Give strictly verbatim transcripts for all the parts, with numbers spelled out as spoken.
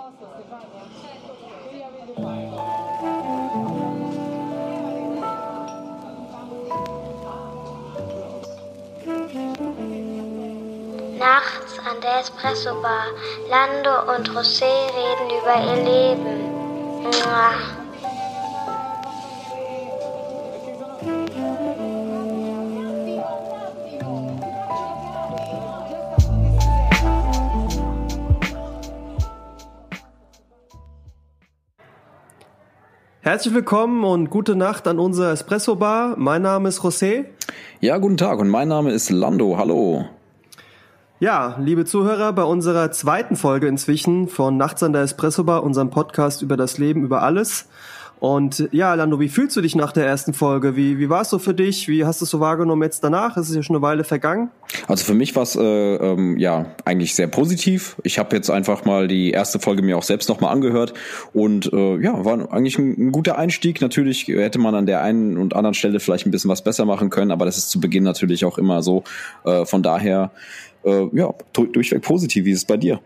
Nachts an der Espresso-Bar. Lando und José reden über ihr Leben. Mua. Herzlich willkommen und gute Nacht an unserer Espresso-Bar. Mein Name ist José. Ja, guten Tag und mein Name ist Lando. Hallo. Ja, liebe Zuhörer, bei unserer zweiten Folge inzwischen von Nachts an der Espresso-Bar, unserem Podcast über das Leben, über alles. Und ja, Lando, wie fühlst du dich nach der ersten Folge? Wie, wie war es so für dich? Wie hast du es so wahrgenommen jetzt danach? Es ist ja schon eine Weile vergangen. Also für mich war es äh, ähm, ja eigentlich sehr positiv. Ich habe jetzt einfach mal die erste Folge mir auch selbst nochmal angehört und äh, ja, war eigentlich ein, ein guter Einstieg. Natürlich hätte man an der einen und anderen Stelle vielleicht ein bisschen was besser machen können, aber das ist zu Beginn natürlich auch immer so. Äh, von daher, äh, ja, durchweg positiv. Wie ist es bei dir?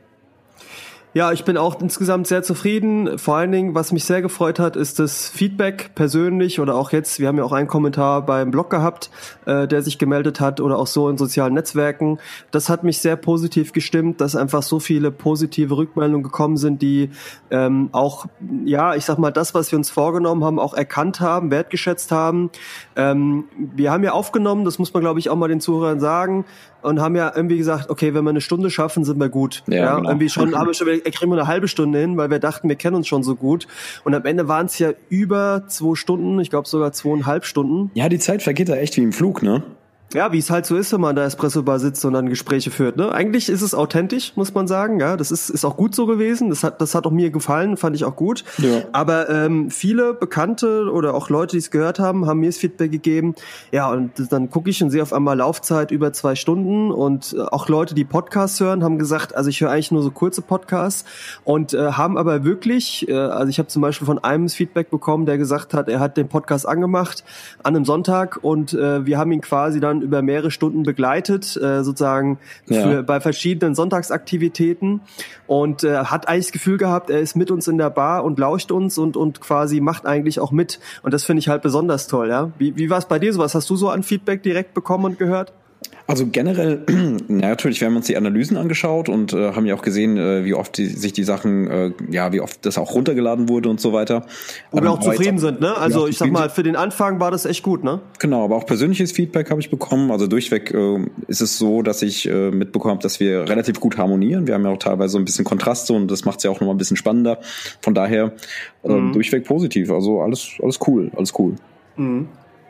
Ja, ich bin auch insgesamt sehr zufrieden. Vor allen Dingen, was mich sehr gefreut hat, ist das Feedback persönlich oder auch jetzt, wir haben ja auch einen Kommentar beim Blog gehabt, äh, der sich gemeldet hat oder auch so in sozialen Netzwerken. Das hat mich sehr positiv gestimmt, dass einfach so viele positive Rückmeldungen gekommen sind, die ähm, auch, ja, ich sag mal, das, was wir uns vorgenommen haben, auch erkannt haben, wertgeschätzt haben. Ähm, wir haben ja aufgenommen, das muss man, glaube ich, auch mal den Zuhörern sagen, und haben ja irgendwie gesagt, okay, wenn wir eine Stunde schaffen, sind wir gut. Ja, ja genau. Irgendwie schon, haben wir schon, kriegen wir eine halbe Stunde hin, weil wir dachten, wir kennen uns schon so gut. Und am Ende waren es ja über zwei Stunden, ich glaube sogar zweieinhalb Stunden. Ja, die Zeit vergeht da echt wie im Flug, ne? Ja, wie es halt so ist, wenn man da Espresso-Bar sitzt und dann Gespräche führt, ne? Eigentlich ist es authentisch, muss man sagen, ja. Das ist, ist auch gut so gewesen. Das hat, das hat auch mir gefallen, fand ich auch gut. Ja. Aber, ähm, viele Bekannte oder auch Leute, die es gehört haben, haben mir das Feedback gegeben. Ja, und dann gucke ich und sehe auf einmal Laufzeit über zwei Stunden und auch Leute, die Podcasts hören, haben gesagt, also ich höre eigentlich nur so kurze Podcasts und äh, haben aber wirklich, äh, also ich habe zum Beispiel von einem das Feedback bekommen, der gesagt hat, er hat den Podcast angemacht an einem Sonntag und äh, wir haben ihn quasi dann über mehrere Stunden begleitet, äh, sozusagen ja. für, bei verschiedenen Sonntagsaktivitäten und äh, hat eigentlich das Gefühl gehabt, er ist mit uns in der Bar und lauscht uns und und quasi macht eigentlich auch mit und das finde ich halt besonders toll, ja. Wie, wie war es bei dir sowas? Hast du so an Feedback direkt bekommen und gehört? Also generell, ja, natürlich, wir haben uns die Analysen angeschaut und äh, haben ja auch gesehen, äh, wie oft die, sich die Sachen, äh, ja, wie oft das auch runtergeladen wurde und so weiter. Wo ähm, wir auch zufrieden auch, sind, ne? Also ich sag mal, für den Anfang war das echt gut, ne? Genau, aber auch persönliches Feedback habe ich bekommen. Also durchweg äh, ist es so, dass ich äh, mitbekommen habe, dass wir relativ gut harmonieren. Wir haben ja auch teilweise so ein bisschen Kontraste und das macht es ja auch nochmal ein bisschen spannender. Von daher äh, mhm. durchweg positiv. Also alles, alles cool, alles cool. Mhm.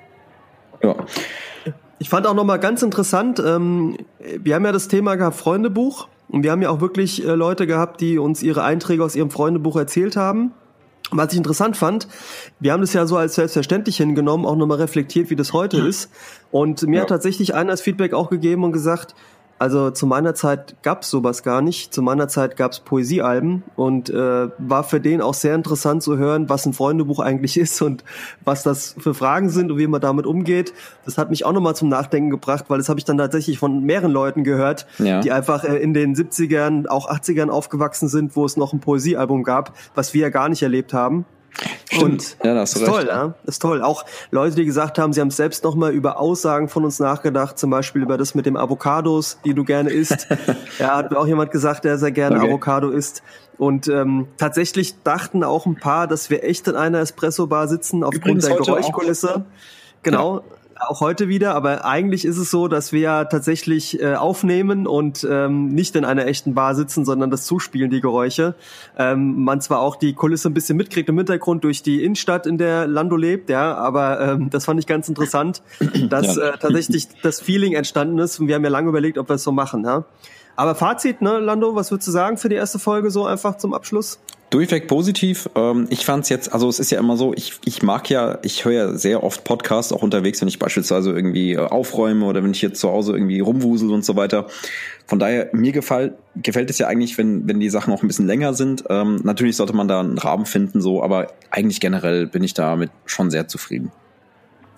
Ja. Ich fand auch nochmal ganz interessant, ähm, wir haben ja das Thema gehabt, Freundebuch. Und wir haben ja auch wirklich äh, Leute gehabt, die uns ihre Einträge aus ihrem Freundebuch erzählt haben. Und was ich interessant fand, wir haben das ja so als selbstverständlich hingenommen, auch nochmal reflektiert, wie das heute ist. Und mir ja. hat tatsächlich einer das Feedback auch gegeben und gesagt, also zu meiner Zeit gab's sowas gar nicht. Zu meiner Zeit gab's Poesiealben und äh, war für den auch sehr interessant zu hören, was ein Freundebuch eigentlich ist und was das für Fragen sind und wie man damit umgeht. Das hat mich auch nochmal zum Nachdenken gebracht, weil das habe ich dann tatsächlich von mehreren Leuten gehört, ja. die einfach äh, in den siebzigern, auch achtzigern aufgewachsen sind, wo es noch ein Poesiealbum gab, was wir ja gar nicht erlebt haben. Stimmt. Und ja, das ist recht. Toll, ja. ja, ist toll. Auch Leute, die gesagt haben, sie haben selbst nochmal über Aussagen von uns nachgedacht, zum Beispiel über das mit dem Avocados, die du gerne isst. Ja, hat mir auch jemand gesagt, der sehr gerne okay. Avocado isst. Und ähm, tatsächlich dachten auch ein paar, dass wir echt in einer Espresso-Bar sitzen, aufgrund Übrigens der Geräuschkulisse. Auch. Genau. Ja. Auch heute wieder, aber eigentlich ist es so, dass wir ja tatsächlich äh, aufnehmen und ähm, nicht in einer echten Bar sitzen, sondern das zuspielen, die Geräusche. Ähm, man zwar auch die Kulisse ein bisschen mitkriegt im Hintergrund durch die Innenstadt, in der Lando lebt, ja, aber ähm, das fand ich ganz interessant, dass ja. äh, tatsächlich das Feeling entstanden ist und wir haben ja lange überlegt, ob wir es so machen, ja. Aber Fazit, ne, Lando, was würdest du sagen für die erste Folge so einfach zum Abschluss? Durchweg positiv. Ich fand's jetzt, also es ist ja immer so, ich ich mag ja, ich höre ja sehr oft Podcasts auch unterwegs, wenn ich beispielsweise irgendwie aufräume oder wenn ich jetzt zu Hause irgendwie rumwusel und so weiter. Von daher, mir gefällt gefällt es ja eigentlich, wenn wenn die Sachen auch ein bisschen länger sind. Ähm, natürlich sollte man da einen Rahmen finden, so, aber eigentlich generell bin ich damit schon sehr zufrieden.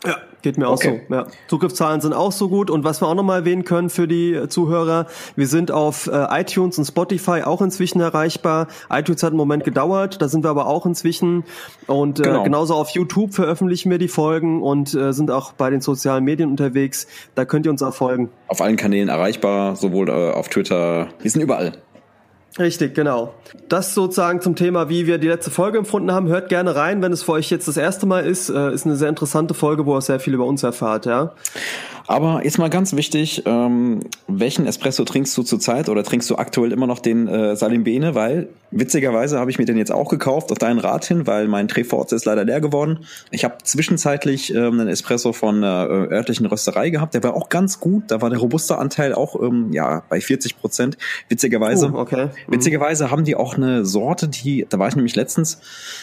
Ja, geht mir Okay. auch so. Ja. Zugriffszahlen sind auch so gut. Und was wir auch nochmal erwähnen können für die Zuhörer, wir sind auf äh, iTunes und Spotify auch inzwischen erreichbar. iTunes hat einen Moment gedauert, da sind wir aber auch inzwischen. Und äh, Genau. genauso auf YouTube veröffentlichen wir die Folgen und äh, sind auch bei den sozialen Medien unterwegs. Da könnt ihr uns auch folgen. Auf allen Kanälen erreichbar, sowohl äh, auf Twitter, wir sind überall. Richtig, genau. Das sozusagen zum Thema, wie wir die letzte Folge empfunden haben. Hört gerne rein, wenn es für euch jetzt das erste Mal ist. Äh, ist eine sehr interessante Folge, wo ihr sehr viel über uns erfahrt, ja. Aber jetzt mal ganz wichtig, ähm, welchen Espresso trinkst du zurzeit oder trinkst du aktuell immer noch den äh, Salimbene? Weil witzigerweise habe ich mir den jetzt auch gekauft, auf deinen Rat hin, weil mein Tre Forza ist leider leer geworden. Ich habe zwischenzeitlich ähm, einen Espresso von einer äh, örtlichen Rösterei gehabt, der war auch ganz gut. Da war der Robusta-Anteil auch ähm, ja bei vierzig Prozent. Witzigerweise, Oh, okay. Mhm. witzigerweise haben die auch eine Sorte, die, da war ich nämlich letztens,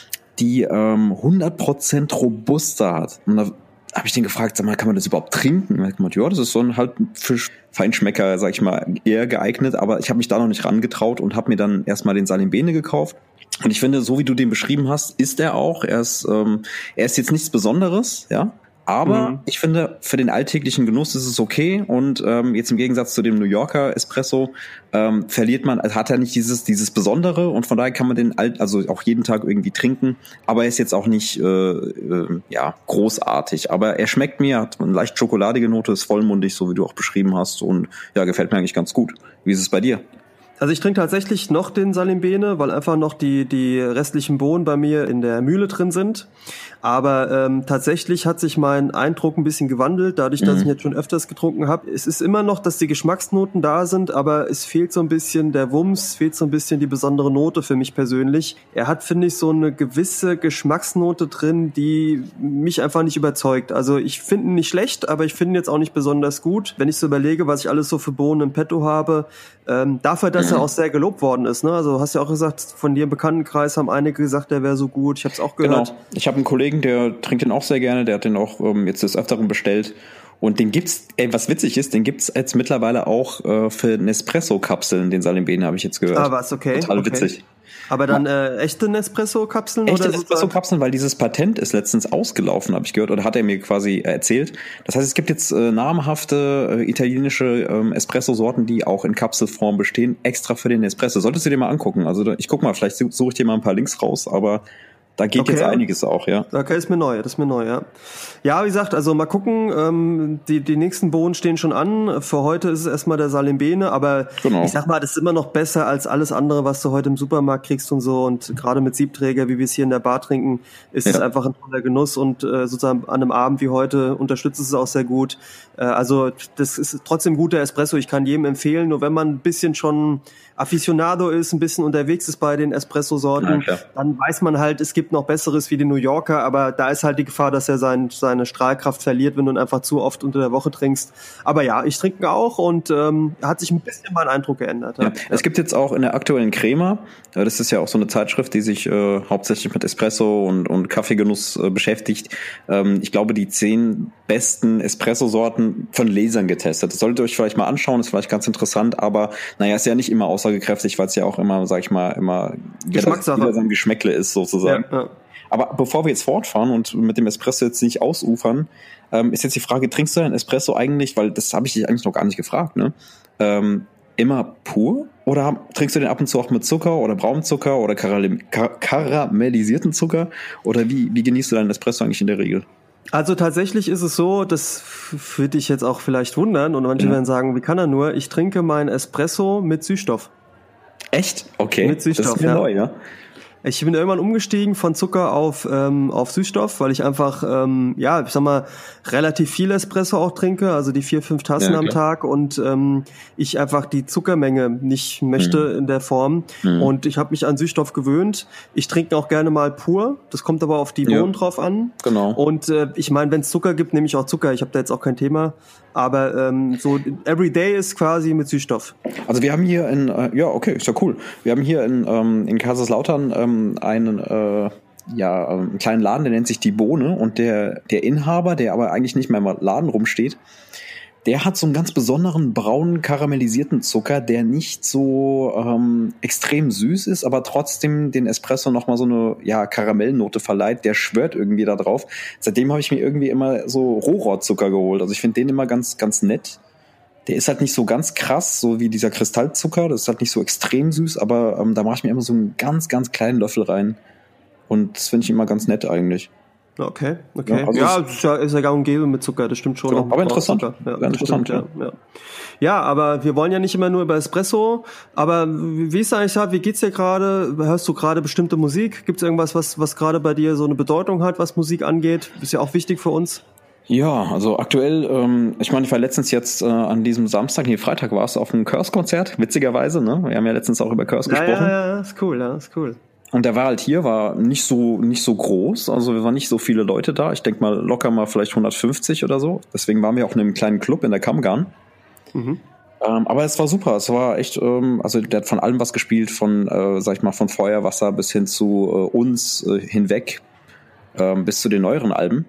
die ähm, hundert Prozent Robusta hat. Und da habe ich den gefragt, sag mal, kann man das überhaupt trinken? Und er hat gemeint, ja, das ist so ein halt für Feinschmecker, sag ich mal, eher geeignet. Aber ich habe mich da noch nicht rangetraut und habe mir dann erstmal den Salimbene gekauft. Und ich finde, so wie du den beschrieben hast, ist er auch. Er ist, ähm, er ist jetzt nichts Besonderes, ja. Aber mhm. ich finde, für den alltäglichen Genuss ist es okay. Und ähm, jetzt im Gegensatz zu dem New Yorker Espresso ähm, verliert man, also hat er nicht dieses dieses Besondere. Und von daher kann man den alt, also auch jeden Tag irgendwie trinken. Aber er ist jetzt auch nicht äh, äh, ja großartig. Aber er schmeckt mir, hat eine leicht schokoladige Note, ist vollmundig, so wie du auch beschrieben hast. Und ja, gefällt mir eigentlich ganz gut. Wie ist es bei dir? Also ich trinke tatsächlich noch den Salimbene, weil einfach noch die die restlichen Bohnen bei mir in der Mühle drin sind. Aber ähm, tatsächlich hat sich mein Eindruck ein bisschen gewandelt, dadurch, dass Mhm. ich ihn jetzt schon öfters getrunken habe. Es ist immer noch, dass die Geschmacksnoten da sind, aber es fehlt so ein bisschen der Wumms, fehlt so ein bisschen die besondere Note für mich persönlich. Er hat, finde ich, so eine gewisse Geschmacksnote drin, die mich einfach nicht überzeugt. Also ich finde ihn nicht schlecht, aber ich finde ihn jetzt auch nicht besonders gut. Wenn ich so überlege, was ich alles so für Bohnen im Petto habe, ähm, dafür, dass Mhm. er auch sehr gelobt worden ist. Ne? Also hast ja auch gesagt, von dir im Bekanntenkreis haben einige gesagt, der wäre so gut. Ich habe es auch gehört. Genau. Ich habe einen Kollegen, der trinkt den auch sehr gerne, der hat den auch ähm, jetzt des Öfteren bestellt. Und den gibt's, ey, was witzig ist, den gibt's jetzt mittlerweile auch äh, für Nespresso-Kapseln, den Salimbene, habe ich jetzt gehört. Ah, was, okay. Total okay. witzig. Aber dann äh, echte Nespresso-Kapseln? Echte oder Nespresso-Kapseln, weil dieses Patent ist letztens ausgelaufen, habe ich gehört, oder hat er mir quasi erzählt. Das heißt, es gibt jetzt äh, namhafte äh, italienische ähm, Espresso-Sorten, die auch in Kapselform bestehen, extra für den Espresso. Solltest du dir mal angucken. Also da, ich guck mal, vielleicht suche ich dir mal ein paar Links raus, aber da geht Okay. jetzt einiges auch, ja. Okay, ist mir neu, das ist mir neu, ja. Ja, wie gesagt, also mal gucken, ähm, die, die nächsten Bohnen stehen schon an. Für heute ist es erstmal der Salimbene, aber Genau. ich sag mal, das ist immer noch besser als alles andere, was du heute im Supermarkt kriegst und so. Und gerade mit Siebträger, wie wir es hier in der Bar trinken, ist Ja. es einfach ein toller Genuss und äh, sozusagen an einem Abend wie heute unterstützt es auch sehr gut. Äh, also das ist trotzdem guter Espresso, ich kann jedem empfehlen, nur wenn man ein bisschen schon Aficionado ist, ein bisschen unterwegs ist bei den Espresso-Sorten, Ja, klar. dann weiß man halt, es gibt noch Besseres wie den New Yorker, aber da ist halt die Gefahr, dass er sein, seine Strahlkraft verliert, wenn du ihn einfach zu oft unter der Woche trinkst. Aber ja, ich trinke ihn auch und ähm, hat sich ein bisschen mein Eindruck geändert. Ja. Es gibt jetzt auch in der aktuellen Crema, äh, das ist ja auch so eine Zeitschrift, die sich äh, hauptsächlich mit Espresso und, und Kaffeegenuss äh, beschäftigt. Ähm, ich glaube, die zehn besten Espresso-Sorten von Lesern getestet. Das solltet ihr euch vielleicht mal anschauen, ist vielleicht ganz interessant, aber naja, ist ja nicht immer aussagekräftig, weil es ja auch immer, sag ich mal, immer Geschmackssache. jeder sein Geschmäckle ist sozusagen. Ja, ja. Aber bevor wir jetzt fortfahren und mit dem Espresso jetzt nicht ausufern, ähm, ist jetzt die Frage, trinkst du deinen Espresso eigentlich, weil das habe ich dich eigentlich noch gar nicht gefragt, ne? Ähm, immer pur? Oder hab, trinkst du den ab und zu auch mit Zucker oder Braunzucker oder karam- kar- karamellisierten Zucker? Oder wie, wie genießt du deinen Espresso eigentlich in der Regel? Also tatsächlich ist es so, das würde dich jetzt auch vielleicht wundern und manche Ja. werden sagen, wie kann er nur? Ich trinke meinen Espresso mit Süßstoff. Echt? Okay. Mit Süßstoff, das ist mir ja. neu, ja? Ich bin irgendwann umgestiegen von Zucker auf ähm, auf Süßstoff, weil ich einfach, ähm, ja, ich sag mal, relativ viel Espresso auch trinke, also die vier, fünf Tassen Ja, am klar. Tag und ähm, ich einfach die Zuckermenge nicht möchte Mhm. in der Form Mhm. und ich habe mich an Süßstoff gewöhnt. Ich trinke auch gerne mal pur, das kommt aber auf die Ja. Bohnen drauf an. Genau. Und äh, ich meine, wenn es Zucker gibt, nehme ich auch Zucker, ich habe da jetzt auch kein Thema, aber ähm, so Everyday ist quasi mit Süßstoff. Also wir haben hier in, äh, ja, okay, ist ja cool. Wir haben hier in, ähm, in Kaiserslautern ähm, einen, äh, ja, einen kleinen Laden, der nennt sich Die Bohne und der, der Inhaber, der aber eigentlich nicht mehr im Laden rumsteht, der hat so einen ganz besonderen braunen karamellisierten Zucker, der nicht so ähm, extrem süß ist, aber trotzdem den Espresso nochmal so eine ja, Karamellnote verleiht. Der schwört irgendwie da drauf. Seitdem habe ich mir irgendwie immer so Rohrohrzucker geholt. Also ich finde den immer ganz, ganz nett. Der ist halt nicht so ganz krass, so wie dieser Kristallzucker. Das ist halt nicht so extrem süß, aber ähm, da mache ich mir immer so einen ganz, ganz kleinen Löffel rein. Und das finde ich immer ganz nett eigentlich. Okay, okay. Ja, also ja ist ja, ist ja gang und gäbe mit Zucker, das stimmt schon. Genau, aber interessant. Ja, ja, interessant stimmt, ja. Ja. ja, aber wir wollen ja nicht immer nur über Espresso. Aber wie ist eigentlich, wie geht's dir gerade? Hörst du gerade bestimmte Musik? Gibt's irgendwas, was was gerade bei dir so eine Bedeutung hat, was Musik angeht? Ist ja auch wichtig für uns. Ja, also aktuell, ähm, ich meine, ich war letztens jetzt äh, an diesem Samstag, nee, Freitag war es auf einem Curse-Konzert, witzigerweise, ne? Wir haben ja letztens auch über Curse ja, gesprochen. Ja, ja, ist cool, ja, ist cool. Und der war halt hier, war nicht so nicht so groß, also wir waren nicht so viele Leute da. Ich denke mal locker mal vielleicht hundertfünfzig oder so. Deswegen waren wir auch in einem kleinen Club in der Kammgarn. Mhm. Ähm, aber es war super, es war echt, ähm, also der hat von allem was gespielt, von, äh, sag ich mal, von Feuerwasser bis hin zu äh, uns äh, hinweg, äh, bis zu den neueren Alben.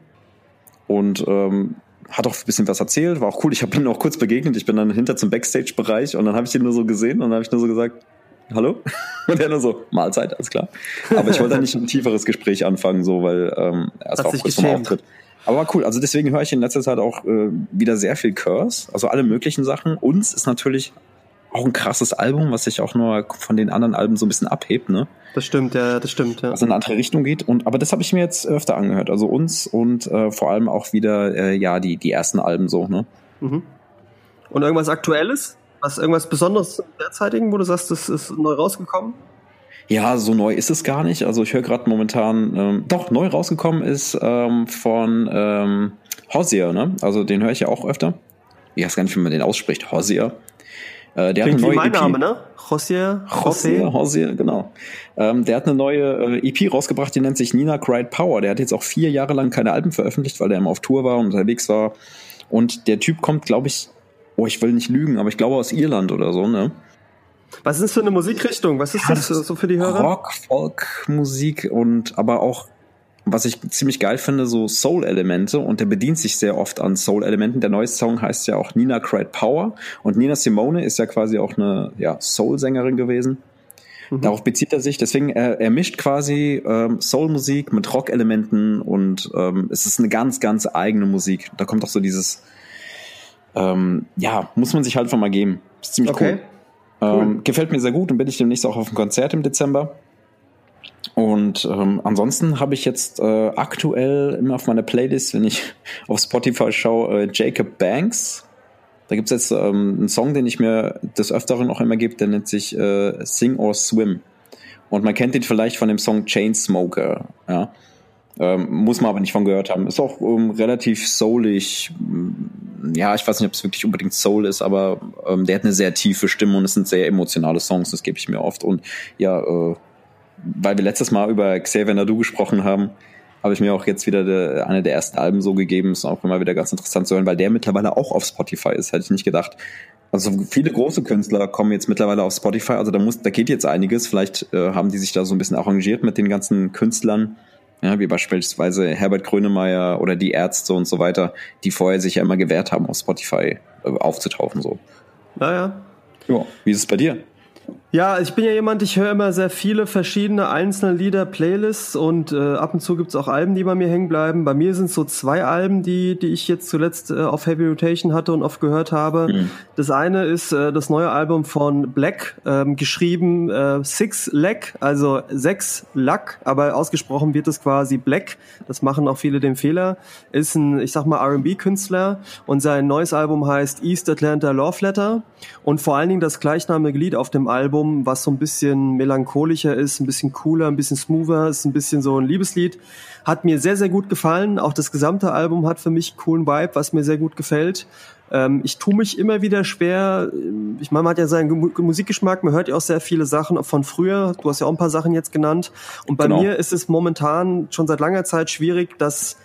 Und ähm, hat auch ein bisschen was erzählt, war auch cool. Ich habe ihn auch kurz begegnet, ich bin dann hinter zum Backstage-Bereich und dann habe ich ihn nur so gesehen und dann habe ich nur so gesagt, hallo? Und er nur so, Mahlzeit, alles klar. Aber ich wollte da nicht ein tieferes Gespräch anfangen, so, weil ähm, er ist auch kurz vom Auftritt. Aber war cool. Also deswegen höre ich in letzter Zeit auch äh, wieder sehr viel Curse, also alle möglichen Sachen. Uns ist natürlich auch ein krasses Album, was sich auch nur von den anderen Alben so ein bisschen abhebt, ne? Das stimmt, ja, das stimmt, ja. Was in eine andere Richtung geht. Und aber das habe ich mir jetzt öfter angehört. Also uns und äh, vor allem auch wieder äh, ja die die ersten Alben so, ne? Mhm. Und irgendwas Aktuelles? Was, irgendwas Besonderes zum derzeitigen, wo du sagst, das ist neu rausgekommen? Ja, so neu ist es gar nicht. Also ich höre gerade momentan, ähm, doch, neu rausgekommen ist ähm, von ähm, Hozier, ne? Also den höre ich ja auch öfter. Ich weiß gar nicht, wie man den ausspricht. Hozier. Äh, der Klingt hat eine neue wie mein E P. Name, ne? Hozier. Hozier, Hozier, genau. Ähm, der hat eine neue äh, E P rausgebracht, die nennt sich Nina Cried Power. Der hat jetzt auch vier Jahre lang keine Alben veröffentlicht, weil er immer auf Tour war und unterwegs war. Und der Typ kommt, glaube ich, oh, ich will nicht lügen, aber ich glaube aus Irland oder so, ne? Was ist das für eine Musikrichtung? Was ist ja, das, das so für die Hörer? Rock, Folk, Musik und aber auch, was ich ziemlich geil finde, so Soul-Elemente, und der bedient sich sehr oft an Soul-Elementen. Der neue Song heißt ja auch Nina Cried Power und Nina Simone ist ja quasi auch eine ja, Soul-Sängerin gewesen. Mhm. Darauf bezieht er sich, deswegen er, er mischt quasi ähm, Soul-Musik mit Rock-Elementen und ähm, es ist eine ganz, ganz eigene Musik. Da kommt auch so dieses ähm, ja, muss man sich halt einfach mal geben. Ist ziemlich okay. cool. Cool. Ähm, gefällt mir sehr gut und bin ich demnächst auch auf dem Konzert im Dezember. Und ähm, ansonsten habe ich jetzt äh, aktuell immer auf meiner Playlist, wenn ich auf Spotify schaue, äh, Jacob Banks. Da gibt es jetzt ähm, einen Song, den ich mir des Öfteren auch immer gebe, der nennt sich äh, Sing or Swim. Und man kennt den vielleicht von dem Song Chainsmoker. Ja. Ähm, muss man aber nicht von gehört haben. Ist auch ähm, relativ soulig. Ja, ich weiß nicht, ob es wirklich unbedingt Soul ist, aber ähm, der hat eine sehr tiefe Stimme und es sind sehr emotionale Songs, das gebe ich mir oft. Und ja, äh, weil wir letztes Mal über Xavier Naidoo gesprochen haben, habe ich mir auch jetzt wieder de, eine der ersten Alben so gegeben. Ist auch immer wieder ganz interessant zu hören, weil der mittlerweile auch auf Spotify ist, hätte ich nicht gedacht. Also viele große Künstler kommen jetzt mittlerweile auf Spotify, also da muss, da geht jetzt einiges. Vielleicht äh, haben die sich da so ein bisschen arrangiert mit den ganzen Künstlern. Ja, wie beispielsweise Herbert Grönemeyer oder die Ärzte und so weiter, die vorher sich ja immer gewehrt haben, auf Spotify äh, aufzutauchen. So. Naja. Ja, wie ist es bei dir? Ja, ich bin ja jemand, ich höre immer sehr viele verschiedene einzelne Lieder, Playlists und äh, ab und zu gibt's auch Alben, die bei mir hängen bleiben. Bei mir sind es so zwei Alben, die die ich jetzt zuletzt äh, auf Heavy Rotation hatte und oft gehört habe. Mhm. Das eine ist äh, das neue Album von Black, ähm, geschrieben äh, Six Lack, also sechs Lack, aber ausgesprochen wird es quasi Black. Das machen auch viele den Fehler. Ist ein, ich sag mal, R and B-Künstler und sein neues Album heißt East Atlanta Love Letter und vor allen Dingen das gleichnamige Lied auf dem Album, was so ein bisschen melancholischer ist, ein bisschen cooler, ein bisschen smoother, ist ein bisschen so ein Liebeslied. Hat mir sehr, sehr gut gefallen. Auch das gesamte Album hat für mich einen coolen Vibe, was mir sehr gut gefällt. Ähm, ich tue mich immer wieder schwer. Ich meine, man hat ja seinen Musikgeschmack, man hört ja auch sehr viele Sachen von früher. Du hast ja auch ein paar Sachen jetzt genannt. Und bei genau. mir ist es momentan schon seit langer Zeit schwierig, dass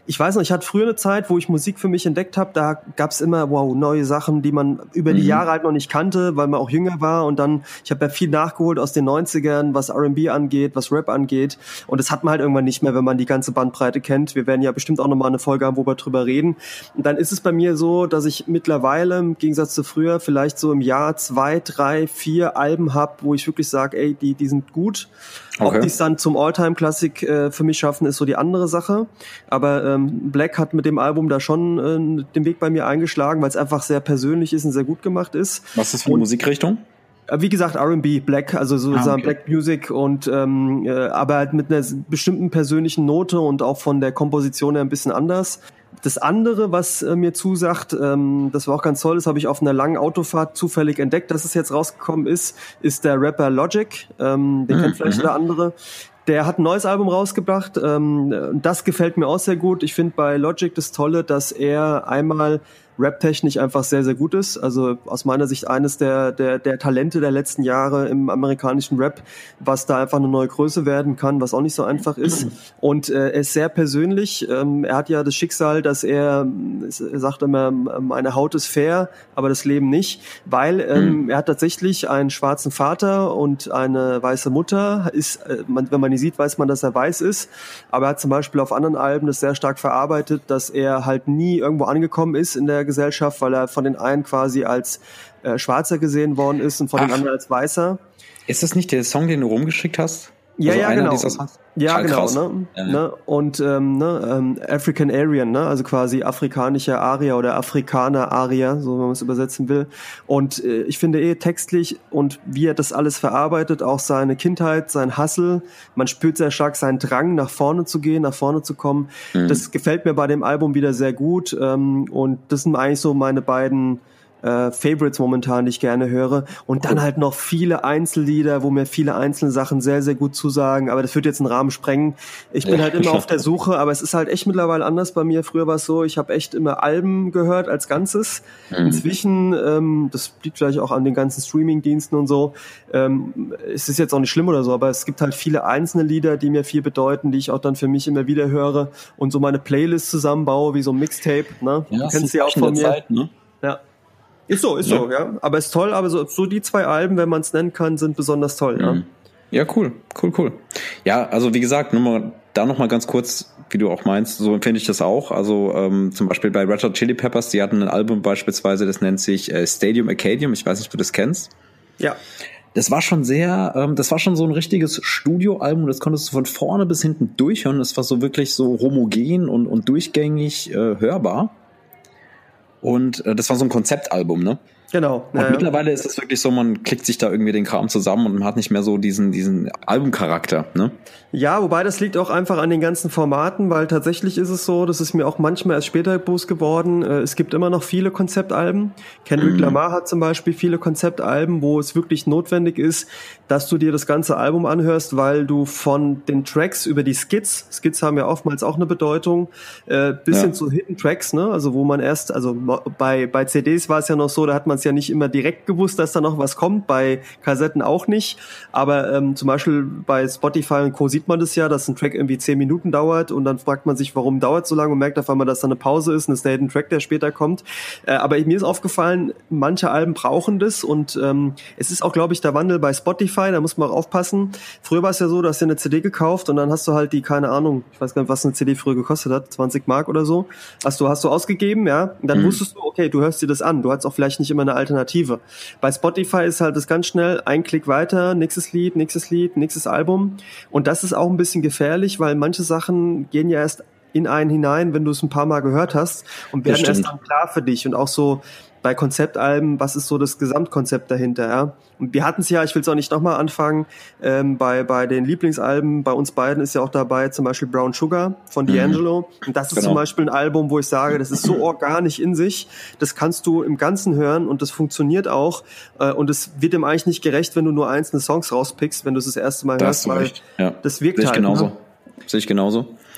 ich weiß noch, ich hatte früher eine Zeit, wo ich Musik für mich entdeckt habe, da gab's immer, wow, neue Sachen, die man über die mhm. Jahre halt noch nicht kannte, weil man auch jünger war und dann, ich habe ja viel nachgeholt aus den neunzigern, was R and B angeht, was Rap angeht und das hat man halt irgendwann nicht mehr, wenn man die ganze Bandbreite kennt. Wir werden ja bestimmt auch nochmal eine Folge haben, wo wir drüber reden. Und dann ist es bei mir so, dass ich mittlerweile, im Gegensatz zu früher, vielleicht so im Jahr zwei, drei, vier Alben habe, wo ich wirklich sage, ey, die, die sind gut. Okay. Ob die es dann zum All-Time-Klassik äh, für mich schaffen, ist so die andere Sache. Aber ähm, Black hat mit dem Album da schon äh, den Weg bei mir eingeschlagen, weil es einfach sehr persönlich ist und sehr gut gemacht ist. Was ist das für eine Musikrichtung? Äh, wie gesagt, R and B, Black, also sozusagen ah, okay. Black Music und ähm, äh, aber halt mit einer bestimmten persönlichen Note und auch von der Komposition her ein bisschen anders. Das andere, was äh, mir zusagt, ähm, das war auch ganz toll, das habe ich auf einer langen Autofahrt zufällig entdeckt, dass es jetzt rausgekommen ist, ist der Rapper Logic, ähm, den mhm. kennt vielleicht der andere. Der hat ein neues Album rausgebracht, ähm, das gefällt mir auch sehr gut. Ich finde bei Logic das Tolle, dass er einmal rap-technisch einfach sehr, sehr gut ist. Also aus meiner Sicht eines der, der, der Talente der letzten Jahre im amerikanischen Rap, was da einfach eine neue Größe werden kann, was auch nicht so einfach ist. Und äh, er ist sehr persönlich. Ähm, er hat ja das Schicksal, dass er, er sagt immer, meine Haut ist fair, aber das Leben nicht, weil ähm, mhm. er hat tatsächlich einen schwarzen Vater und eine weiße Mutter. Ist, äh, man, wenn man ihn sieht, weiß man, dass er weiß ist. Aber er hat zum Beispiel auf anderen Alben das sehr stark verarbeitet, dass er halt nie irgendwo angekommen ist in der Gesellschaft, weil er von den einen quasi als äh, Schwarzer gesehen worden ist und von Ach. den anderen als Weißer. Ist das nicht der Song, den du rumgeschickt hast? Ja, also ja, einer, genau. Ja, genau. Ne? Ja. Ne? Und ähm, ne? ähm, African Aryan, ne? Also quasi afrikanischer Arier oder Afrikaner Arier, so wenn man es übersetzen will. Und äh, ich finde eh textlich und wie er das alles verarbeitet, auch seine Kindheit, sein Hustle, man spürt sehr stark seinen Drang, nach vorne zu gehen, nach vorne zu kommen. Mhm. Das gefällt mir bei dem Album wieder sehr gut. Ähm, und das sind eigentlich so meine beiden Äh, Favorites momentan, die ich gerne höre. Und dann halt noch viele Einzellieder, wo mir viele einzelne Sachen sehr, sehr gut zusagen. Aber das wird jetzt einen Rahmen sprengen. Ich bin ja. halt immer auf der Suche, aber es ist halt echt mittlerweile anders bei mir. Früher war es so, ich habe echt immer Alben gehört als Ganzes. Mhm. Inzwischen, ähm, das liegt vielleicht auch an den ganzen Streaming-Diensten und so, ähm, es ist jetzt auch nicht schlimm oder so, aber es gibt halt viele einzelne Lieder, die mir viel bedeuten, die ich auch dann für mich immer wieder höre und so meine Playlist zusammenbaue, wie so ein Mixtape. Ne? Ja, du kennst sie auch von mir. Zeit, ne? Ja. Ist so, ist ja. so, ja. Aber ist toll, aber so, so die zwei Alben, wenn man es nennen kann, sind besonders toll, ja. Ja, cool, cool, cool. Ja, also wie gesagt, nur mal, da noch mal ganz kurz, wie du auch meinst, so empfinde ich das auch. Also ähm, zum Beispiel bei Red Hot Chili Peppers, die hatten ein Album beispielsweise, das nennt sich äh, Stadium Arcadium. Ich weiß nicht, ob du das kennst. Ja. Das war schon sehr, ähm, das war schon so ein richtiges Studioalbum, das konntest du von vorne bis hinten durchhören. Das war so wirklich so homogen und, und durchgängig äh, hörbar. Und äh, das war so ein Konzeptalbum, ne? Genau. Und ja, mittlerweile ist es wirklich so, man klickt sich da irgendwie den Kram zusammen und man hat nicht mehr so diesen diesen Albumcharakter, ne? Ja, wobei das liegt auch einfach an den ganzen Formaten, weil tatsächlich ist es so, das ist mir auch manchmal erst später bewusst geworden, äh, es gibt immer noch viele Konzeptalben. Kendrick mhm. Lamar hat zum Beispiel viele Konzeptalben, wo es wirklich notwendig ist, dass du dir das ganze Album anhörst, weil du von den Tracks über die Skits, Skits haben ja oftmals auch eine Bedeutung, äh, bis hin ja. zu Hidden Tracks, ne? Also wo man erst, also bei bei C Ds war es ja noch so, da hat man es ja nicht immer direkt gewusst, dass da noch was kommt, bei Kassetten auch nicht, aber ähm, zum Beispiel bei Spotify und Co. sieht man das ja, dass ein Track irgendwie zehn Minuten dauert und dann fragt man sich, warum dauert so lange und merkt auf einmal, dass da eine Pause ist und es ist der Hidden Track, der später kommt. Äh, aber mir ist aufgefallen, manche Alben brauchen das und ähm, es ist auch, glaube ich, der Wandel bei Spotify, da muss man auch aufpassen. Früher war es ja so, du hast dir eine C D gekauft und dann hast du halt die, keine Ahnung, ich weiß gar nicht, was eine C D früher gekostet hat, zwanzig Mark oder so, hast du, hast du ausgegeben, ja, und dann mhm. wusstest du, okay, du hörst dir das an, du hattest auch vielleicht nicht immer eine Alternative. Bei Spotify ist halt das ganz schnell, ein Klick weiter, nächstes Lied, nächstes Lied, nächstes Album. Und das ist auch ein bisschen gefährlich, weil manche Sachen gehen ja erst in einen hinein, wenn du es ein paar Mal gehört hast und werden erst dann klar für dich. Und auch so bei Konzeptalben, was ist so das Gesamtkonzept dahinter, ja? Und wir hatten es ja, ich will es auch nicht nochmal anfangen, ähm, bei bei den Lieblingsalben, bei uns beiden ist ja auch dabei zum Beispiel Brown Sugar von D'Angelo. Mhm. Und das ist genau. zum Beispiel ein Album, wo ich sage, das ist so organisch in sich, das kannst du im Ganzen hören und das funktioniert auch. Äh, und es wird dem eigentlich nicht gerecht, wenn du nur einzelne Songs rauspickst, wenn du es das erste Mal da hörst, weil ja. das wirkt Sehe ich halt. genauso. Ne? Sehe ich genauso.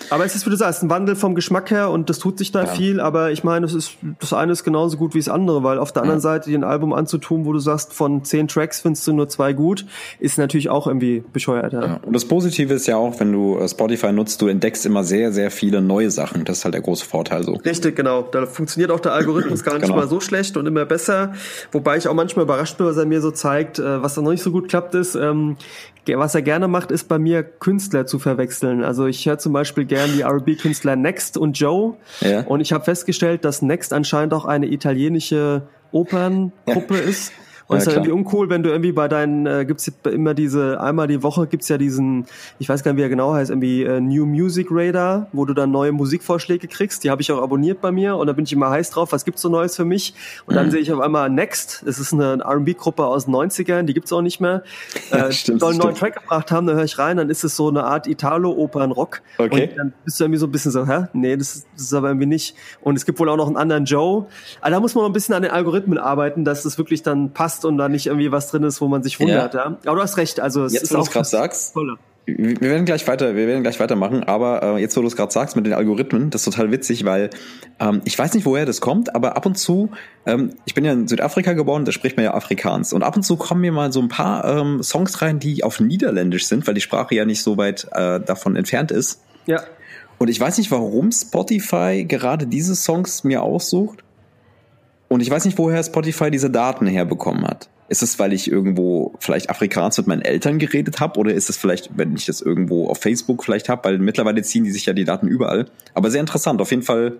Aber es ist, wie du sagst, ein Wandel vom Geschmack her und das tut sich da ja. viel, aber ich meine, es ist, das eine ist genauso gut wie das andere, weil auf der anderen ja. Seite dir ein Album anzutun, wo du sagst, von zehn Tracks findest du nur zwei gut, ist natürlich auch irgendwie bescheuert. Ja. Ja. Und das Positive ist ja auch, wenn du Spotify nutzt, du entdeckst immer sehr, sehr viele neue Sachen. Das ist halt der große Vorteil so. Richtig, genau. Da funktioniert auch der Algorithmus gar nicht genau. mal so schlecht und immer besser, wobei ich auch manchmal überrascht bin, was er mir so zeigt, was da noch nicht so gut klappt ist, ähm, was er gerne macht, ist bei mir Künstler zu verwechseln. Also ich höre zum Beispiel gern die R and B-Künstler Next und Joe. Ja. Und ich habe festgestellt, dass Next anscheinend auch eine italienische Operngruppe ja. ist. Und es ja, ist ja irgendwie uncool, wenn du irgendwie bei deinen, äh, gibt's immer diese, einmal die Woche gibt's ja diesen, ich weiß gar nicht, wie er genau heißt, irgendwie äh, New Music Radar, wo du dann neue Musikvorschläge kriegst. Die habe ich auch abonniert bei mir und da bin ich immer heiß drauf, was gibt's so Neues für mich? Und dann mhm. sehe ich auf einmal Next, das ist eine R and B-Gruppe aus den neunzigern, die gibt's auch nicht mehr. Ja, äh, stimmt, sollen einen neuen stimmt. Track gebracht haben, da höre ich rein, dann ist es so eine Art Italo-Opern-Rock. Okay. Und dann bist du irgendwie so ein bisschen so, hä? Nee, das, das ist aber irgendwie nicht. Und es gibt wohl auch noch einen anderen Joe. Aber da muss man noch ein bisschen an den Algorithmen arbeiten, dass das wirklich dann passt und da nicht irgendwie was drin ist, wo man sich wundert, ja. ja. Aber du hast recht, also es jetzt, ist wo auch du es gerade sagst, toller. Wir werden gleich weiter, wir werden gleich weitermachen, aber äh, jetzt, wo du es gerade sagst mit den Algorithmen, das ist total witzig, weil ähm, ich weiß nicht, woher das kommt, aber ab und zu, ähm, ich bin ja in Südafrika geboren, da spricht man ja Afrikaans und ab und zu kommen mir mal so ein paar ähm, Songs rein, die auf Niederländisch sind, weil die Sprache ja nicht so weit äh, davon entfernt ist. Ja. Und ich weiß nicht, warum Spotify gerade diese Songs mir aussucht und ich weiß nicht, woher Spotify diese Daten herbekommen hat. Ist es, weil ich irgendwo vielleicht Afrikaans mit meinen Eltern geredet habe oder ist es vielleicht, wenn ich das irgendwo auf Facebook vielleicht habe, weil mittlerweile ziehen die sich ja die Daten überall. Aber sehr interessant, auf jeden Fall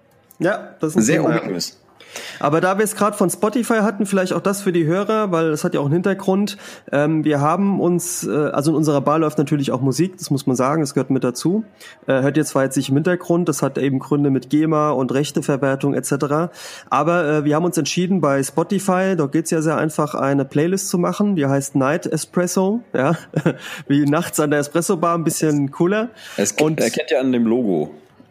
ja, das ist sehr ominös. Aber da wir es gerade von Spotify hatten, vielleicht auch das für die Hörer, weil das hat ja auch einen Hintergrund. Ähm, wir haben uns, äh, also in unserer Bar läuft natürlich auch Musik, das muss man sagen, das gehört mit dazu. Äh, hört ihr zwar jetzt nicht im Hintergrund, das hat eben Gründe mit GEMA und Rechteverwertung et cetera. Aber äh, wir haben uns entschieden, bei Spotify, dort geht's ja sehr einfach, eine Playlist zu machen, die heißt Night Espresso, ja, wie nachts an der Espresso-Bar, ein bisschen cooler. Es und erkennt ja an dem Logo.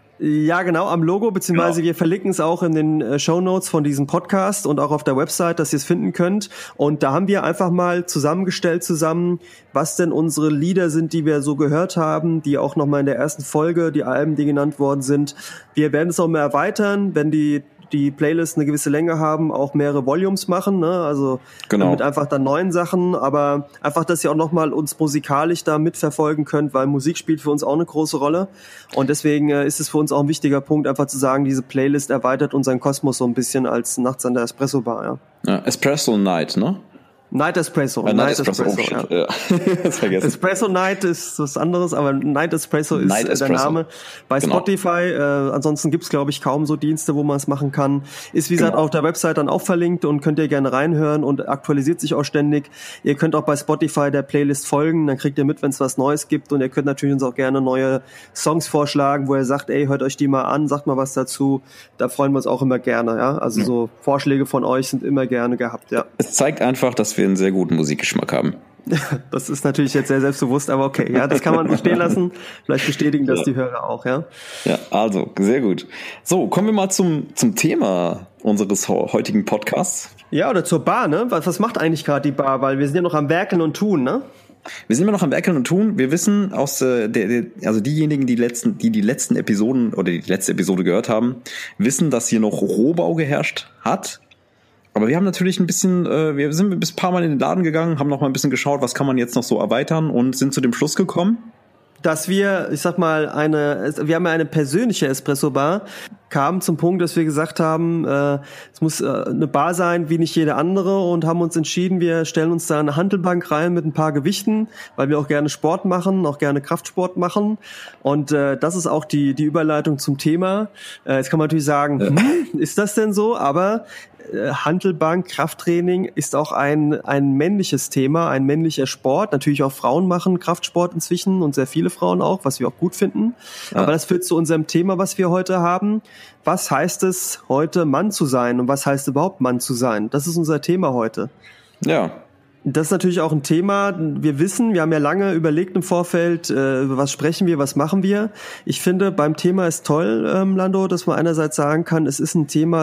Ja, genau, am Logo, beziehungsweise genau. Wir verlinken es auch in den äh, Shownotes von diesem Podcast und auch auf der Website, dass ihr es finden könnt. Und da haben wir einfach mal zusammengestellt zusammen, was denn unsere Lieder sind, die wir so gehört haben, die auch nochmal in der ersten Folge, die Alben, die genannt worden sind. Wir werden es auch mehr erweitern, wenn die die Playlist eine gewisse Länge haben, auch mehrere Volumes machen, ne? Also genau. Mit einfach dann neuen Sachen, aber einfach, dass ihr auch nochmal uns musikalisch da mitverfolgen könnt, weil Musik spielt für uns auch eine große Rolle und deswegen äh, ist es für uns auch ein wichtiger Punkt, einfach zu sagen, diese Playlist erweitert unseren Kosmos so ein bisschen als nachts an der Espresso Bar, ja. Ja, Espresso Night, ne? Night Espresso. Äh, Night, Night Espresso, Espresso oh, ja. ja. vergessen. Espresso Night ist was anderes, aber Night Espresso ist Night Espresso. Der Name. Bei genau. Spotify, äh, ansonsten gibt's glaube ich kaum so Dienste, wo man es machen kann. Ist wie gesagt genau. auf der Website dann auch verlinkt und könnt ihr gerne reinhören und aktualisiert sich auch ständig. Ihr könnt auch bei Spotify der Playlist folgen, dann kriegt ihr mit, wenn es was Neues gibt und ihr könnt natürlich uns auch gerne neue Songs vorschlagen, wo ihr sagt, ey, hört euch die mal an, sagt mal was dazu. Da freuen wir uns auch immer gerne, ja. Also ja. so Vorschläge von euch sind immer gerne gehabt, ja. Es zeigt einfach, dass wir einen sehr guten Musikgeschmack haben. Das ist natürlich jetzt sehr selbstbewusst, aber okay, ja, das kann man so stehen lassen. Vielleicht bestätigen das ja. die Hörer auch, ja. Ja, also, sehr gut. So, kommen wir mal zum, zum Thema unseres heutigen Podcasts. Ja, oder zur Bar, ne? Was, was macht eigentlich gerade die Bar? Weil wir sind ja noch am Werkeln und Tun, ne? Wir sind immer noch am Werkeln und Tun. Wir wissen aus äh, der, der, also diejenigen, die letzten, die die letzten Episoden oder die letzte Episode gehört haben, wissen, dass hier noch Rohbau geherrscht hat. Aber wir haben natürlich ein bisschen, äh, wir sind bis ein paar Mal in den Laden gegangen, haben noch mal ein bisschen geschaut, was kann man jetzt noch so erweitern und sind zu dem Schluss gekommen, dass wir, ich sag mal, eine, wir haben ja eine persönliche Espresso-Bar, kamen zum Punkt, dass wir gesagt haben, äh, es muss äh, eine Bar sein wie nicht jede andere und haben uns entschieden, wir stellen uns da eine Hantelbank rein mit ein paar Gewichten, weil wir auch gerne Sport machen, auch gerne Kraftsport machen und äh, das ist auch die die Überleitung zum Thema. Äh, jetzt kann man natürlich sagen, hm, ist das denn so? Aber Hantelbank, Krafttraining ist auch ein ein männliches Thema, ein männlicher Sport. Natürlich auch Frauen machen Kraftsport inzwischen und sehr viele Frauen auch, was wir auch gut finden. Ja. Aber das führt zu unserem Thema, was wir heute haben. Was heißt es, heute Mann zu sein und was heißt überhaupt Mann zu sein? Das ist unser Thema heute. Ja. Das ist natürlich auch ein Thema. Wir wissen, wir haben ja lange überlegt im Vorfeld, äh, über was sprechen wir, was machen wir. Ich finde, beim Thema ist toll, ähm, Lando, dass man einerseits sagen kann, es ist ein Thema, da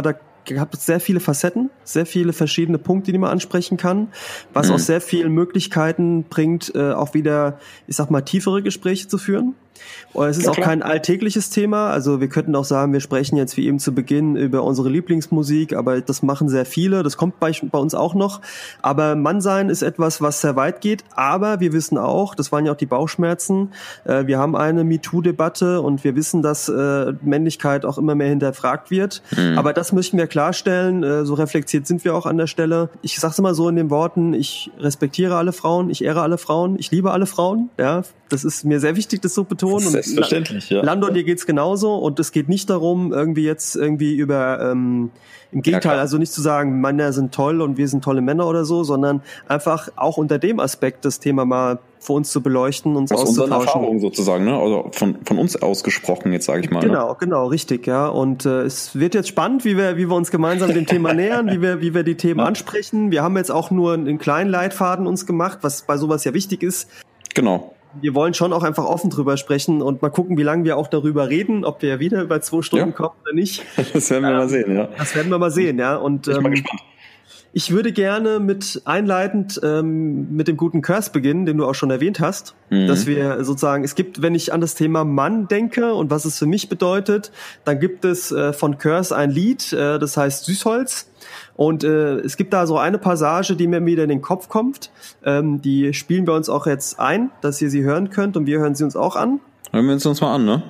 hat sehr viele Facetten, sehr viele verschiedene Punkte, die man ansprechen kann, was mhm. auch sehr viele Möglichkeiten bringt, äh, auch wieder, ich sag mal, tiefere Gespräche zu führen. Und es ist ja, auch kein alltägliches Thema, also wir könnten auch sagen, wir sprechen jetzt wie eben zu Beginn über unsere Lieblingsmusik, aber das machen sehr viele, das kommt bei, bei uns auch noch, aber Mannsein ist etwas, was sehr weit geht, aber wir wissen auch, das waren ja auch die Bauchschmerzen, äh, wir haben eine MeToo-Debatte und wir wissen, dass äh, Männlichkeit auch immer mehr hinterfragt wird, mhm. aber das müssen wir klarstellen, äh, so reflektiert sind wir auch an der Stelle. Ich sag's immer so in den Worten, ich respektiere alle Frauen, ich ehre alle Frauen, ich liebe alle Frauen, ja, das ist mir sehr wichtig, das so betonen. Das ist selbstverständlich, ja. Lando, dir geht's genauso und es geht nicht darum, irgendwie jetzt irgendwie über, ähm, im Gegenteil, ja, also nicht zu sagen, Männer sind toll und wir sind tolle Männer oder so, sondern einfach auch unter dem Aspekt das Thema mal für uns zu beleuchten und aus unseren Erfahrungen sozusagen, ne? Also von von uns ausgesprochen jetzt, sage ich mal. Genau, ne? genau, richtig, ja. Und äh, es wird jetzt spannend, wie wir wie wir uns gemeinsam dem Thema nähern, wie wir wie wir die Themen ja. ansprechen. Wir haben jetzt auch nur einen kleinen Leitfaden uns gemacht, was bei sowas ja wichtig ist. Genau. Wir wollen schon auch einfach offen drüber sprechen und mal gucken, wie lange wir auch darüber reden, ob wir wieder über zwei Stunden ja. kommen oder nicht. Das werden wir ähm, mal sehen, ja. Das werden wir mal sehen, ja. Und ich bin mal ähm, gespannt. Ich würde gerne mit einleitend ähm, mit dem guten Curse beginnen, den du auch schon erwähnt hast, mhm. dass wir sozusagen, es gibt, wenn ich an das Thema Mann denke und was es für mich bedeutet, dann gibt es äh, von Curse ein Lied, äh, das heißt Süßholz. Und äh, es gibt da so eine Passage, die mir wieder in den Kopf kommt. Ähm, die spielen wir uns auch jetzt ein, dass ihr sie hören könnt und wir hören sie uns auch an. Hören wir uns uns mal an, ne?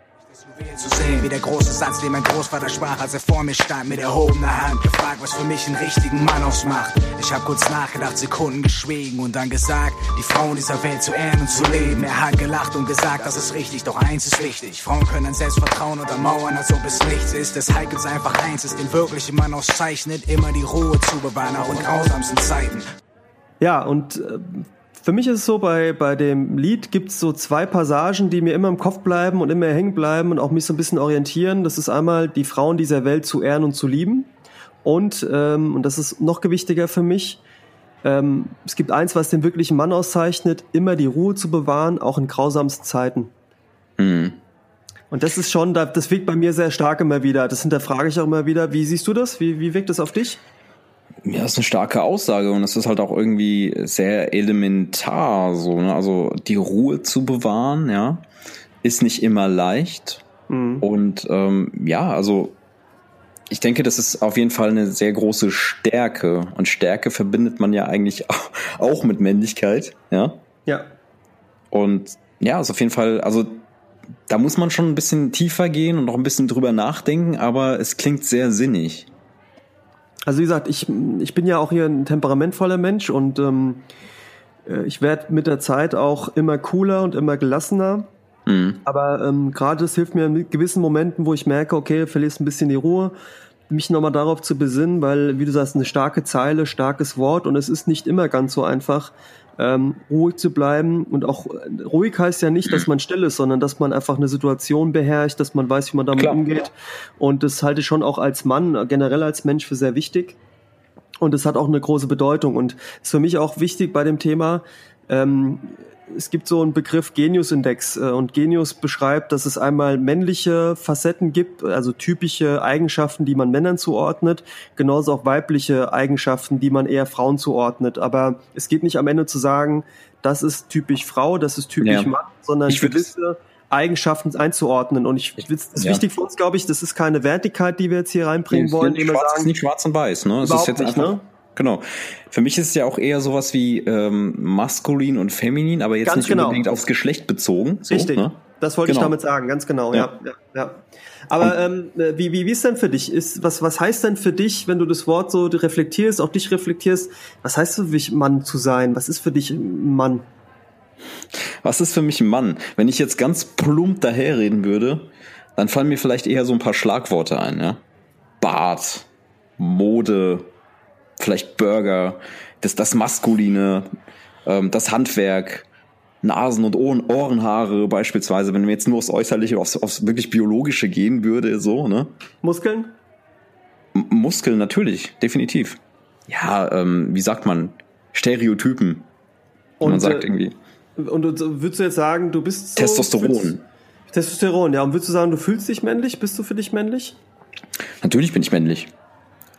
Zu sehen, wie der große Satz, den mein Großvater sprach, als er vor mir stand, mit erhobener Hand gefragt, was für mich einen richtigen Mann ausmacht. Ich hab kurz nachgedacht, Sekunden geschwiegen und dann gesagt, die Frauen dieser Welt zu ehren und zu leben. Er hat gelacht und gesagt, das ist richtig, doch eins ist wichtig. Frauen können an Selbstvertrauen untermauern, als ob es nichts ist. Deshalb gibt's einfach eins, das den wirklichen Mann auszeichnet, immer die Ruhe zu bewahren, auch in grausamsten Zeiten. Ja, und äh für mich ist es so, bei bei dem Lied gibt's so zwei Passagen, die mir immer im Kopf bleiben und immer hängen bleiben und auch mich so ein bisschen orientieren. Das ist einmal, die Frauen dieser Welt zu ehren und zu lieben. Und, ähm, und das ist noch gewichtiger für mich, ähm, es gibt eins, was den wirklichen Mann auszeichnet, immer die Ruhe zu bewahren, auch in grausamsten Zeiten. Mhm. Und das ist schon, das wirkt bei mir sehr stark immer wieder. Das hinterfrage ich auch immer wieder. Wie siehst du das? Wie, wie wirkt das auf dich? Ja, das ist eine starke Aussage und es ist halt auch irgendwie sehr elementar, so, ne? Also die Ruhe zu bewahren, ja, ist nicht immer leicht. Mhm. Und ähm, ja, also ich denke, das ist auf jeden Fall eine sehr große Stärke und Stärke verbindet man ja eigentlich auch mit Männlichkeit, ja. Ja. Und ja, ist auf jeden Fall, also da muss man schon ein bisschen tiefer gehen und noch ein bisschen drüber nachdenken, aber es klingt sehr sinnig. Also wie gesagt, ich ich bin ja auch hier ein temperamentvoller Mensch und ähm, ich werde mit der Zeit auch immer cooler und immer gelassener. Mhm. Aber ähm, gerade das hilft mir in gewissen Momenten, wo ich merke, okay, verlierst ein bisschen die Ruhe, mich nochmal darauf zu besinnen, weil, wie du sagst, eine starke Zeile, starkes Wort und es ist nicht immer ganz so einfach, ähm, ruhig zu bleiben. Und auch ruhig heißt ja nicht, dass man still ist, sondern dass man einfach eine Situation beherrscht, dass man weiß, wie man damit Klar. umgeht. Und das halte ich schon auch als Mann, generell als Mensch für sehr wichtig. Und es hat auch eine große Bedeutung. Und ist für mich auch wichtig bei dem Thema, ähm, es gibt so einen Begriff Genius-Index und Genius beschreibt, dass es einmal männliche Facetten gibt, also typische Eigenschaften, die man Männern zuordnet, genauso auch weibliche Eigenschaften, die man eher Frauen zuordnet. Aber es geht nicht am Ende zu sagen, das ist typisch Frau, das ist typisch ja. Mann, sondern gewisse Eigenschaften einzuordnen. Und ich, das ist ja. wichtig für uns, glaube ich, das ist keine Wertigkeit, die wir jetzt hier reinbringen nee, wollen. Nicht schwarz, sagen, ist nicht schwarz und weiß, ne? Es ist jetzt nicht, einfach, ne? Genau. Für mich ist es ja auch eher sowas wie ähm, maskulin und feminin, aber jetzt ganz nicht genau. unbedingt aufs Geschlecht bezogen. So, Richtig, ne? Das wollte genau. ich damit sagen, ganz genau, ja. ja, ja, ja. Aber ähm, wie, wie, wie ist denn für dich? Ist, was, was heißt denn für dich, wenn du das Wort so reflektierst, auch dich reflektierst, was heißt für dich, Mann zu sein? Was ist für dich ein Mann? Was ist für mich ein Mann? Wenn ich jetzt ganz plump daherreden würde, dann fallen mir vielleicht eher so ein paar Schlagworte ein, ja? Bart, Mode, vielleicht Burger, das, das Maskuline, ähm, das Handwerk, Nasen- und Ohren, Ohrenhaare beispielsweise, wenn man jetzt nur aufs Äußerliche, aufs, aufs wirklich Biologische gehen würde, so, ne? Muskeln? M- Muskeln, natürlich, definitiv. Ja, ähm, wie sagt man? Stereotypen. Und man sagt äh, irgendwie. Und würdest du jetzt sagen, du bist so... Testosteron. Fühlst, Testosteron, ja. Und würdest du sagen, du fühlst dich männlich? Bist du für dich männlich? Natürlich bin ich männlich.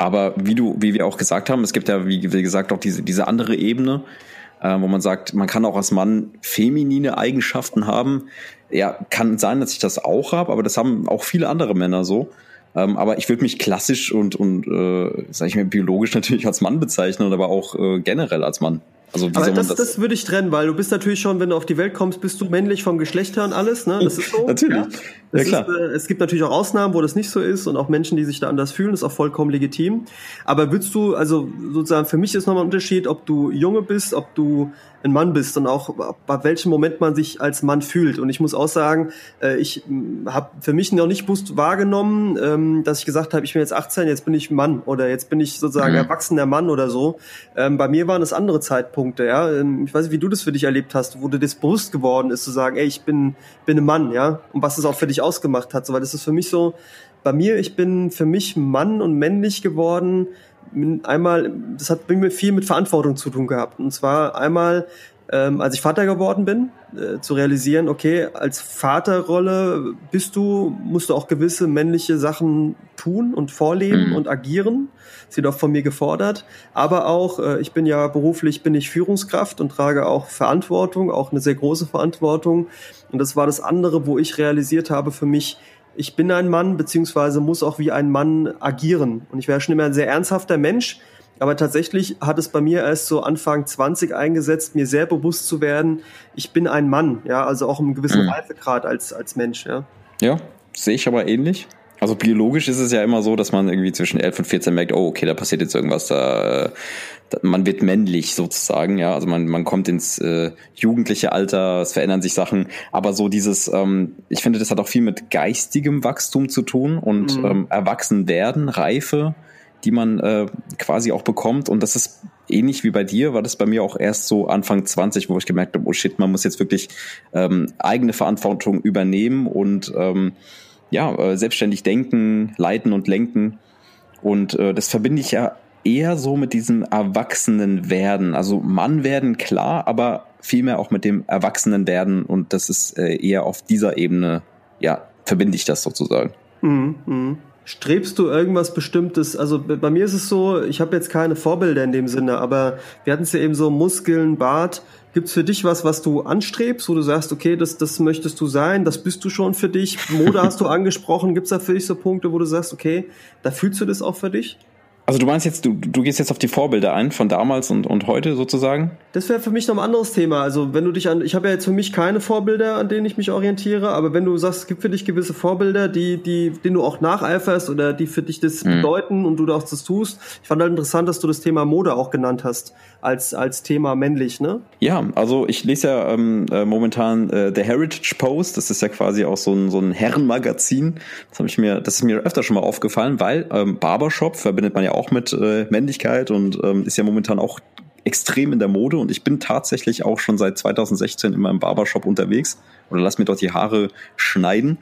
Aber wie du, wie wir auch gesagt haben, es gibt ja, wie, wie gesagt, auch diese, diese andere Ebene, äh, wo man sagt, man kann auch als Mann feminine Eigenschaften haben. Ja, kann sein, dass ich das auch habe, aber das haben auch viele andere Männer so. Ähm, aber ich würde mich klassisch und, und äh, sag ich mal, biologisch natürlich als Mann bezeichnen, aber auch äh, generell als Mann. Also wie aber soll man das, das, das würde ich trennen, weil du bist natürlich schon, wenn du auf die Welt kommst, bist du männlich vom Geschlecht her und alles, ne? Das ist so. Natürlich. Ja, das ja klar. Ist, äh, es gibt natürlich auch Ausnahmen, wo das nicht so ist und auch Menschen, die sich da anders fühlen, ist auch vollkommen legitim. Aber würdest du, also sozusagen für mich ist nochmal ein Unterschied, ob du Junge bist, ob du ein Mann bist und auch ab welchem Moment man sich als Mann fühlt. Und ich muss auch sagen, äh, ich habe für mich noch nicht bewusst wahrgenommen, ähm, dass ich gesagt habe, ich bin jetzt achtzehn, jetzt bin ich Mann oder jetzt bin ich sozusagen mhm. erwachsener Mann oder so. Ähm, bei mir waren es andere Zeitpunkte, ja. Ich weiß nicht, wie du das für dich erlebt hast, wo dir das bewusst geworden ist, zu sagen, ey, ich bin bin ein Mann, ja. Und was das auch für dich ausgemacht hat. So, weil das ist für mich so, bei mir, ich bin für mich Mann und männlich geworden. Einmal, das hat bei mir viel mit Verantwortung zu tun gehabt. Und zwar einmal, ähm, als ich Vater geworden bin, äh, zu realisieren, okay, als Vaterrolle bist du, musst du auch gewisse männliche Sachen tun und vorleben mhm. und agieren. Das wird auch von mir gefordert. Aber auch, äh, ich bin ja beruflich, bin ich Führungskraft und trage auch Verantwortung, auch eine sehr große Verantwortung. Und das war das andere, wo ich realisiert habe für mich, ich bin ein Mann, beziehungsweise muss auch wie ein Mann agieren. Und ich wäre schon immer ein sehr ernsthafter Mensch, aber tatsächlich hat es bei mir erst so Anfang zwanzig eingesetzt, mir sehr bewusst zu werden, ich bin ein Mann, ja, also auch einen gewissen mhm. Reifegrad als, als Mensch, ja. Ja, sehe ich aber ähnlich. Also biologisch ist es ja immer so, dass man irgendwie zwischen elf und vierzehn merkt, oh, okay, da passiert jetzt irgendwas, da, da man wird männlich sozusagen, ja, also man man kommt ins äh, jugendliche Alter, es verändern sich Sachen, aber so dieses, ähm, ich finde, das hat auch viel mit geistigem Wachstum zu tun und mhm. ähm, Erwachsenwerden, Reife, die man äh, quasi auch bekommt, und das ist ähnlich wie bei dir, war das bei mir auch erst so Anfang zwanzig, wo ich gemerkt habe, oh shit, man muss jetzt wirklich ähm, eigene Verantwortung übernehmen und ähm, ja, äh, selbstständig denken, leiten und lenken. Und äh, das verbinde ich ja eher so mit diesem Erwachsenenwerden. Also Mann werden, klar, aber vielmehr auch mit dem Erwachsenenwerden. Und das ist äh, eher auf dieser Ebene, ja, verbinde ich das sozusagen. Mhm, mh. Strebst du irgendwas Bestimmtes? Also bei mir ist es so, ich habe jetzt keine Vorbilder in dem Sinne, aber wir hatten es ja eben so, Muskeln, Bart. Gibt's für dich was, was du anstrebst, wo du sagst, okay, das, das möchtest du sein, das bist du schon für dich? Mode hast du angesprochen. Gibt's da für dich so Punkte, wo du sagst, okay, da fühlst du das auch für dich? Also du meinst jetzt, du, du gehst jetzt auf die Vorbilder ein, von damals und, und heute sozusagen? Das wäre für mich noch ein anderes Thema. Also wenn du dich an, ich habe ja jetzt für mich keine Vorbilder, an denen ich mich orientiere, aber wenn du sagst, es gibt für dich gewisse Vorbilder, die, die, denen du auch nacheiferst oder die für dich das mhm. bedeuten und du auch das tust. Ich fand halt interessant, dass du das Thema Mode auch genannt hast, als, als Thema männlich, ne? Ja, also ich lese ja ähm, äh, momentan äh, The Heritage Post, das ist ja quasi auch so ein, so ein Herrenmagazin. Das habe ich mir, das ist mir öfter schon mal aufgefallen, weil ähm, Barbershop verbindet man ja auch mit äh, Männlichkeit und ähm, ist ja momentan auch extrem in der Mode, und ich bin tatsächlich auch schon seit zwanzig sechzehn in meinem Barbershop unterwegs oder lass mir dort die Haare schneiden.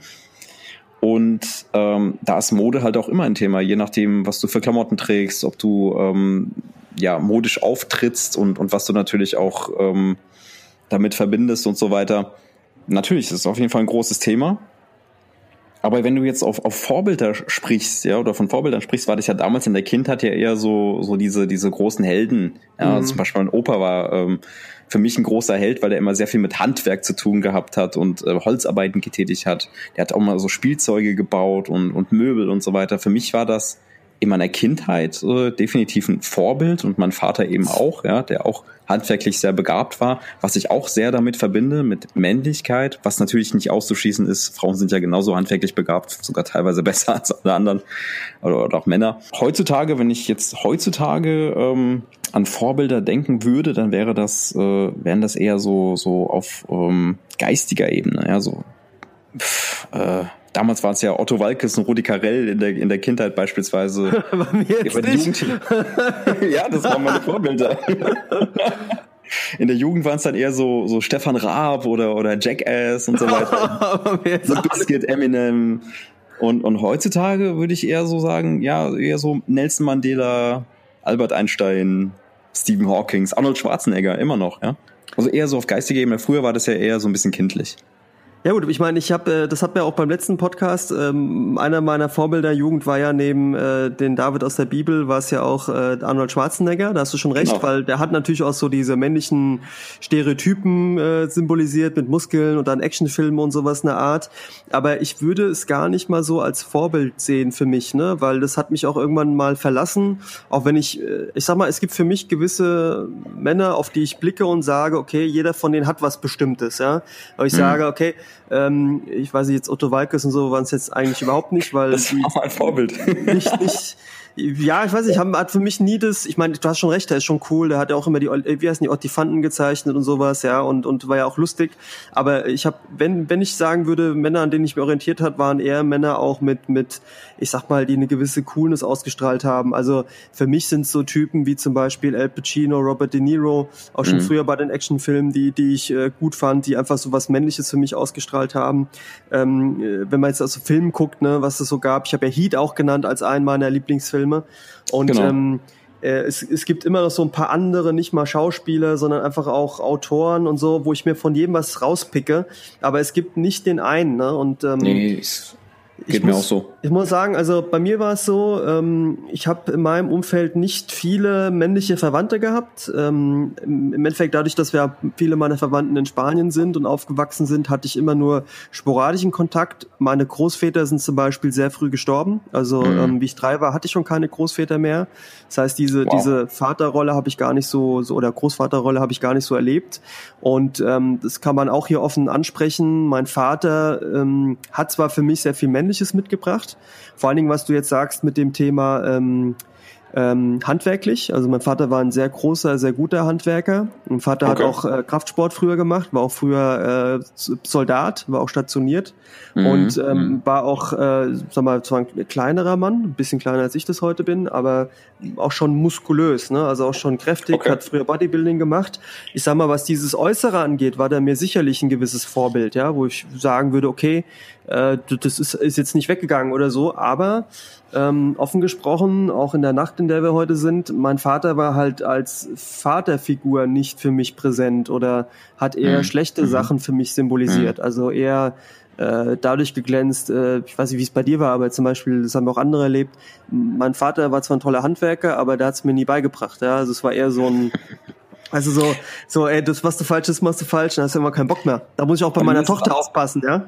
Und ähm, da ist Mode halt auch immer ein Thema, je nachdem, was du für Klamotten trägst, ob du ähm, ja modisch auftrittst und, und was du natürlich auch ähm, damit verbindest und so weiter. Natürlich, das ist auf jeden Fall ein großes Thema. Aber wenn du jetzt auf, auf Vorbilder sprichst, ja, oder von Vorbildern sprichst, war das ja damals in der Kindheit ja eher so, so diese, diese großen Helden. Ja, mhm. also zum Beispiel mein Opa war ähm, für mich ein großer Held, weil er immer sehr viel mit Handwerk zu tun gehabt hat und äh, Holzarbeiten getätigt hat. Der hat auch mal so Spielzeuge gebaut und, und Möbel und so weiter. Für mich war das in meiner Kindheit äh, definitiv ein Vorbild, und mein Vater eben auch, ja, der auch handwerklich sehr begabt war, was ich auch sehr damit verbinde, mit Männlichkeit, was natürlich nicht auszuschließen ist. Frauen sind ja genauso handwerklich begabt, sogar teilweise besser als alle anderen oder, oder auch Männer. Heutzutage, wenn ich jetzt heutzutage ähm, an Vorbilder denken würde, dann wäre das, äh, wären das eher so so auf ähm, geistiger Ebene, ja, so pff, äh, damals war es ja Otto Waalkes und Rudi Carrell in der in der Kindheit beispielsweise. Bei mir jetzt nicht. Ja, das waren meine Vorbilder. In der Jugend waren es dann eher so so Stefan Raab oder oder Jackass und so weiter. Limp Bizkit, Eminem. Und und heutzutage würde ich eher so sagen, ja, eher so Nelson Mandela, Albert Einstein, Stephen Hawking, Arnold Schwarzenegger, immer noch, ja. Also eher so auf geistiger Ebene. Früher war das ja eher so ein bisschen kindlich. Ja gut, ich meine, ich habe, das hat mir auch beim letzten Podcast, ähm, einer meiner Vorbilder der Jugend war ja neben äh, den David aus der Bibel, war es ja auch äh, Arnold Schwarzenegger, da hast du schon recht, genau. Weil der hat natürlich auch so diese männlichen Stereotypen äh, symbolisiert mit Muskeln und dann Actionfilme und sowas in der Art, aber ich würde es gar nicht mal so als Vorbild sehen für mich, ne, weil das hat mich auch irgendwann mal verlassen, auch wenn ich, ich sag mal, es gibt für mich gewisse Männer, auf die ich blicke und sage, okay, jeder von denen hat was Bestimmtes, ja, aber ich mhm. sage, okay, Ähm, ich weiß nicht, jetzt Otto Walkes und so waren es jetzt eigentlich überhaupt nicht, weil das war auch ein Vorbild. Nicht, nicht, ja, ich weiß nicht, hat für mich nie das, ich meine, du hast schon recht, der ist schon cool, der hat ja auch immer die, wie heißen die, Ottifanten gezeichnet und sowas, ja, und und war ja auch lustig, aber ich habe, wenn wenn ich sagen würde, Männer, an denen ich mich orientiert hat, waren eher Männer auch mit, mit, ich sag mal, die eine gewisse Coolness ausgestrahlt haben, also für mich sind es so Typen wie zum Beispiel Al Pacino, Robert De Niro, auch schon mhm. früher bei den Actionfilmen, die die ich äh, gut fand, die einfach so was Männliches für mich ausgestrahlt haben, ähm, wenn man jetzt also Filmen guckt, ne, was es so gab, ich habe ja Heat auch genannt als einen meiner Lieblingsfilme. Und genau. ähm, äh, es, es gibt immer noch so ein paar andere, nicht mal Schauspieler, sondern einfach auch Autoren und so, wo ich mir von jedem was rauspicke. Aber es gibt nicht den einen. Ne? Und ähm, nee, ist Geht mir muss, auch so. Ich muss sagen, also bei mir war es so, ähm, ich habe in meinem Umfeld nicht viele männliche Verwandte gehabt. Ähm, im Endeffekt dadurch, dass wir viele meiner Verwandten in Spanien sind und aufgewachsen sind, hatte ich immer nur sporadischen Kontakt. Meine Großväter sind zum Beispiel sehr früh gestorben. Also mhm. ähm, wie ich drei war, hatte ich schon keine Großväter mehr. Das heißt, diese wow. diese Vaterrolle habe ich gar nicht so, so oder Großvaterrolle habe ich gar nicht so erlebt. Und ähm, das kann man auch hier offen ansprechen. Mein Vater ähm, hat zwar für mich sehr viel männlich mitgebracht. Vor allen Dingen, was du jetzt sagst mit dem Thema ähm, ähm, handwerklich. Also mein Vater war ein sehr großer, sehr guter Handwerker. Mein Vater okay. hat auch äh, Kraftsport früher gemacht, war auch früher äh, Soldat, war auch stationiert mhm. und ähm, mhm. war auch, äh, sag mal, zwar ein kleinerer Mann, ein bisschen kleiner als ich das heute bin, aber auch schon muskulös, ne? Also auch schon kräftig, okay. hat früher Bodybuilding gemacht. Ich sag mal, was dieses Äußere angeht, war der mir sicherlich ein gewisses Vorbild, ja, wo ich sagen würde, okay, äh, das ist, ist jetzt nicht weggegangen oder so, aber ähm, offen gesprochen, auch in der Nacht, in der wir heute sind, mein Vater war halt als Vaterfigur nicht für mich präsent oder hat eher mhm. schlechte mhm. Sachen für mich symbolisiert, mhm. also eher äh, dadurch geglänzt, äh, ich weiß nicht, wie es bei dir war, aber zum Beispiel, das haben auch andere erlebt, mein Vater war zwar ein toller Handwerker, aber der hat es mir nie beigebracht, ja, also es war eher so ein also so, so, ey, das, was du falsch ist, machst du falsch, dann hast du immer keinen Bock mehr. Da muss ich auch bei, bei meiner Tochter aufpassen, ja?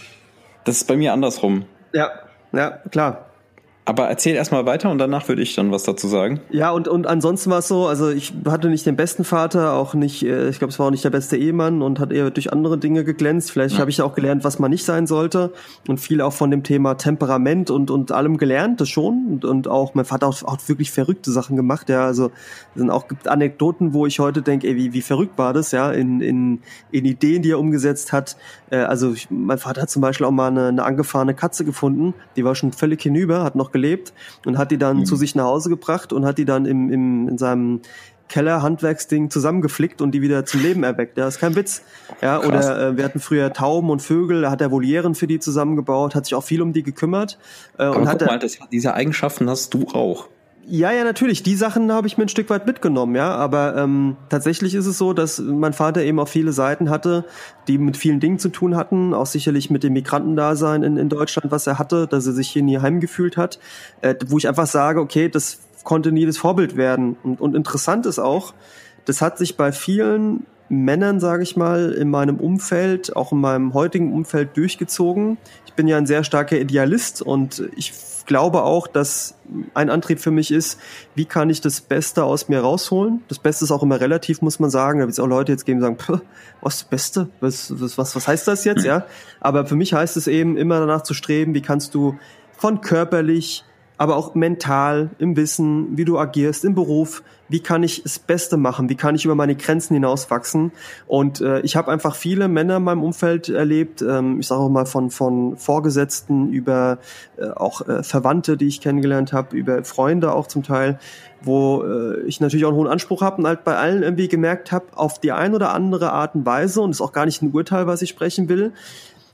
Das ist bei mir andersrum. Ja, ja, klar. Aber erzähl erstmal weiter und danach würde ich dann was dazu sagen. Ja, und und ansonsten war es so, also ich hatte nicht den besten Vater, auch nicht, ich glaube, es war auch nicht der beste Ehemann und hat eher durch andere Dinge geglänzt. Vielleicht ja. habe ich auch gelernt, was man nicht sein sollte und viel auch von dem Thema Temperament und und allem gelernt, das schon. Und, und auch, mein Vater hat auch wirklich verrückte Sachen gemacht, ja, also es sind auch gibt Anekdoten, wo ich heute denke, ey, wie, wie verrückt war das, ja, in in in Ideen, die er umgesetzt hat. Äh, also ich, mein Vater hat zum Beispiel auch mal eine, eine angefahrene Katze gefunden, die war schon völlig hinüber, hat noch gelebt und hat die dann mhm. zu sich nach Hause gebracht und hat die dann im, im, in seinem Keller-Handwerksding zusammengeflickt und die wieder zum Leben erweckt. Ja, ist kein Witz. Ja, krass. Oder äh, wir hatten früher Tauben und Vögel, da hat er Volieren für die zusammengebaut, hat sich auch viel um die gekümmert. Äh, Aber und guck hat mal, das, diese Eigenschaften hast du auch. Ja, ja, natürlich. Die Sachen habe ich mir ein Stück weit mitgenommen, ja. Aber ähm, tatsächlich ist es so, dass mein Vater eben auch viele Seiten hatte, die mit vielen Dingen zu tun hatten. Auch sicherlich mit dem Migrantendasein in, in Deutschland, was er hatte, dass er sich hier nie heimgefühlt hat. Äh, wo ich einfach sage, okay, das konnte nie das Vorbild werden. Und, und interessant ist auch, das hat sich bei vielen Männern, sage ich mal, in meinem Umfeld, auch in meinem heutigen Umfeld durchgezogen. Ich bin ja ein sehr starker Idealist und ich glaube auch, dass ein Antrieb für mich ist, wie kann ich das Beste aus mir rausholen? Das Beste ist auch immer relativ, muss man sagen. Da wird es auch Leute jetzt geben, die sagen, was ist das Beste? Was, was, was, was heißt das jetzt? Ja, aber für mich heißt es eben, immer danach zu streben, wie kannst du von körperlich, aber auch mental, im Wissen, wie du agierst, im Beruf, wie kann ich das Beste machen, wie kann ich über meine Grenzen hinauswachsen. Und äh, ich habe einfach viele Männer in meinem Umfeld erlebt, ähm, ich sage auch mal von von Vorgesetzten über äh, auch äh, Verwandte, die ich kennengelernt habe, über Freunde auch zum Teil, wo äh, ich natürlich auch einen hohen Anspruch habe und halt bei allen irgendwie gemerkt habe, auf die ein oder andere Art und Weise, und ist auch gar nicht ein Urteil, was ich sprechen will,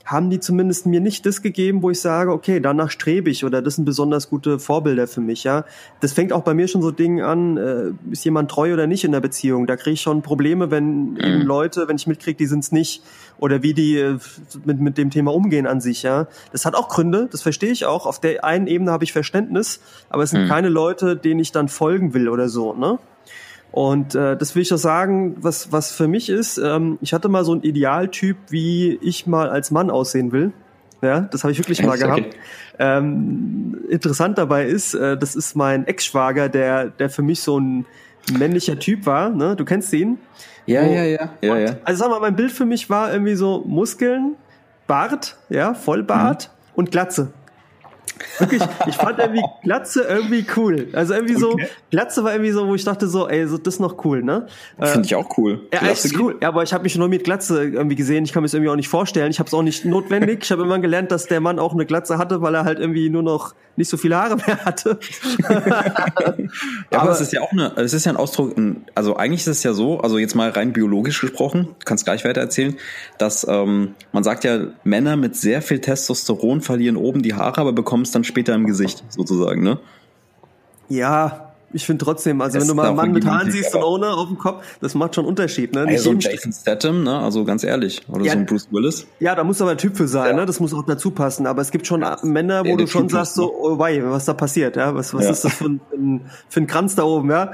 haben die zumindest mir nicht das gegeben, wo ich sage, okay, danach strebe ich oder das sind besonders gute Vorbilder für mich, ja. Das fängt auch bei mir schon so Dingen an, äh, ist jemand treu oder nicht in der Beziehung. Da kriege ich schon Probleme, wenn mhm. eben Leute, wenn ich mitkriege, die sind's nicht oder wie die äh, mit mit dem Thema umgehen an sich, ja. Das hat auch Gründe, das verstehe ich auch. Auf der einen Ebene habe ich Verständnis, aber es sind mhm. keine Leute, denen ich dann folgen will oder so, ne? Und äh, das will ich auch sagen, was was für mich ist, ähm, ich hatte mal so einen Idealtyp, wie ich mal als Mann aussehen will. Ja, das habe ich wirklich mal gehabt. Okay. Ähm, interessant dabei ist, äh, das ist mein Ex-Schwager, der der für mich so ein männlicher Typ war. Ne? Du kennst ihn? Ja, Wo, ja, ja, ja, ja. Also sag mal, mein Bild für mich war irgendwie so Muskeln, Bart, ja, Vollbart mhm. und Glatze. Wirklich, ich fand irgendwie Glatze irgendwie cool. Also irgendwie so, okay. Glatze war irgendwie so, wo ich dachte so, ey, so das ist noch cool, ne? Finde ich auch cool. Ja, echt ist cool. Ja, aber ich habe mich noch mit Glatze irgendwie gesehen. Ich kann mir das irgendwie auch nicht vorstellen. Ich habe es auch nicht notwendig. Ich habe immer gelernt, dass der Mann auch eine Glatze hatte, weil er halt irgendwie nur noch nicht so viele Haare mehr hatte. Ja, aber es ist ja auch eine, es ist ja ein Ausdruck, also eigentlich ist es ja so, also jetzt mal rein biologisch gesprochen, du kannst gleich weiter erzählen, dass ähm, man sagt ja, Männer mit sehr viel Testosteron verlieren oben die Haare, aber bekommen es dann später im Gesicht, sozusagen, ne? Ja, ich finde trotzdem, also das wenn du mal einen Mann mit Haaren siehst und ohne auf dem Kopf, das macht schon einen Unterschied, ne? Nicht so ein Jason Statham, ne? Also ganz ehrlich. Oder ja, so ein Bruce Willis. Ja, da muss aber ein Typ für sein, ja. ne? Das muss auch dazu passen. Aber es gibt schon Männer, wo ja, du schon typ sagst so, oh wei, was da passiert, ja? Was, was ja. ist das für ein, für ein Kranz da oben, ja?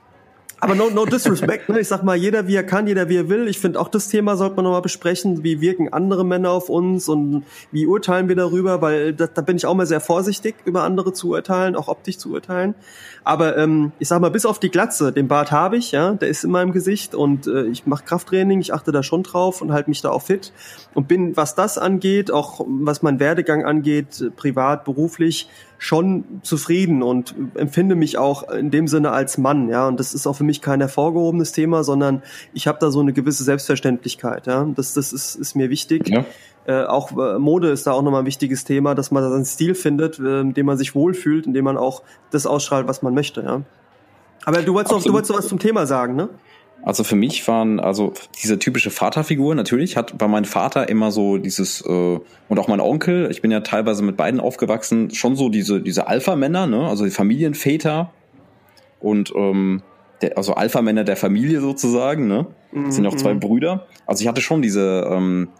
Aber no, no disrespect, ne? Ich sag mal, jeder wie er kann, jeder wie er will. Ich finde auch das Thema sollte man nochmal besprechen. Wie wirken andere Männer auf uns und wie urteilen wir darüber? Weil da, da bin ich auch mal sehr vorsichtig, über andere zu urteilen, auch optisch zu urteilen. Aber ähm, ich sag mal, bis auf die Glatze, den Bart habe ich, ja, der ist in meinem Gesicht und äh, ich mache Krafttraining, ich achte da schon drauf und halte mich da auch fit und bin, was das angeht, auch was mein Werdegang angeht, privat, beruflich, schon zufrieden und empfinde mich auch in dem Sinne als Mann, ja, und das ist auch für mich kein hervorgehobenes Thema, sondern ich habe da so eine gewisse Selbstverständlichkeit, ja, das das ist ist mir wichtig. Ja. Äh, auch äh, Mode ist da auch nochmal ein wichtiges Thema, dass man da seinen Stil findet, äh, in dem man sich wohlfühlt, in dem man auch das ausstrahlt, was man möchte, ja. Aber du wolltest noch, du wolltest noch was zum Thema sagen, ne? Also für mich waren, also diese typische Vaterfigur, natürlich hat, war mein Vater immer so dieses, äh, und auch mein Onkel, ich bin ja teilweise mit beiden aufgewachsen, schon so diese, diese Alpha-Männer, ne, also die Familienväter und, ähm, der, also Alpha-Männer der Familie sozusagen, ne, das sind ja auch zwei Brüder. Also ich hatte schon diese, ähm,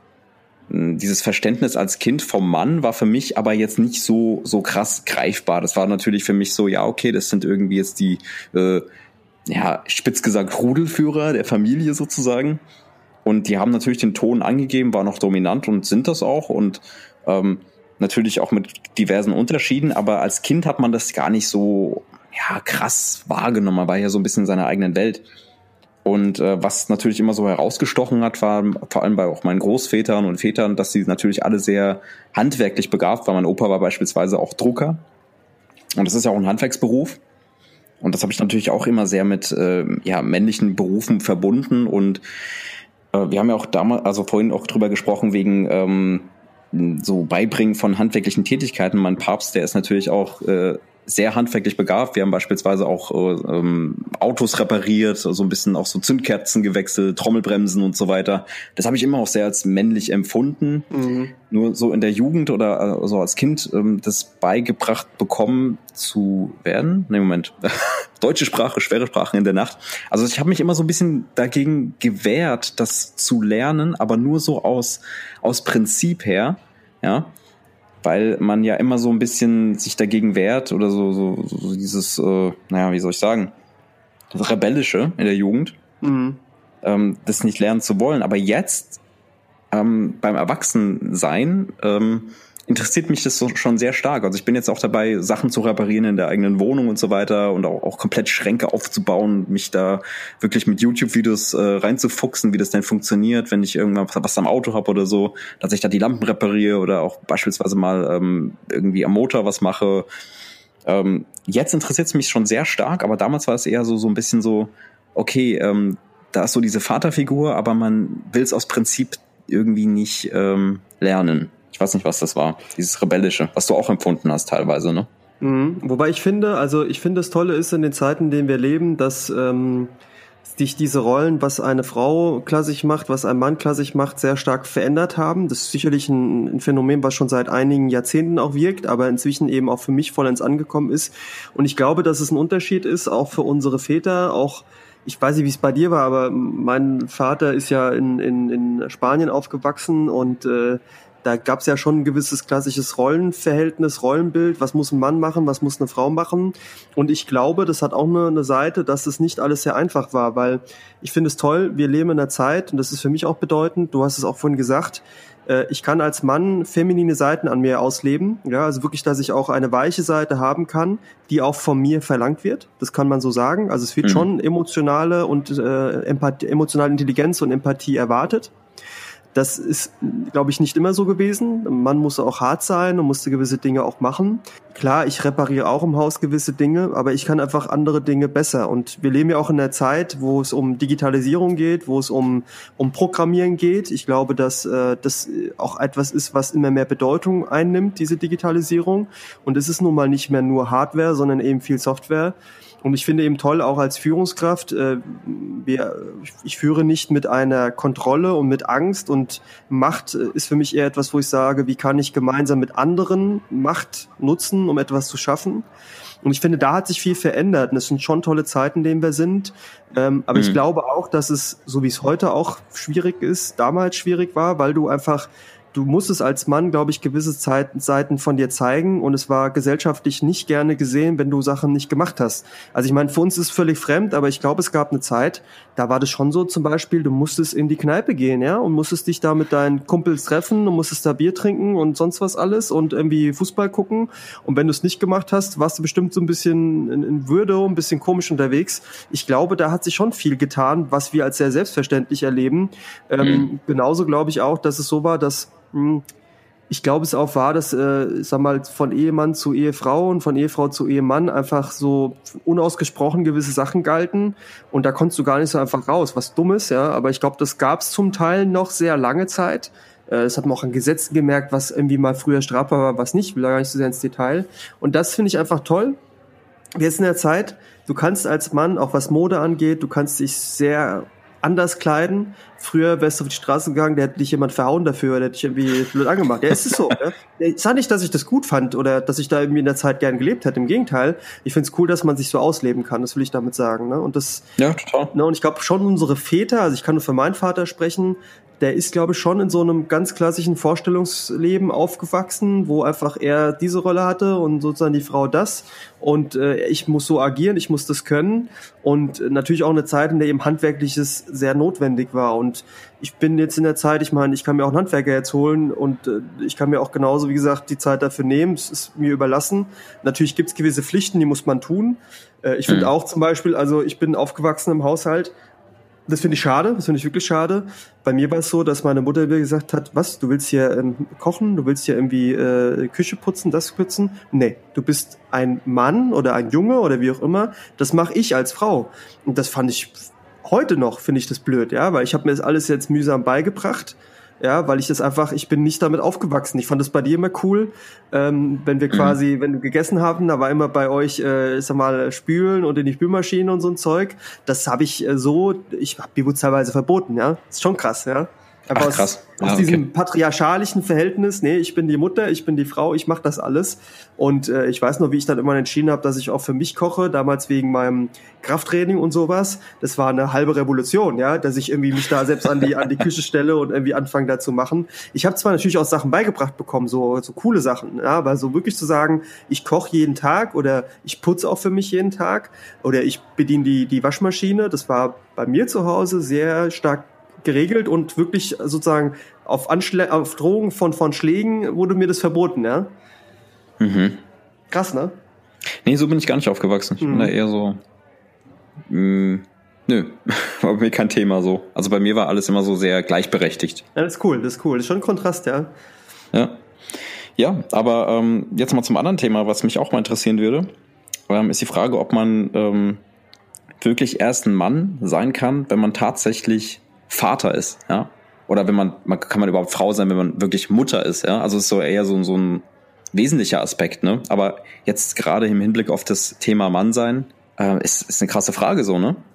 dieses Verständnis als Kind vom Mann war für mich aber jetzt nicht so, so krass greifbar. Das war natürlich für mich so, ja, okay, das sind irgendwie jetzt die, äh, ja, spitz gesagt Rudelführer der Familie sozusagen. Und die haben natürlich den Ton angegeben, waren auch dominant und sind das auch. Und ähm, natürlich auch mit diversen Unterschieden. Aber als Kind hat man das gar nicht so ja krass wahrgenommen. Man war ja so ein bisschen in seiner eigenen Welt. Und äh, was natürlich immer so herausgestochen hat, war vor allem bei auch meinen Großvätern und Vätern, dass sie natürlich alle sehr handwerklich begabt waren. Mein Opa war beispielsweise auch Drucker. Und das ist ja auch ein Handwerksberuf. Und das habe ich natürlich auch immer sehr mit äh, ja, männlichen Berufen verbunden. Und äh, wir haben ja auch damals, also vorhin auch drüber gesprochen, wegen ähm, so Beibringen von handwerklichen Tätigkeiten. Mein Papst, der ist natürlich auch äh, sehr handwerklich begabt. Wir haben beispielsweise auch äh, ähm, Autos repariert, so also ein bisschen auch so Zündkerzen gewechselt, Trommelbremsen und so weiter. Das habe ich immer auch sehr als männlich empfunden. Mhm. Nur so in der Jugend oder so also als Kind ähm, das beigebracht bekommen zu werden. Nee, Moment. Deutsche Sprache, schwere Sprachen in der Nacht. Also ich habe mich immer so ein bisschen dagegen gewehrt, das zu lernen, aber nur so aus aus Prinzip her, ja. Weil man ja immer so ein bisschen sich dagegen wehrt oder so, so, so dieses, äh, naja, wie soll ich sagen, das Rebellische in der Jugend, mhm. ähm, das nicht lernen zu wollen. Aber jetzt, ähm, beim Erwachsensein, ähm, interessiert mich das so schon sehr stark. Also ich bin jetzt auch dabei, Sachen zu reparieren in der eigenen Wohnung und so weiter und auch, auch komplett Schränke aufzubauen, mich da wirklich mit YouTube-Videos äh, reinzufuchsen, wie das denn funktioniert, wenn ich irgendwann was am Auto habe oder so, dass ich da die Lampen repariere oder auch beispielsweise mal ähm, irgendwie am Motor was mache. Ähm, jetzt interessiert es mich schon sehr stark, aber damals war es eher so, so ein bisschen so, okay, ähm, da ist so diese Vaterfigur, aber man will es aus Prinzip irgendwie nicht ähm, lernen. Ich weiß nicht, was das war, dieses Rebellische, was du auch empfunden hast teilweise, ne? Mhm. Wobei ich finde, also ich finde, das Tolle ist in den Zeiten, in denen wir leben, dass ähm, sich diese Rollen, was eine Frau klassisch macht, was ein Mann klassisch macht, sehr stark verändert haben. Das ist sicherlich ein, ein Phänomen, was schon seit einigen Jahrzehnten auch wirkt, aber inzwischen eben auch für mich vollends angekommen ist. Und ich glaube, dass es ein Unterschied ist, auch für unsere Väter, auch ich weiß nicht, wie es bei dir war, aber mein Vater ist ja in, in, in Spanien aufgewachsen und äh, da gab es ja schon ein gewisses klassisches Rollenverhältnis, Rollenbild. Was muss ein Mann machen, was muss eine Frau machen? Und ich glaube, das hat auch eine, eine Seite, dass es nicht alles sehr einfach war, weil ich finde es toll, wir leben in einer Zeit, und das ist für mich auch bedeutend, du hast es auch vorhin gesagt, äh, ich kann als Mann feminine Seiten an mir ausleben. Ja, also wirklich, dass ich auch eine weiche Seite haben kann, die auch von mir verlangt wird. Das kann man so sagen. Also es wird mhm. schon emotionale und äh, Empathie, emotionale Intelligenz und Empathie erwartet. Das ist, glaube ich, nicht immer so gewesen. Man muss auch hart sein und musste gewisse Dinge auch machen. Klar, ich repariere auch im Haus gewisse Dinge, aber ich kann einfach andere Dinge besser. Und wir leben ja auch in einer Zeit, wo es um Digitalisierung geht, wo es um um Programmieren geht. Ich glaube, dass äh, das auch etwas ist, was immer mehr Bedeutung einnimmt, diese Digitalisierung. Und es ist nun mal nicht mehr nur Hardware, sondern eben viel Software. Und ich finde eben toll, auch als Führungskraft, äh, wir, ich führe nicht mit einer Kontrolle und mit Angst, und Macht ist für mich eher etwas, wo ich sage, wie kann ich gemeinsam mit anderen Macht nutzen, um etwas zu schaffen. Und ich finde, da hat sich viel verändert. Und es sind schon tolle Zeiten, in denen wir sind. Ähm, aber mhm. ich glaube auch, dass es, so wie es heute auch schwierig ist, damals schwierig war, weil du einfach Du musstest als Mann, glaube ich, gewisse Zeiten, Seiten von dir zeigen, und es war gesellschaftlich nicht gerne gesehen, wenn du Sachen nicht gemacht hast. Also ich meine, für uns ist es völlig fremd, aber ich glaube, es gab eine Zeit, da war das schon so, zum Beispiel, du musstest in die Kneipe gehen, ja, und musstest dich da mit deinen Kumpels treffen und musstest da Bier trinken und sonst was alles und irgendwie Fußball gucken. Und wenn du es nicht gemacht hast, warst du bestimmt so ein bisschen in, in Würde, ein bisschen komisch unterwegs. Ich glaube, da hat sich schon viel getan, was wir als sehr selbstverständlich erleben. Ähm, mhm. Genauso glaube ich auch, dass es so war, dass ich glaube, es auch war, dass, äh, sag mal, von Ehemann zu Ehefrau und von Ehefrau zu Ehemann einfach so unausgesprochen gewisse Sachen galten, und da konntest du gar nicht so einfach raus, was Dummes, ja, aber ich glaube, das gab es zum Teil noch sehr lange Zeit. Äh, das hat man auch an Gesetzen gemerkt, was irgendwie mal früher strafbar war, was nicht, ich will da gar nicht so sehr ins Detail, und das finde ich einfach toll. Jetzt in der Zeit, du kannst als Mann, auch was Mode angeht, du kannst dich sehr anders kleiden. Früher wärst du auf die Straße gegangen, der hätte dich jemand verhauen dafür, der hätte dich irgendwie blöd angemacht. Ja, es ist so. Ne? Ich sage nicht, dass ich das gut fand oder dass ich da irgendwie in der Zeit gern gelebt hätte. Im Gegenteil, ich finde es cool, dass man sich so ausleben kann. Das will ich damit sagen. Ne? Und das, ja, total. Ne, und ich glaube schon, unsere Väter, also ich kann nur für meinen Vater sprechen, der ist, glaube ich, schon in so einem ganz klassischen Vorstellungsleben aufgewachsen, wo einfach er diese Rolle hatte und sozusagen die Frau das. Und äh, ich muss so agieren, ich muss das können. Und äh, natürlich auch eine Zeit, in der eben Handwerkliches sehr notwendig war. Und ich bin jetzt in der Zeit, ich meine, ich kann mir auch einen Handwerker jetzt holen und äh, ich kann mir auch genauso, wie gesagt, die Zeit dafür nehmen. Es ist mir überlassen. Natürlich gibt es gewisse Pflichten, die muss man tun. Äh, ich finde mhm. auch zum Beispiel, also ich bin aufgewachsen im Haushalt. Das finde ich schade, das finde ich wirklich schade. Bei mir war es so, dass meine Mutter mir gesagt hat, was, du willst hier ähm, kochen, du willst hier irgendwie äh, Küche putzen, das putzen? Nee, du bist ein Mann oder ein Junge oder wie auch immer, das mache ich als Frau. Und das fand ich, heute noch finde ich das blöd, ja, weil ich habe mir das alles jetzt mühsam beigebracht. Ja, weil ich das einfach, ich bin nicht damit aufgewachsen. Ich fand das bei dir immer cool, ähm, wenn wir quasi, mhm. wenn wir gegessen haben, da war immer bei euch, äh, ich sag mal, spülen und in die Spülmaschine und so ein Zeug. Das habe ich äh, so, ich hab mir wohl teilweise verboten, ja. Das ist schon krass, ja. Einfach Ach, krass. Aus, aus ja, diesem okay. patriarchalischen Verhältnis, nee, ich bin die Mutter, ich bin die Frau, ich mache das alles. Und äh, ich weiß noch, wie ich dann immer entschieden habe, dass ich auch für mich koche, damals wegen meinem Krafttraining und sowas. Das war eine halbe Revolution, ja, dass ich irgendwie mich da selbst an die an die Küche stelle und irgendwie anfange da zu machen. Ich habe zwar natürlich auch Sachen beigebracht bekommen, so so coole Sachen, ja, aber so wirklich zu sagen, ich koche jeden Tag oder ich putze auch für mich jeden Tag oder ich bediene die die Waschmaschine, das war bei mir zu Hause sehr stark geregelt und wirklich sozusagen auf, Anschlä- auf Drohung von, von Schlägen wurde mir das verboten, ja? Mhm. Krass, ne? Nee, so bin ich gar nicht aufgewachsen. Ich mhm. bin da eher so, mh, nö, war bei mir kein Thema so. Also bei mir war alles immer so sehr gleichberechtigt. Ja, das ist cool, das ist cool. Das ist schon ein Kontrast, ja. Ja, ja, aber ähm, jetzt mal zum anderen Thema, was mich auch mal interessieren würde, ähm, ist die Frage, ob man ähm, wirklich erst ein Mann sein kann, wenn man tatsächlich Vater ist, ja, oder wenn man, man kann man überhaupt Frau sein, wenn man wirklich Mutter ist, ja, also es ist so eher so, so ein wesentlicher Aspekt, ne, aber jetzt gerade im Hinblick auf das Thema Mann sein, äh, ist, ist eine krasse Frage so, ne,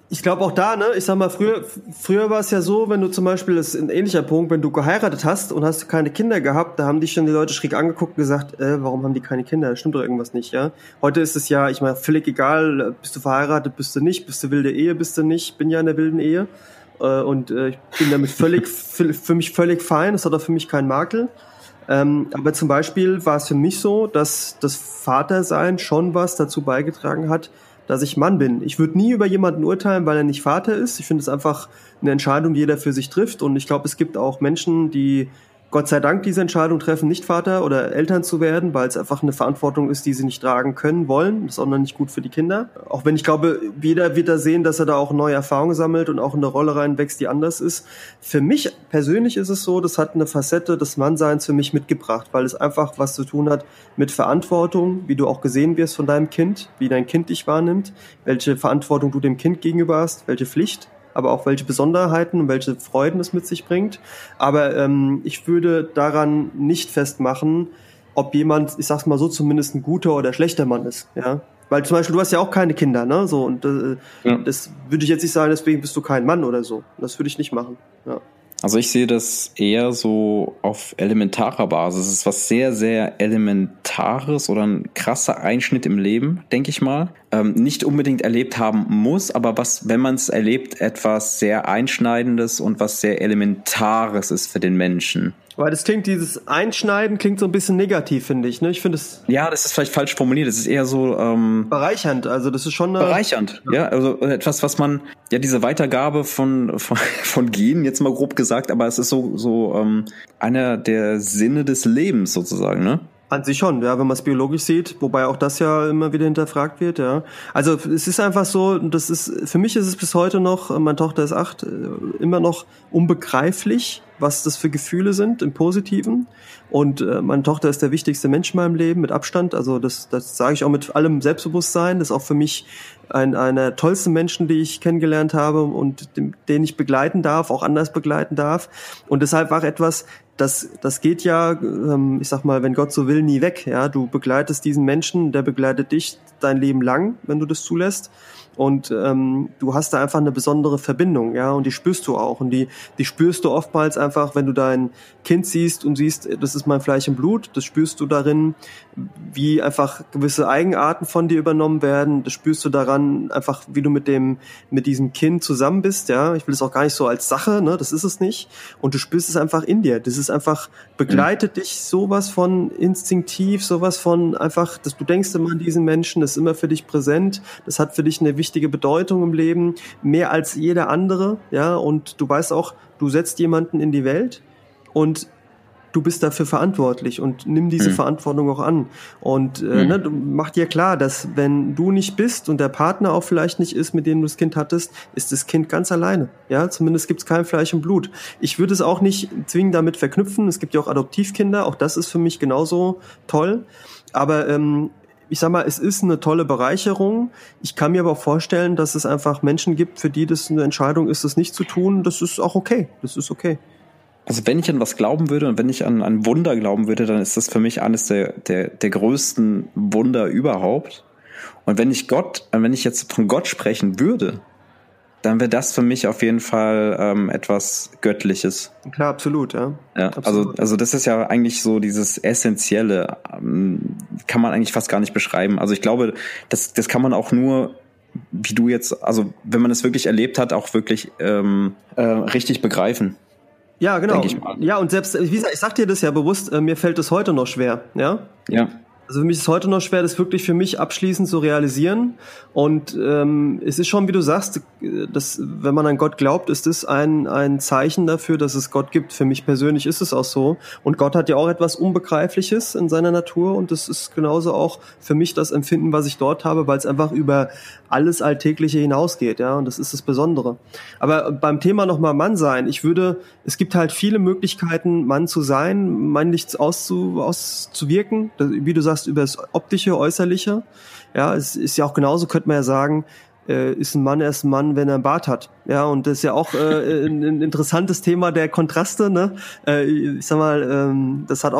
Ich glaube auch da, ne, ich sag mal, früher, früher war es ja so, wenn du zum Beispiel, das ist ein ähnlicher Punkt, wenn du geheiratet hast und hast keine Kinder gehabt, da haben dich schon die Leute schräg angeguckt und gesagt, äh, warum haben die keine Kinder? Da stimmt doch irgendwas nicht, ja. Heute ist es ja, ich meine, völlig egal, bist du verheiratet, bist du nicht, bist du wilde Ehe, bist du nicht, bin ja in der wilden Ehe, äh, und äh, ich bin damit völlig, für, für mich völlig fein, das hat auch für mich keinen Makel. Ähm, aber zum Beispiel war es für mich so, dass das Vatersein schon was dazu beigetragen hat, dass ich Mann bin. Ich würde nie über jemanden urteilen, weil er nicht Vater ist. Ich finde es einfach eine Entscheidung, die jeder für sich trifft. Und ich glaube, es gibt auch Menschen, die Gott sei Dank diese Entscheidung treffen, nicht Vater oder Eltern zu werden, weil es einfach eine Verantwortung ist, die sie nicht tragen können, wollen. Das ist auch noch nicht gut für die Kinder. Auch wenn ich glaube, jeder wird da sehen, dass er da auch neue Erfahrungen sammelt und auch in eine Rolle reinwächst, die anders ist. Für mich persönlich ist es so, das hat eine Facette des Mannseins für mich mitgebracht, weil es einfach was zu tun hat mit Verantwortung, wie du auch gesehen wirst von deinem Kind, wie dein Kind dich wahrnimmt, welche Verantwortung du dem Kind gegenüber hast, welche Pflicht, aber auch welche Besonderheiten und welche Freuden es mit sich bringt. Aber ähm, ich würde daran nicht festmachen, ob jemand, ich sag's mal so, zumindest ein guter oder schlechter Mann ist. Ja, weil zum Beispiel du hast ja auch keine Kinder, ne? So, und äh, ja. Das würde ich jetzt nicht sagen, deswegen bist du kein Mann oder so. Das würde ich nicht machen. Ja. Also ich sehe das eher so auf elementarer Basis. Es ist was sehr, sehr Elementares oder ein krasser Einschnitt im Leben, denke ich mal. Ähm, nicht unbedingt erlebt haben muss, aber was, wenn man es erlebt, etwas sehr Einschneidendes und was sehr Elementares ist für den Menschen. Weil das klingt, dieses Einschneiden klingt so ein bisschen negativ, finde ich. Ne? Ich finde es. Ja, das ist vielleicht falsch formuliert. Das ist eher so ähm, bereichernd. Also das ist schon eine, bereichernd. Ja. ja, also etwas, was man ja diese Weitergabe von von, von Genen jetzt mal grob gesagt, aber es ist so so ähm, einer der Sinne des Lebens sozusagen, ne? An sich schon, ja, wenn man es biologisch sieht, wobei auch das ja immer wieder hinterfragt wird, ja. Also es ist einfach so, das ist, für mich ist es bis heute noch, meine Tochter ist acht, immer noch unbegreiflich, was das für Gefühle sind im Positiven. Und äh, meine Tochter ist der wichtigste Mensch in meinem Leben, mit Abstand. Also das, das sage ich auch mit allem Selbstbewusstsein. Das ist auch für mich ein, einer der tollsten Menschen, die ich kennengelernt habe und dem, den ich begleiten darf, auch anders begleiten darf. Und deshalb war etwas, das, das geht ja, ähm, ich sag mal, wenn Gott so will, nie weg. Ja, du begleitest diesen Menschen, der begleitet dich dein Leben lang, wenn du das zulässt. Und ähm, du hast da einfach eine besondere Verbindung, ja, und die spürst du auch. Und die, die spürst du oftmals einfach, wenn du dein Kind siehst und siehst, das ist mein Fleisch und Blut, das spürst du darin, wie einfach gewisse Eigenarten von dir übernommen werden. Das spürst du daran, einfach wie du mit dem, mit diesem Kind zusammen bist, ja. Ich will es auch gar nicht so als Sache, ne, das ist es nicht. Und du spürst es einfach in dir. Das ist einfach, begleitet mhm. dich sowas von instinktiv, sowas von einfach, dass du denkst immer an diesen Menschen, das ist immer für dich präsent, das hat für dich eine wichtige Bedeutung im Leben, mehr als jeder andere, ja, und du weißt auch, du setzt jemanden in die Welt und du bist dafür verantwortlich und nimm diese mhm. Verantwortung auch an. Und äh, mhm. ne, du mach dir klar, dass wenn du nicht bist und der Partner auch vielleicht nicht ist, mit dem du das Kind hattest, ist das Kind ganz alleine. Ja, zumindest gibt's kein Fleisch und Blut. Ich würde es auch nicht zwingend damit verknüpfen. Es gibt ja auch Adoptivkinder, auch das ist für mich genauso toll. Aber ähm, ich sag mal, es ist eine tolle Bereicherung. Ich kann mir aber auch vorstellen, dass es einfach Menschen gibt, für die das eine Entscheidung ist, das nicht zu tun. Das ist auch okay. Das ist okay. Also wenn ich an was glauben würde und wenn ich an ein Wunder glauben würde, dann ist das für mich eines der, der, der größten Wunder überhaupt. Und wenn ich Gott, wenn ich jetzt von Gott sprechen würde, dann wäre das für mich auf jeden Fall ähm, etwas Göttliches. Klar, absolut, ja. ja absolut. Also, also das ist ja eigentlich so dieses Essentielle, ähm, kann man eigentlich fast gar nicht beschreiben. Also ich glaube, das, das kann man auch nur, wie du jetzt, also wenn man es wirklich erlebt hat, auch wirklich ähm, äh, richtig begreifen. Ja, genau. Ja, und selbst, wie gesagt, ich sag dir das ja bewusst, äh, mir fällt es heute noch schwer, ja? Ja. Also für mich ist es heute noch schwer, das wirklich für mich abschließend zu realisieren. Und ähm, es ist schon, wie du sagst, dass, wenn man an Gott glaubt, ist das ein ein Zeichen dafür, dass es Gott gibt. Für mich persönlich ist es auch so. Und Gott hat ja auch etwas Unbegreifliches in seiner Natur. Und das ist genauso auch für mich das Empfinden, was ich dort habe, weil es einfach über alles Alltägliche hinausgeht. Ja, und das ist das Besondere. Aber beim Thema nochmal Mann sein. Ich würde, es gibt halt viele Möglichkeiten, Mann zu sein, männlich auszu, auszuwirken. Wie du sagst, über das Optische, Äußerliche. Ja, es ist ja auch genauso, könnte man ja sagen, äh, ist ein Mann erst ein Mann, wenn er einen Bart hat. Ja, und das ist ja auch äh, ein, ein interessantes Thema der Kontraste, ne? Äh, ich sag mal, ähm, das hat auch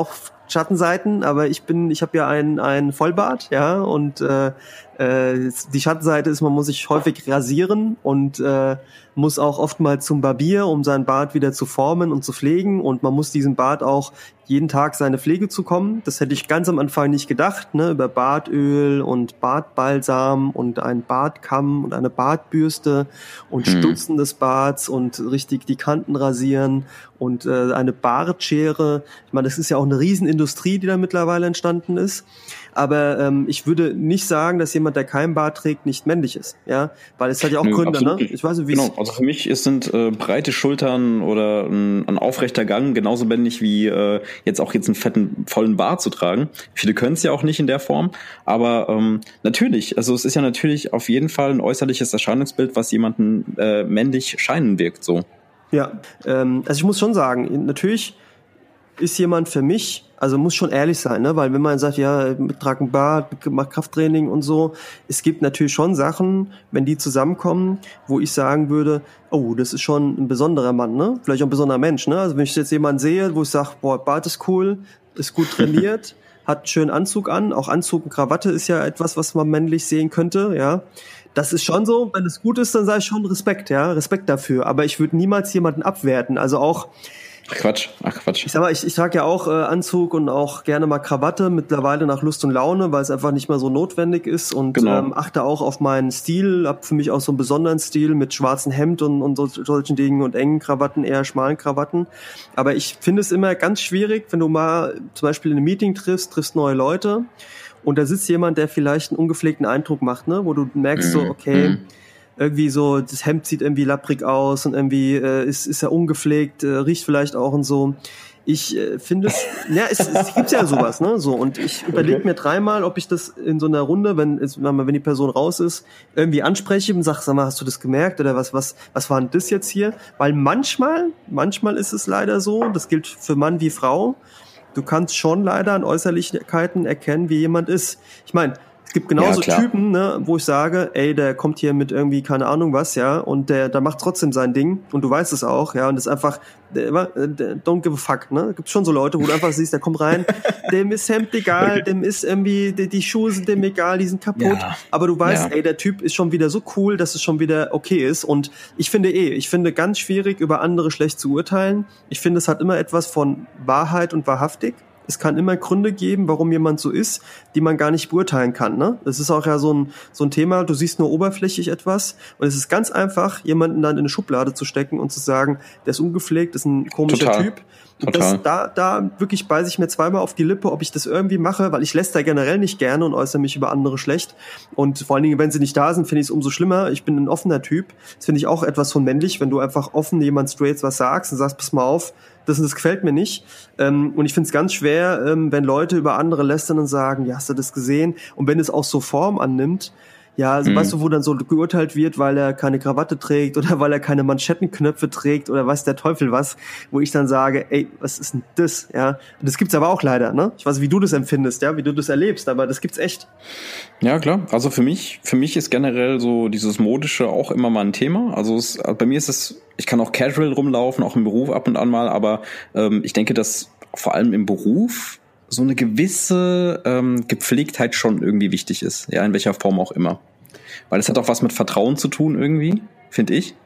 Schattenseiten, aber ich bin, ich habe ja ein ein Vollbart, ja, und äh, äh, die Schattenseite ist, man muss sich häufig rasieren und äh, muss auch oft mal zum Barbier, um seinen Bart wieder zu formen und zu pflegen, und man muss diesem Bart auch jeden Tag seine Pflege zukommen. Das hätte ich ganz am Anfang nicht gedacht, ne, über Bartöl und Bartbalsam und ein Bartkamm und eine Bartbürste und mhm. Stutzen des Barts und richtig die Kanten rasieren und äh, eine Bartschere. Ich meine, das ist ja auch eine Riesenindustrie, die da mittlerweile entstanden ist. Aber ähm, ich würde nicht sagen, dass jemand, der keinen Bart trägt, nicht männlich ist, ja, weil es hat ja auch Nö, Gründe, ne? Ich weiß nicht, wie genau. Also für mich ist, sind äh, breite Schultern oder ein, ein aufrechter Gang genauso männlich wie äh, jetzt auch jetzt einen fetten vollen Bart zu tragen. Viele können es ja auch nicht in der Form, aber ähm, natürlich, also es ist ja natürlich auf jeden Fall ein äußerliches Erscheinungsbild, was jemanden äh, männlich scheinen wirkt, so. Ja, ähm, also ich muss schon sagen, natürlich ist jemand für mich, also muss schon ehrlich sein, ne? Weil wenn man sagt, ja, trag ein Bart, mach Krafttraining und so, es gibt natürlich schon Sachen, wenn die zusammenkommen, wo ich sagen würde, oh, das ist schon ein besonderer Mann, ne? Vielleicht auch ein besonderer Mensch, ne? Also wenn ich jetzt jemanden sehe, wo ich sage, boah, Bart ist cool, ist gut trainiert, hat einen schönen Anzug an, auch Anzug und Krawatte ist ja etwas, was man männlich sehen könnte, ja. Das ist schon so, wenn es gut ist, dann sage ich schon Respekt, ja, Respekt dafür. Aber ich würde niemals jemanden abwerten, also auch Ach Quatsch, ach Quatsch. Ich sag mal, ich, ich trage ja auch äh, Anzug und auch gerne mal Krawatte, mittlerweile nach Lust und Laune, weil es einfach nicht mehr so notwendig ist, und genau. ähm, achte auch auf meinen Stil, hab für mich auch so einen besonderen Stil mit schwarzem Hemd und, und so, solchen Dingen und engen Krawatten, eher schmalen Krawatten. Aber ich finde es immer ganz schwierig, wenn du mal zum Beispiel in einem Meeting triffst, triffst neue Leute und da sitzt jemand, der vielleicht einen ungepflegten Eindruck macht, ne, wo du merkst so, okay, mhm. irgendwie so, das Hemd sieht irgendwie lapprig aus und irgendwie äh, ist ist ja ungepflegt, äh, riecht vielleicht auch und so. Ich äh, finde es, ja, es, es gibt ja sowas, ne, so, und ich überlege okay. mir dreimal, ob ich das in so einer Runde, wenn es, wenn die Person raus ist, irgendwie anspreche und sage, sag mal, hast du das gemerkt oder was, was, was war denn das jetzt hier? Weil manchmal, manchmal ist es leider so, das gilt für Mann wie Frau, du kannst schon leider an Äußerlichkeiten erkennen, wie jemand ist. Ich meine, es gibt genauso ja, Typen, ne, wo ich sage, ey, der kommt hier mit irgendwie keine Ahnung was, ja, und der, der macht trotzdem sein Ding und du weißt es auch, ja, und das ist einfach, der, der, don't give a fuck, ne, gibt schon so Leute, wo du einfach siehst, der kommt rein, dem ist Hemd egal, dem ist irgendwie, die, die Schuhe sind dem egal, die sind kaputt, ja. aber du weißt, ja. ey, der Typ ist schon wieder so cool, dass es schon wieder okay ist, und ich finde eh, ich finde ganz schwierig, über andere schlecht zu urteilen. Ich finde, es hat immer etwas von Wahrheit und wahrhaftig. Es kann immer Gründe geben, warum jemand so ist, die man gar nicht beurteilen kann, ne? Das ist auch ja so ein, so ein Thema, du siehst nur oberflächlich etwas, und es ist ganz einfach, jemanden dann in eine Schublade zu stecken und zu sagen, der ist ungepflegt, ist ein komischer Total. Typ. Und das, da, da wirklich beiße ich mir zweimal auf die Lippe, ob ich das irgendwie mache, weil ich läster generell nicht gerne und äußere mich über andere schlecht. Und vor allen Dingen, wenn sie nicht da sind, finde ich es umso schlimmer. Ich bin ein offener Typ. Das finde ich auch etwas von männlich, wenn du einfach offen jemand straight was sagst und sagst, pass mal auf, das und das gefällt mir nicht. Ähm, und ich finde es ganz schwer, ähm, wenn Leute über andere lästern und sagen, ja, hast du das gesehen? Und wenn es auch so Form annimmt, ja, also mhm. weißt du, wo dann so geurteilt wird, weil er keine Krawatte trägt oder weil er keine Manschettenknöpfe trägt oder weiß der Teufel was, wo ich dann sage, ey, was ist denn das? Ja, und das gibt's aber auch leider, ne? Ich weiß nicht, wie du das empfindest, ja, wie du das erlebst, aber das gibt's echt. Ja, klar. Also für mich, für mich ist generell so dieses Modische auch immer mal ein Thema. Also es, bei mir ist es, ich kann auch casual rumlaufen, auch im Beruf ab und an mal, aber ähm, ich denke, dass vor allem im Beruf so eine gewisse ähm, Gepflegtheit schon irgendwie wichtig ist, ja, in welcher Form auch immer. Weil es hat auch was mit Vertrauen zu tun irgendwie, finde ich.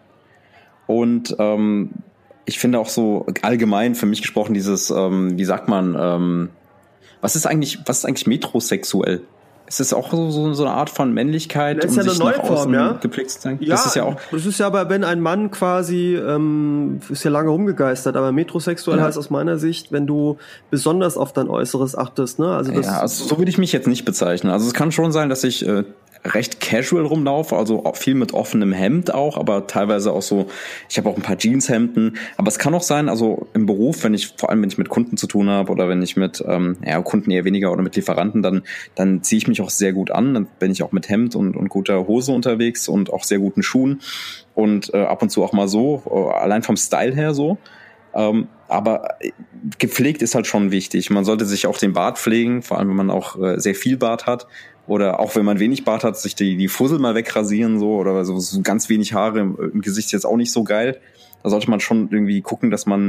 Und ähm, ich finde auch so allgemein für mich gesprochen dieses, ähm, wie sagt man, ähm, was ist eigentlich, was ist eigentlich metrosexuell? Ist das auch so, so, so eine Art von Männlichkeit, das ist um ja sich eine neue nach Form, außen ja? gepflegt zu zeigen? Ja, das ist ja auch. Das ist ja aber, wenn ein Mann quasi, ähm, ist ja lange rumgegeistert, aber metrosexuell ja. heißt aus meiner Sicht, wenn du besonders auf dein Äußeres achtest, ne? Also das. Ja, also so würde ich mich jetzt nicht bezeichnen. Also es kann schon sein, dass ich äh, recht casual rumlaufe, also auch viel mit offenem Hemd auch, aber teilweise auch so, ich habe auch ein paar Jeanshemden, aber es kann auch sein, also im Beruf, wenn ich, vor allem wenn ich mit Kunden zu tun habe oder wenn ich mit, ähm, ja, Kunden eher weniger oder mit Lieferanten, dann dann ziehe ich mich auch sehr gut an, dann bin ich auch mit Hemd und, und guter Hose unterwegs und auch sehr guten Schuhen und äh, ab und zu auch mal so, äh, allein vom Style her so. Ähm, aber gepflegt ist halt schon wichtig. Man sollte sich auch den Bart pflegen, vor allem wenn man auch äh, sehr viel Bart hat. Oder auch wenn man wenig Bart hat, sich die, die Fussel mal wegrasieren so oder so, so ganz wenig Haare im, im Gesicht ist jetzt auch nicht so geil. Da sollte man schon irgendwie gucken, dass man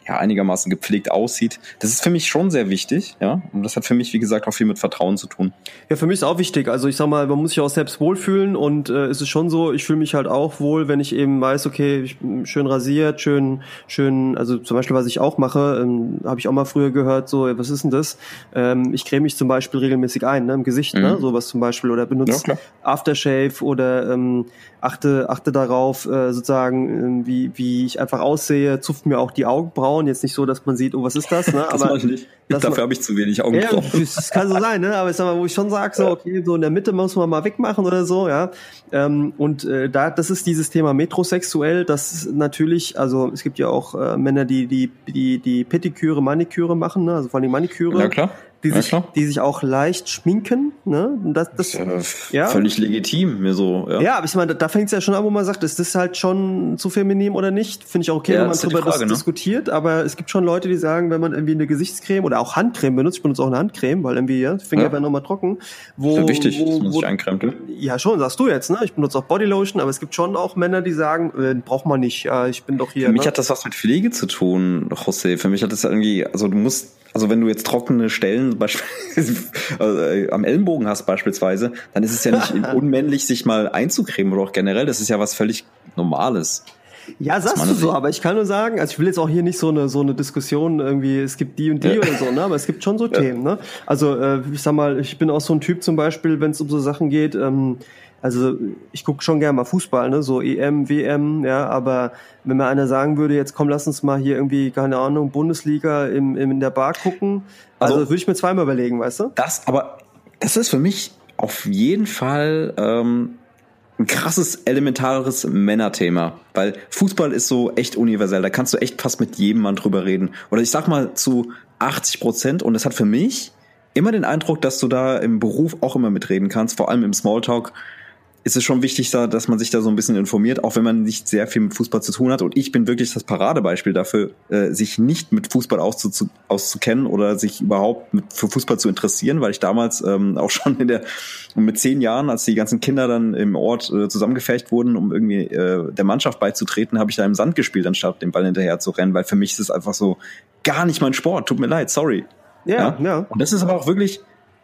ja, einigermaßen gepflegt aussieht. Das ist für mich schon sehr wichtig, ja. Und das hat für mich, wie gesagt, auch viel mit Vertrauen zu tun. Ja, für mich ist auch wichtig. Also ich sag mal, man muss sich auch selbst wohlfühlen und äh, es ist schon so, ich fühle mich halt auch wohl, wenn ich eben weiß, okay, ich bin schön rasiert, schön, schön, also zum Beispiel, was ich auch mache, ähm, habe ich auch mal früher gehört, so, was ist denn das? Ähm, ich creme mich zum Beispiel regelmäßig ein, ne, im Gesicht, mhm. ne, sowas zum Beispiel, oder benutze ja, Aftershave oder ähm, achte, achte darauf, äh, sozusagen, äh, wie, wie ich einfach aussehe, zupft mir auch die Augenbrauen. Jetzt nicht so, dass man sieht, oh, was ist das? Ne? Das aber ich nicht. Dafür habe ich zu wenig Augenbrauen. Ja, das kann so sein, ne? Aber ich sag mal, wo ich schon sage, so, okay, so in der Mitte muss man mal wegmachen oder so, ja. Ähm, und äh, da, das ist dieses Thema metrosexuell, das ist natürlich, also es gibt ja auch äh, Männer, die die die die Pediküre, Maniküre machen, ne? Also vor allem Maniküre. Ja, klar. Die sich, ja, die sich auch leicht schminken, ne? Das, das, das ist ja, ja völlig legitim, mir so. Ja, ja, aber ich meine, da, da fängt es ja schon an, wo man sagt, ist das halt schon zu feminin oder nicht? Finde ich auch okay, ja, wenn man darüber Frage, ne? diskutiert. Aber es gibt schon Leute, die sagen, wenn man irgendwie eine Gesichtscreme oder auch Handcreme benutzt, ich benutze auch eine Handcreme, weil irgendwie ja, Finger ja. werden nochmal trocken. Wo, ist ja wichtig, wo, dass man wo, sich eincremt. Ja, schon, sagst du jetzt, ne? Ich benutze auch Bodylotion, aber es gibt schon auch Männer, die sagen, äh, braucht man nicht. Ja, ich bin doch hier. Für mich ne? hat das was mit Pflege zu tun, José. Für mich hat das irgendwie, also du musst, also wenn du jetzt trockene Stellen beispielsweise also, äh, am Ellenbogen hast beispielsweise, dann ist es ja nicht unmännlich, sich mal einzucremen oder auch generell. Das ist ja was völlig Normales. Ja, sagst du so, aber ich kann nur sagen, also ich will jetzt auch hier nicht so eine so eine Diskussion irgendwie, es gibt die und die ja. oder so, ne? Aber es gibt schon so ja. Themen, ne? Also äh, ich sag mal, ich bin auch so ein Typ zum Beispiel, wenn es um so Sachen geht, ähm, also ich gucke schon gerne mal Fußball, ne, so E M, W M, ja, aber wenn mir einer sagen würde, jetzt komm, lass uns mal hier irgendwie, keine Ahnung, Bundesliga im, im in der Bar gucken, also, also würde ich mir zweimal überlegen, weißt du? Das, aber das ist für mich auf jeden Fall ähm, ein krasses, elementares Männerthema, weil Fußball ist so echt universell, da kannst du echt fast mit jedem Mann drüber reden. Oder ich sag mal zu achtzig Prozent, und das hat für mich immer den Eindruck, dass du da im Beruf auch immer mitreden kannst, vor allem im Smalltalk. Ist es schon wichtig, dass man sich da so ein bisschen informiert, auch wenn man nicht sehr viel mit Fußball zu tun hat. Und ich bin wirklich das Paradebeispiel dafür, sich nicht mit Fußball auszu- auszukennen oder sich überhaupt mit, für Fußball zu interessieren, weil ich damals ähm, auch schon in der mit zehn Jahren, als die ganzen Kinder dann im Ort äh, zusammengefercht wurden, um irgendwie äh, der Mannschaft beizutreten, habe ich da im Sand gespielt, anstatt den Ball hinterher zu rennen, weil für mich ist es einfach so gar nicht mein Sport. Tut mir leid, sorry. Ja, ja. ja. Und das ist aber auch wirklich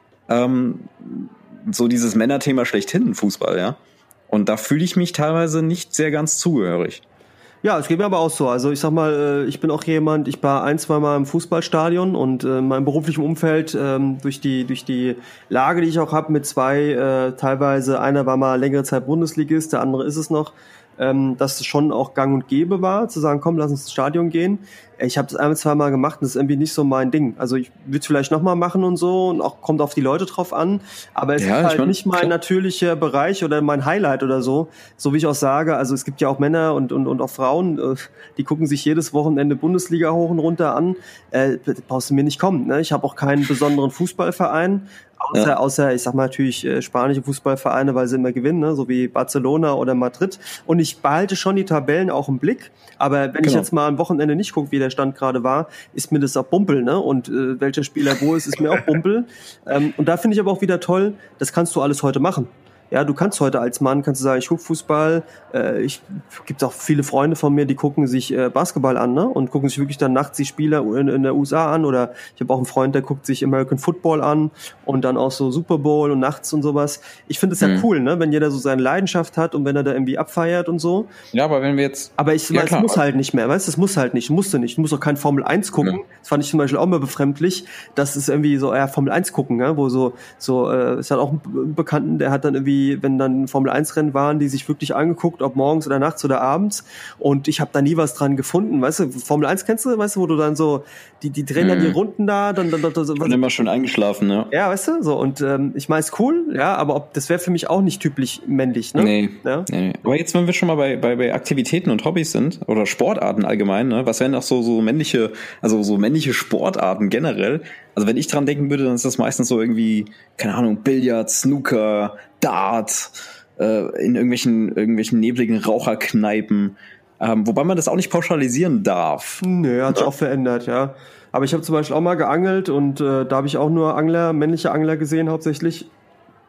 ähm, so dieses Männerthema schlechthin, Fußball, ja. Und da fühle ich mich teilweise nicht sehr ganz zugehörig. Ja, es geht mir aber auch so. Also ich sag mal, ich bin auch jemand, ich war ein, zwei Mal im Fußballstadion und in meinem beruflichen Umfeld durch die durch die Lage, die ich auch habe mit zwei, teilweise einer war mal längere Zeit Bundesligist, der andere ist es noch, dass es schon auch gang und gäbe war, zu sagen, komm, lass uns ins Stadion gehen. Ich habe das ein, zwei Mal gemacht und das ist irgendwie nicht so mein Ding. Also ich würde es vielleicht nochmal machen und so und auch kommt auf die Leute drauf an, aber es ja, ist halt mein, nicht mein klar. natürlicher Bereich oder mein Highlight oder so. So wie ich auch sage, also es gibt ja auch Männer und und und auch Frauen, die gucken sich jedes Wochenende Bundesliga hoch und runter an. Äh, brauchst du mir nicht kommen. Ne? Ich habe auch keinen besonderen Fußballverein. Außer, ja. außer, ich sag mal natürlich äh, spanische Fußballvereine, weil sie immer gewinnen, ne? So wie Barcelona oder Madrid. Und ich behalte schon die Tabellen auch im Blick. Aber wenn genau. ich jetzt mal am Wochenende nicht gucke, wie der Stand gerade war, ist mir das auch Bumpel, ne? Und äh, welcher Spieler wo ist, ist mir auch Bumpel. ähm, und da finde ich aber auch wieder toll, das kannst du alles heute machen. Ja, du kannst heute als Mann, kannst du sagen, ich gucke Fußball, äh, ich gibt auch viele Freunde von mir, die gucken sich äh, Basketball an, ne? Und gucken sich wirklich dann nachts die Spieler in, in der U S A an, oder ich habe auch einen Freund, der guckt sich American Football an und dann auch so Super Bowl und nachts und sowas. Ich finde es ja mhm. cool, ne? Wenn jeder so seine Leidenschaft hat und wenn er da irgendwie abfeiert und so. Ja, aber wenn wir jetzt... Aber ich ja, es muss halt nicht mehr, weißt du, es muss halt nicht, musste nicht. Du musst auch kein Formel eins gucken. Mhm. Das fand ich zum Beispiel auch mal befremdlich, dass es irgendwie so, ja, Formel eins gucken, ne? Wo so, so, äh, es hat auch einen Bekannten, der hat dann irgendwie, wenn dann Formel eins Rennen waren, die sich wirklich angeguckt, ob morgens oder nachts oder abends, und ich habe da nie was dran gefunden, weißt du, Formel eins kennst du, weißt du, wo du dann so, die die drehen dann die Runden da, dann dann, dann, dann ich bin immer schon eingeschlafen, ja. Ja, weißt du, so, und ähm, ich meine, ist cool, ja, aber ob das wäre für mich auch nicht typisch männlich, ne? Nee, ja? nee. Aber jetzt, wenn wir schon mal bei, bei, bei Aktivitäten und Hobbys sind, oder Sportarten allgemein, ne, was wären auch so, so männliche, also so männliche Sportarten generell? Also wenn ich dran denken würde, dann ist das meistens so irgendwie, keine Ahnung, Billard, Snooker, Dart, äh, in irgendwelchen, irgendwelchen nebligen Raucherkneipen, ähm, wobei man das auch nicht pauschalisieren darf. Nö, hat sich auch verändert, ja. Aber ich habe zum Beispiel auch mal geangelt und äh, da habe ich auch nur Angler, männliche Angler gesehen hauptsächlich.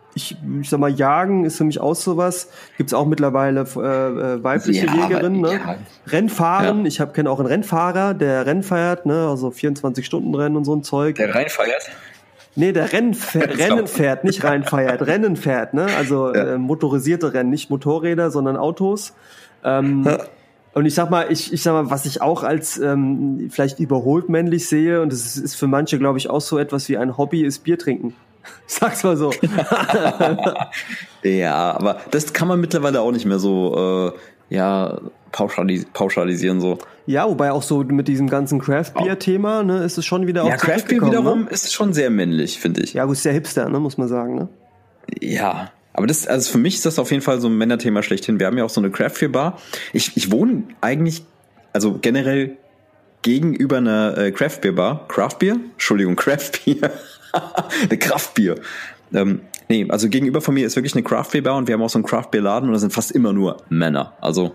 ich, ich sag mal, Jagen ist für mich auch sowas. Gibt's auch mittlerweile äh, weibliche ja, Jägerinnen, ne? Ja. Rennfahren, ja. ich habe kenne auch einen Rennfahrer, der Rennen fährt, ne, also vierundzwanzig-Stunden-Rennen und so ein Zeug. Der Rennen feiert? Nee, der Rennen fährt, Rennen fährt, nicht reinfeiert, Rennen fährt, ne? Also ja. äh, motorisierte Rennen, nicht Motorräder, sondern Autos. Ähm, ja. Und ich sag mal, ich, ich sag mal, was ich auch als ähm, vielleicht überholt männlich sehe, und das ist, ist für manche, glaube ich, auch so etwas wie ein Hobby, ist Bier trinken. Ich sag's mal so. Ja, aber das kann man mittlerweile auch nicht mehr so äh, ja pauschalis- pauschalisieren so. Ja, wobei auch so mit diesem ganzen Craft-Bier-Thema, ne, ist es schon wieder auch ja, Craft-Bier wiederum ne? ist schon sehr männlich, finde ich. Ja, gut, ist sehr hipster, ne, muss man sagen, ne? Ja, aber das, also für mich ist das auf jeden Fall so ein Männerthema schlechthin. Wir haben ja auch so eine Craft-Bier-Bar. Ich, ich wohne eigentlich, also generell gegenüber einer äh, Craft-Bier-Bar. Craft-Bier? Entschuldigung, Craft-Bier. Eine Craft-Bier. Ähm, nee, also gegenüber von mir ist wirklich eine Craft-Bier-Bar und wir haben auch so einen Craft-Bier-Laden und da sind fast immer nur Männer. Also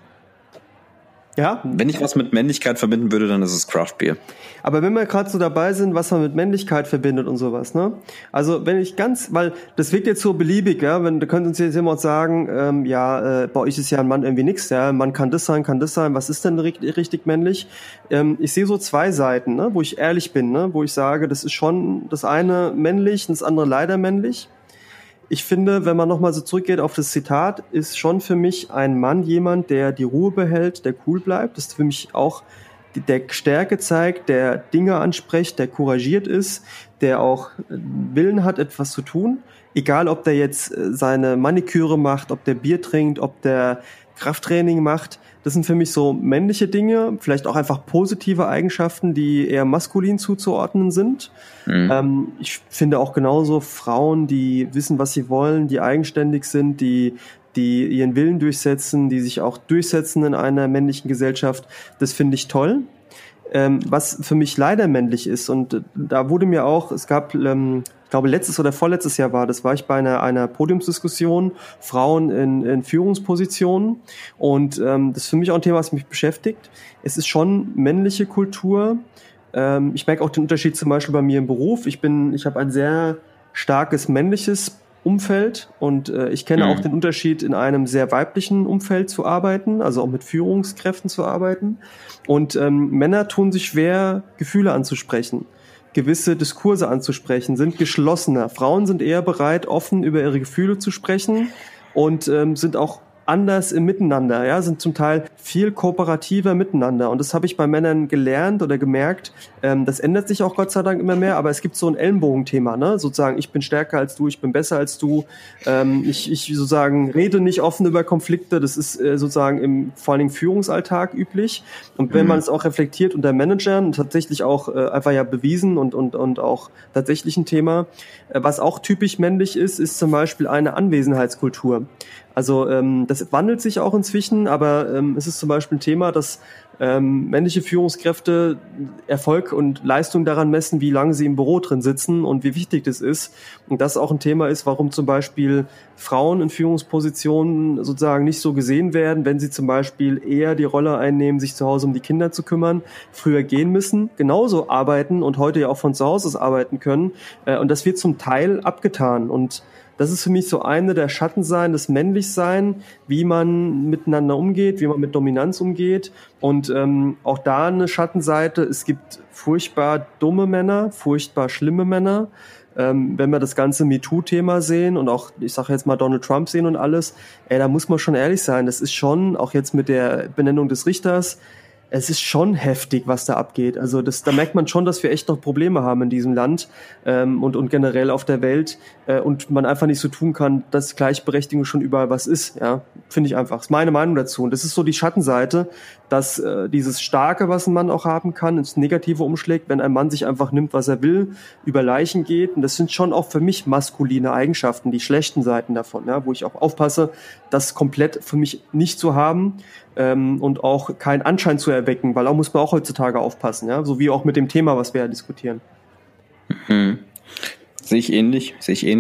ja, wenn ich was mit Männlichkeit verbinden würde, dann ist es Craft-Bier. Aber wenn wir gerade so dabei sind, was man mit Männlichkeit verbindet und sowas, ne? Also wenn ich ganz, weil das wirkt jetzt so beliebig, ja, wenn du könntest uns jetzt jemand sagen, ähm, ja, äh, bei euch ist ja ein Mann irgendwie nix, ja, ein Mann kann das sein, kann das sein, was ist denn richtig, richtig männlich? Ähm, ich sehe so zwei Seiten, ne, wo ich ehrlich bin, ne, wo ich sage, das ist schon das eine männlich und das andere leider männlich. Ich finde, wenn man nochmal so zurückgeht auf das Zitat, ist schon für mich ein Mann jemand, der die Ruhe behält, der cool bleibt. Das ist für mich auch, der Stärke zeigt, der Dinge anspricht, der couragiert ist, der auch Willen hat, etwas zu tun. Egal, ob der jetzt seine Maniküre macht, ob der Bier trinkt, ob der Krafttraining macht. Das sind für mich so männliche Dinge, vielleicht auch einfach positive Eigenschaften, die eher maskulin zuzuordnen sind. Mhm. Ähm, ich finde auch genauso Frauen, die wissen, was sie wollen, die eigenständig sind, die die ihren Willen durchsetzen, die sich auch durchsetzen in einer männlichen Gesellschaft. Das finde ich toll. Ähm, was für mich leider männlich ist, und da wurde mir auch, es gab, ähm, ich glaube letztes oder vorletztes Jahr war das, war ich bei einer, einer Podiumsdiskussion, Frauen in, in Führungspositionen, und ähm, das ist für mich auch ein Thema, was mich beschäftigt. Es ist schon männliche Kultur. Ähm, ich merke auch den Unterschied zum Beispiel bei mir im Beruf. Ich bin, ich habe ein sehr starkes männliches Umfeld und äh, ich kenne mhm. auch den Unterschied, in einem sehr weiblichen Umfeld zu arbeiten, also auch mit Führungskräften zu arbeiten. Und ähm, Männer tun sich schwer, Gefühle anzusprechen, gewisse Diskurse anzusprechen, sind geschlossener. Frauen sind eher bereit, offen über ihre Gefühle zu sprechen und ähm, sind auch anders im Miteinander, ja, sind zum Teil viel kooperativer miteinander. Und das habe ich bei Männern gelernt oder gemerkt. Ähm, das ändert sich auch Gott sei Dank immer mehr, aber es gibt so ein Ellenbogenthema, ne? Sozusagen, ich bin stärker als du, ich bin besser als du. Ähm, ich, ich sozusagen rede nicht offen über Konflikte. Das ist äh, sozusagen im vor allen Dingen Führungsalltag üblich. Und wenn mhm. man es auch reflektiert unter Managern, tatsächlich auch äh, einfach ja bewiesen und und und auch tatsächlich ein Thema, äh, was auch typisch männlich ist, ist zum Beispiel eine Anwesenheitskultur. Also ähm, das wandelt sich auch inzwischen, aber ähm, es ist zum Beispiel ein Thema, dass ähm, männliche Führungskräfte Erfolg und Leistung daran messen, wie lange sie im Büro drin sitzen und wie wichtig das ist. Und das auch ein Thema ist, warum zum Beispiel Frauen in Führungspositionen sozusagen nicht so gesehen werden, wenn sie zum Beispiel eher die Rolle einnehmen, sich zu Hause um die Kinder zu kümmern, früher gehen müssen, genauso arbeiten und heute ja auch von zu Hause aus arbeiten können. Äh, und das wird zum Teil abgetan. Und das ist für mich so eine der Schattensein, das Männlichsein, wie man miteinander umgeht, wie man mit Dominanz umgeht. Und ähm, auch da eine Schattenseite, es gibt furchtbar dumme Männer, furchtbar schlimme Männer. Ähm, wenn wir das ganze MeToo-Thema sehen und auch, ich sage jetzt mal Donald Trump sehen und alles, ey, da muss man schon ehrlich sein, das ist schon, auch jetzt mit der Benennung des Richters, es ist schon heftig, was da abgeht. Also das, da merkt man schon, dass wir echt noch Probleme haben in diesem Land ähm, und, und generell auf der Welt äh, und man einfach nicht so tun kann, dass Gleichberechtigung schon überall was ist. Ja, finde ich einfach. Das ist meine Meinung dazu. Und das ist so die Schattenseite, dass äh, dieses Starke, was ein Mann auch haben kann, ins Negative umschlägt, wenn ein Mann sich einfach nimmt, was er will, über Leichen geht. Und das sind schon auch für mich maskuline Eigenschaften, die schlechten Seiten davon, ja, wo ich auch aufpasse, das komplett für mich nicht zu haben. Ähm, und auch keinen Anschein zu erwecken, weil auch muss man auch heutzutage aufpassen, ja, so wie auch mit dem Thema, was wir ja diskutieren. Mhm. Sehe ich ähnlich, sehe ich ähnlich.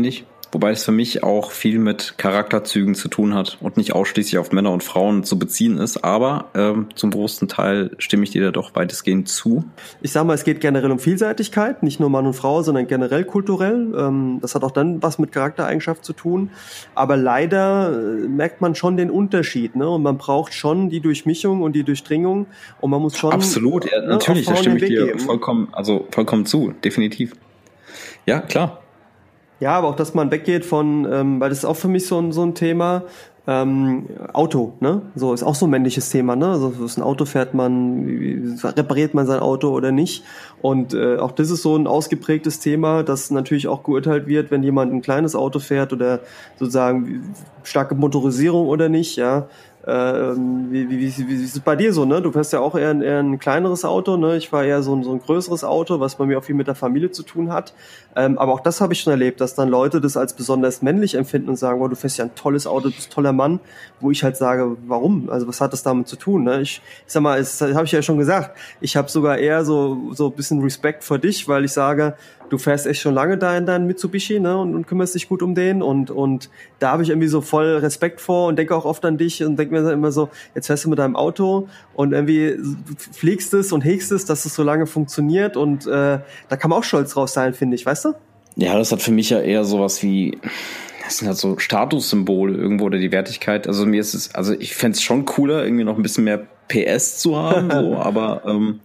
Wobei es für mich auch viel mit Charakterzügen zu tun hat und nicht ausschließlich auf Männer und Frauen zu beziehen ist. Aber ähm, zum großen Teil stimme ich dir da doch weitestgehend zu. Ich sag mal, es geht generell um Vielseitigkeit, nicht nur Mann und Frau, sondern generell kulturell. Ähm, das hat auch dann was mit Charaktereigenschaft zu tun. Aber leider äh, merkt man schon den Unterschied, ne? Und man braucht schon die Durchmischung und die Durchdringung. Und man muss schon absolut, ja, ne, natürlich, da stimme ich dir geben. vollkommen, also vollkommen zu, definitiv. Ja, klar. Ja, aber auch, dass man weggeht von, ähm, weil das ist auch für mich so ein, so ein Thema, ähm, Auto, ne? So, ist auch so ein männliches Thema, ne? Also, was ein Auto fährt man, wie, wie, repariert man sein Auto oder nicht? Und äh, auch das ist so ein ausgeprägtes Thema, das natürlich auch geurteilt wird, wenn jemand ein kleines Auto fährt oder sozusagen starke Motorisierung oder nicht, ja. Ähm, wie, wie, wie, wie ist es bei dir so, ne? Du fährst ja auch eher ein, eher ein kleineres Auto, ne? Ich fahre eher so ein, so ein größeres Auto, was bei mir auch viel mit der Familie zu tun hat. Ähm, aber auch das habe ich schon erlebt, dass dann Leute das als besonders männlich empfinden und sagen, wow, du fährst ja ein tolles Auto, du bist ein toller Mann, wo ich halt sage, warum? Also was hat das damit zu tun, ne? Ich, ich sag mal, das habe ich ja schon gesagt, ich habe sogar eher so so ein bisschen Respekt vor dich, weil ich sage, du fährst echt schon lange da in deinen Mitsubishi, ne, und, und kümmerst dich gut um den und und da habe ich irgendwie so voll Respekt vor und denke auch oft an dich und denke mir immer so, jetzt fährst du mit deinem Auto und irgendwie pflegst es und hegst es, dass es so lange funktioniert und äh, da kann man auch stolz drauf sein, finde ich, weißt du? Ja, das hat für mich ja eher sowas wie, das sind halt so Statussymbole irgendwo oder die Wertigkeit. Also mir ist es, also ich fände es schon cooler, irgendwie noch ein bisschen mehr P S zu haben, so, aber ähm,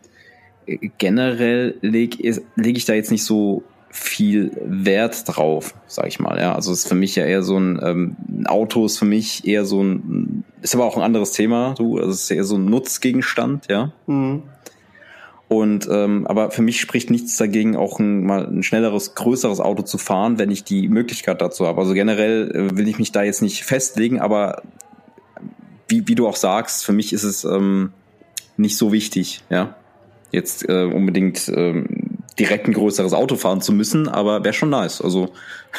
generell lege leg ich da jetzt nicht so viel Wert drauf, sag ich mal. Ja, also es ist für mich ja eher so ein, ähm, ein Auto ist für mich eher so ein, ist aber auch ein anderes Thema, du, also es ist eher so ein Nutzgegenstand, ja. Mhm. Und ähm, aber für mich spricht nichts dagegen, auch ein, mal ein schnelleres, größeres Auto zu fahren, wenn ich die Möglichkeit dazu habe. Also generell äh, will ich mich da jetzt nicht festlegen, aber wie, wie du auch sagst, für mich ist es ähm, nicht so wichtig, ja. Jetzt äh, unbedingt ähm, direkt ein größeres Auto fahren zu müssen, aber wäre schon nice. Also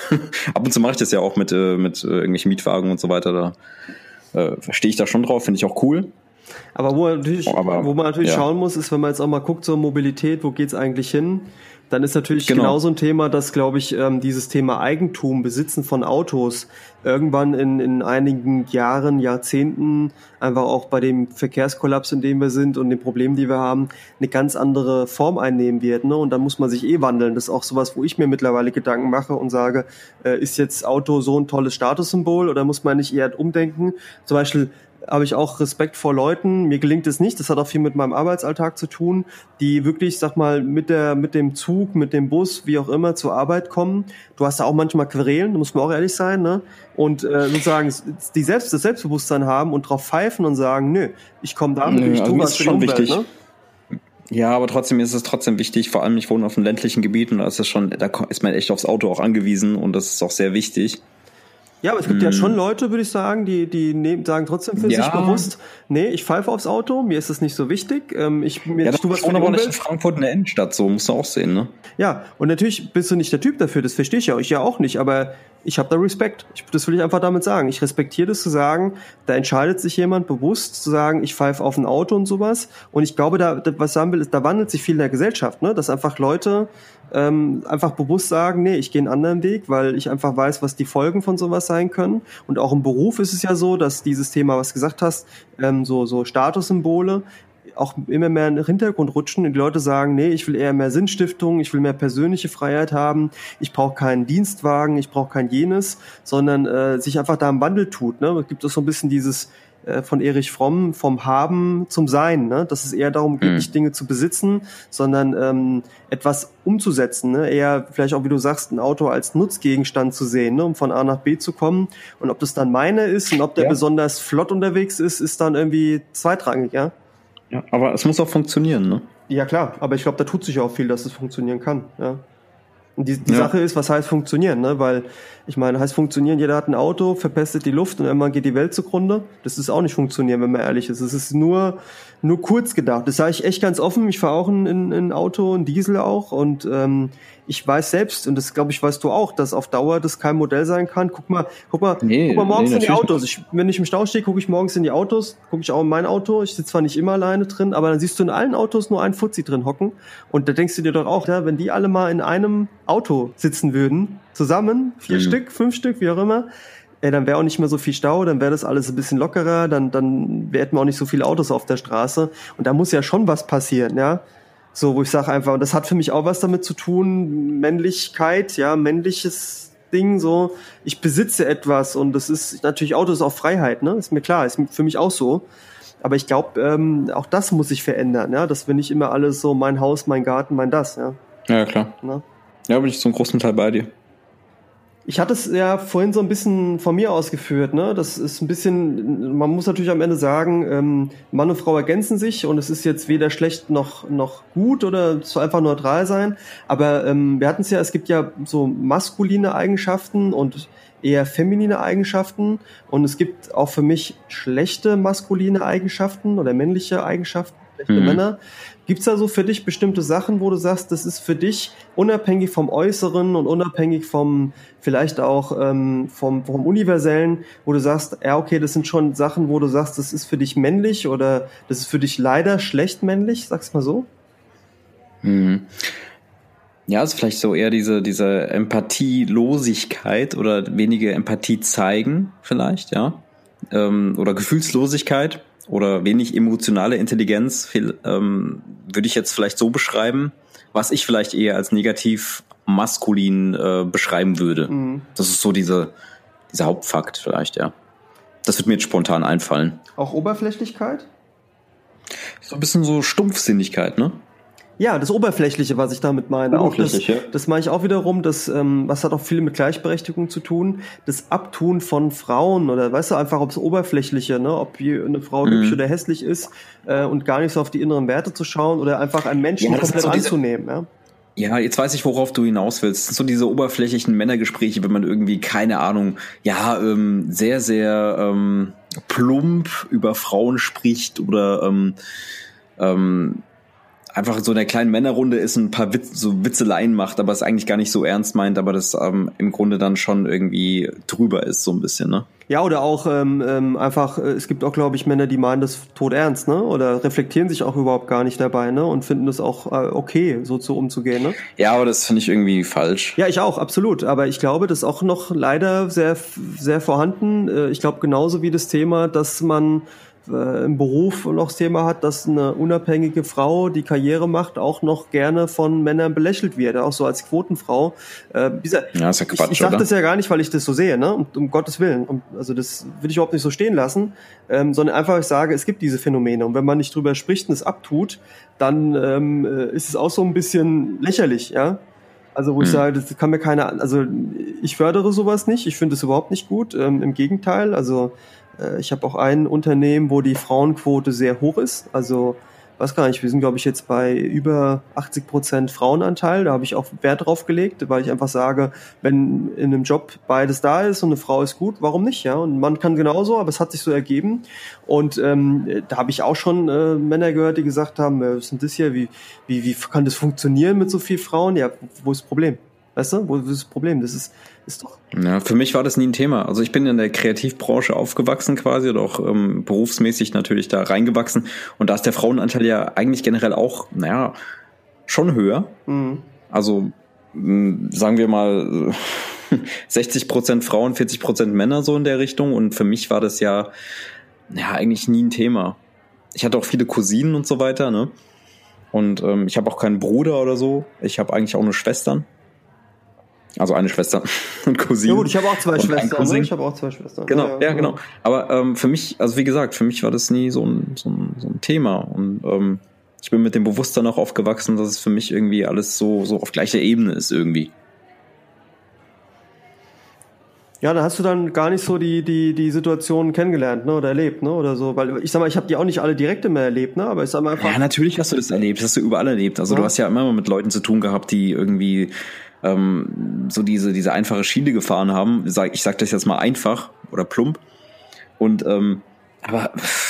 ab und zu mache ich das ja auch mit äh, mit äh, irgendwelchen Mietwagen und so weiter. Da äh, stehe ich da schon drauf, finde ich auch cool. Aber wo man natürlich, oh, aber, wo man natürlich ja. schauen muss, ist, wenn man jetzt auch mal guckt, so Mobilität, wo geht's eigentlich hin? Dann ist natürlich genau, genau so ein Thema, dass, glaube ich, ähm, dieses Thema Eigentum, Besitzen von Autos irgendwann in, in einigen Jahren, Jahrzehnten einfach auch bei dem Verkehrskollaps, in dem wir sind und den Problemen, die wir haben, eine ganz andere Form einnehmen wird. Ne? Und dann muss man sich eh wandeln. Das ist auch sowas, wo ich mir mittlerweile Gedanken mache und sage, äh, ist jetzt Auto so ein tolles Statussymbol oder muss man nicht eher umdenken? Zum Beispiel habe ich auch Respekt vor Leuten. Mir gelingt es nicht. Das hat auch viel mit meinem Arbeitsalltag zu tun, die wirklich, sag mal, mit der, mit dem Zug, mit dem Bus, wie auch immer, zur Arbeit kommen. Du hast da auch manchmal Querelen, da muss man auch ehrlich sein, ne? Und äh, sozusagen die selbst das Selbstbewusstsein haben und drauf pfeifen und sagen, nö, ich komme damit, nö, ich also tue was für die Umwelt, wichtig. Ne? Ja, aber trotzdem ist es trotzdem wichtig, vor allem ich wohne auf einem ländlichen Gebiet und da ist es schon, da ist man echt aufs Auto auch angewiesen und das ist auch sehr wichtig. Ja, aber es gibt hm. ja schon Leute, würde ich sagen, die die nehmen, sagen trotzdem für ja. sich bewusst, nee, ich pfeife aufs Auto, mir ist das nicht so wichtig. Ähm, ich mir ja, ich tue was für die aber nicht in Frankfurt in der Innenstadt, so musst du auch sehen, ne? Ja, und natürlich bist du nicht der Typ dafür, das verstehe ich ja, ich ja auch nicht, aber ich habe da Respekt. Ich, das will ich einfach damit sagen. Ich respektiere das zu sagen, da entscheidet sich jemand bewusst zu sagen, ich pfeife auf ein Auto und sowas. Und ich glaube, da, da was sagen will, ist, da wandelt sich viel in der Gesellschaft, ne? Dass einfach Leute ähm, einfach bewusst sagen, nee, ich gehe einen anderen Weg, weil ich einfach weiß, was die Folgen von sowas sein können. Und auch im Beruf ist es ja so, dass dieses Thema, was du gesagt hast, ähm, so so Statussymbole auch immer mehr in den Hintergrund rutschen und die Leute sagen, nee, ich will eher mehr Sinnstiftung, ich will mehr persönliche Freiheit haben, ich brauche keinen Dienstwagen, ich brauche kein jenes, sondern äh, sich einfach da im Wandel tut. Ne? Es gibt auch so ein bisschen dieses äh, von Erich Fromm, vom Haben zum Sein, ne? Dass es eher darum geht, mhm. nicht Dinge zu besitzen, sondern ähm, etwas umzusetzen. Ne? Eher vielleicht auch, wie du sagst, ein Auto als Nutzgegenstand zu sehen, ne? Um von A nach B zu kommen. Und ob das dann meine ist und ob der ja. besonders flott unterwegs ist, ist dann irgendwie zweitrangig, ja. Ja, aber es muss auch funktionieren, ne? Ja, klar. Aber ich glaube, da tut sich auch viel, dass es funktionieren kann, ja. Und die, die ja. Sache ist, was heißt funktionieren, ne? Weil, ich meine, heißt funktionieren, jeder hat ein Auto, verpestet die Luft und irgendwann geht die Welt zugrunde. Das ist auch nicht funktionieren, wenn man ehrlich ist. Es ist nur, nur kurz gedacht. Das sage ich echt ganz offen. Ich fahre auch ein, ein Auto, ein Diesel auch. Und ähm, ich weiß selbst, und das glaube ich, weißt du auch, dass auf Dauer das kein Modell sein kann. Guck mal, guck mal, nee, guck mal morgens nee, in die Autos. Ich, wenn ich im Stau stehe, gucke ich morgens in die Autos, gucke ich auch in mein Auto. Ich sitze zwar nicht immer alleine drin, aber dann siehst du in allen Autos nur einen Fuzzi drin hocken. Und da denkst du dir doch auch, ja, wenn die alle mal in einem Auto sitzen würden, zusammen, vier mhm. Stück, fünf Stück, wie auch immer, ey, dann wäre auch nicht mehr so viel Stau, dann wäre das alles ein bisschen lockerer, dann, dann hätten wir auch nicht so viele Autos auf der Straße. Und da muss ja schon was passieren, ja. So, wo ich sage einfach, und das hat für mich auch was damit zu tun, Männlichkeit, ja, männliches Ding, so, ich besitze etwas und das ist natürlich, Auto ist auch Freiheit, ne, ist mir klar, ist für mich auch so. Aber ich glaube, ähm, auch das muss sich verändern, ja, dass wir nicht immer alles so mein Haus, mein Garten, mein das, ja. Ja, klar. Na? Ja, bin ich zum großen Teil bei dir. Ich hatte es ja vorhin so ein bisschen von mir ausgeführt, ne? Das ist ein bisschen, man muss natürlich am Ende sagen, ähm, Mann und Frau ergänzen sich und es ist jetzt weder schlecht noch noch gut oder es soll einfach neutral sein. Aber ähm, wir hatten es ja, es gibt ja so maskuline Eigenschaften und eher feminine Eigenschaften und es gibt auch für mich schlechte maskuline Eigenschaften oder männliche Eigenschaften, schlechte mhm. Männer. Gibt's da so für dich bestimmte Sachen, wo du sagst, das ist für dich unabhängig vom Äußeren und unabhängig vom vielleicht auch ähm, vom, vom Universellen, wo du sagst, ja okay, das sind schon Sachen, wo du sagst, das ist für dich männlich oder das ist für dich leider schlecht männlich, sag's mal so? Mhm. Ja, ist vielleicht so eher diese, diese Empathielosigkeit oder wenige Empathie zeigen vielleicht, ja. Ähm, oder Gefühlslosigkeit oder wenig emotionale Intelligenz, viel, ähm, würde ich jetzt vielleicht so beschreiben, was ich vielleicht eher als negativ maskulin äh, beschreiben würde. Mhm. Das ist so diese, dieser Hauptfakt vielleicht, ja. Das wird mir jetzt spontan einfallen. Auch Oberflächlichkeit? So ein bisschen so Stumpfsinnigkeit, ne? Ja, das Oberflächliche, was ich damit meine. Oberflächlich, auch das, ja. das meine ich auch wiederum, das, ähm, was hat auch viel mit Gleichberechtigung zu tun, das Abtun von Frauen oder weißt du, einfach ob es Oberflächliche, ne, ob eine Frau mhm. hübsch oder hässlich ist äh, und gar nicht so auf die inneren Werte zu schauen oder einfach einen Menschen ja, komplett so anzunehmen, ja. Ja, jetzt weiß ich, worauf du hinaus willst. So diese oberflächlichen Männergespräche, wenn man irgendwie, keine Ahnung, ja, ähm, sehr, sehr ähm, plump über Frauen spricht oder ähm, ähm, einfach so in der kleinen Männerrunde ist, ein paar Witz, so Witzeleien macht, aber es eigentlich gar nicht so ernst meint, aber das ähm, im Grunde dann schon irgendwie drüber ist, so ein bisschen, ne? Ja, oder auch ähm, ähm, einfach, äh, es gibt auch, glaube ich, Männer, die meinen das todernst, ne? Oder reflektieren sich auch überhaupt gar nicht dabei, ne? Und finden das auch äh, okay, so zu umzugehen, ne? Ja, aber das finde ich irgendwie falsch. Ja, ich auch, absolut. Aber ich glaube, das ist auch noch leider sehr, sehr vorhanden. Äh, ich glaube, genauso wie das Thema, dass man im Beruf noch das Thema hat, dass eine unabhängige Frau, die Karriere macht, auch noch gerne von Männern belächelt wird, auch so als Quotenfrau. Äh, dieser, ja, ist ja Quatsch, ich ich sage das ja gar nicht, weil ich das so sehe, ne? Um, um Gottes Willen. Um, also das will ich überhaupt nicht so stehen lassen, ähm, sondern einfach, ich sage, es gibt diese Phänomene und wenn man nicht drüber spricht und es abtut, dann ähm, ist es auch so ein bisschen lächerlich, ja? Also wo hm. ich sage, das kann mir keiner, also ich fördere sowas nicht, ich finde es überhaupt nicht gut, ähm, im Gegenteil, also ich habe auch ein Unternehmen, wo die Frauenquote sehr hoch ist. Also, weiß gar nicht, wir sind, glaube ich, jetzt bei über achtzig Prozent Frauenanteil. Da habe ich auch Wert drauf gelegt, weil ich einfach sage, wenn in einem Job beides da ist und eine Frau ist gut, warum nicht? Ja, und man kann genauso, aber es hat sich so ergeben. Und ähm, da habe ich auch schon äh, Männer gehört, die gesagt haben, äh, was ist denn das hier? Wie, wie, wie kann das funktionieren mit so vielen Frauen? Ja, wo ist das Problem? Weißt du, wo ist das Problem? Das ist, ist doch. Ja, für mich war das nie ein Thema. Also ich bin in der Kreativbranche aufgewachsen quasi oder auch ähm, berufsmäßig natürlich da reingewachsen. Und da ist der Frauenanteil ja eigentlich generell auch, naja, schon höher. Mhm. Also mh, sagen wir mal sechzig Prozent Frauen, vierzig Prozent Männer so in der Richtung. Und für mich war das ja, ja eigentlich nie ein Thema. Ich hatte auch viele Cousinen und so weiter, ne? Und ähm, ich habe auch keinen Bruder oder so. Ich habe eigentlich auch nur Schwestern. Also eine Schwester und Cousine. Ja gut, ich habe auch zwei Schwestern. Ne? Ich habe auch zwei Schwestern. Genau, ja, ja genau. Aber ähm, für mich, also wie gesagt, für mich war das nie so ein, so ein, so ein Thema. Und ähm, ich bin mit dem Bewusstsein auch aufgewachsen, dass es für mich irgendwie alles so, so auf gleicher Ebene ist irgendwie. Ja, da hast du dann gar nicht so die die die Situation kennengelernt, ne, oder erlebt, ne, oder so, weil ich sag mal, ich habe die auch nicht alle direkt immer erlebt, ne, aber ich sag mal einfach. Ja, natürlich hast du das erlebt, das hast du überall erlebt. Also ja. Du hast ja immer mit Leuten zu tun gehabt, die irgendwie ähm, so diese diese einfache Schiene gefahren haben. Ich sag das jetzt mal einfach oder plump. Und ähm, aber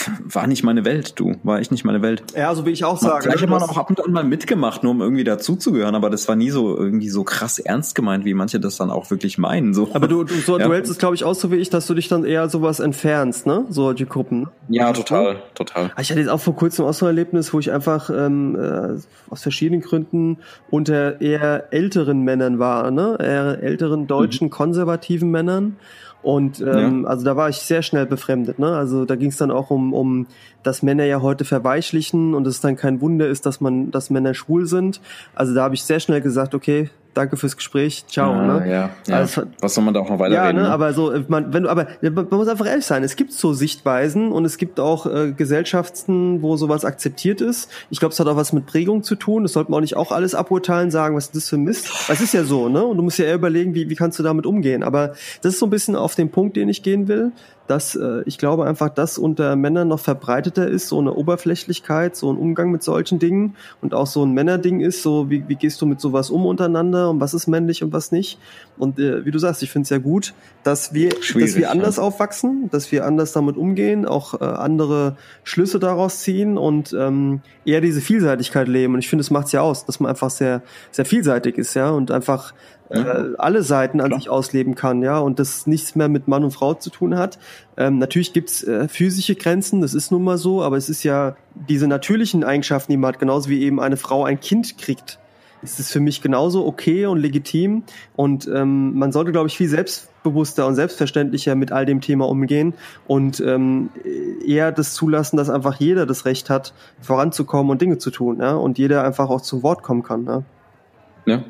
war nicht meine Welt, du. War echt nicht meine Welt. Ja, so wie ich auch sage. Vielleicht hat man auch ab und an mal mitgemacht, nur um irgendwie dazuzugehören, aber das war nie so irgendwie so krass ernst gemeint, wie manche das dann auch wirklich meinen. So. Aber du, du, so, ja. du hältst es, glaube ich, auch so wie ich, dass du dich dann eher sowas entfernst, ne? Solche Gruppen. Ja, total, total. Ich hatte jetzt auch vor kurzem auch so ein Erlebnis, wo ich einfach ähm, äh, aus verschiedenen Gründen unter eher älteren Männern war, ne? Eher älteren deutschen, mhm. konservativen Männern. Und ähm, ja. also da war ich sehr schnell befremdet, ne? Also da ging es dann auch um, um, dass Männer ja heute verweichlichen und es dann kein Wunder ist, dass man, dass Männer schwul sind. Also da habe ich sehr schnell gesagt, okay, danke fürs Gespräch, ciao. Ja, ne? ja, ja. Also, was soll man da auch noch weiter ja, reden? Ne? Ne? Aber so, man, wenn du, aber man muss einfach ehrlich sein. Es gibt so Sichtweisen und es gibt auch äh, Gesellschaften, wo sowas akzeptiert ist. Ich glaube, es hat auch was mit Prägung zu tun. Das sollte man auch nicht auch alles aburteilen, sagen, was ist das für Mist. Es ist ja so, ne? Und du musst ja eher überlegen, wie wie kannst du damit umgehen. Aber das ist so ein bisschen auf den Punkt, den ich gehen will, dass äh, ich glaube einfach, dass unter Männern noch verbreiteter ist, so eine Oberflächlichkeit, so ein Umgang mit solchen Dingen und auch so ein Männerding ist, so wie, wie gehst du mit sowas um untereinander und was ist männlich und was nicht. Und äh, wie du sagst, ich finde es ja gut, dass wir, dass wir anders ja. aufwachsen, dass wir anders damit umgehen, auch äh, andere Schlüsse daraus ziehen und ähm, eher diese Vielseitigkeit leben. Und ich finde, es macht's ja aus, dass man einfach sehr, sehr vielseitig ist, ja, und einfach Ja. alle Seiten an Klar. sich ausleben kann, ja, und das nichts mehr mit Mann und Frau zu tun hat. Ähm, natürlich gibt's äh, physische Grenzen, das ist nun mal so, aber es ist ja diese natürlichen Eigenschaften, die man hat, genauso wie eben eine Frau ein Kind kriegt. Es ist für mich genauso okay und legitim und ähm, man sollte, glaube ich, viel selbstbewusster und selbstverständlicher mit all dem Thema umgehen und ähm, eher das zulassen, dass einfach jeder das Recht hat, voranzukommen und Dinge zu tun, ja, und jeder einfach auch zu Wort kommen kann, ja. Ja.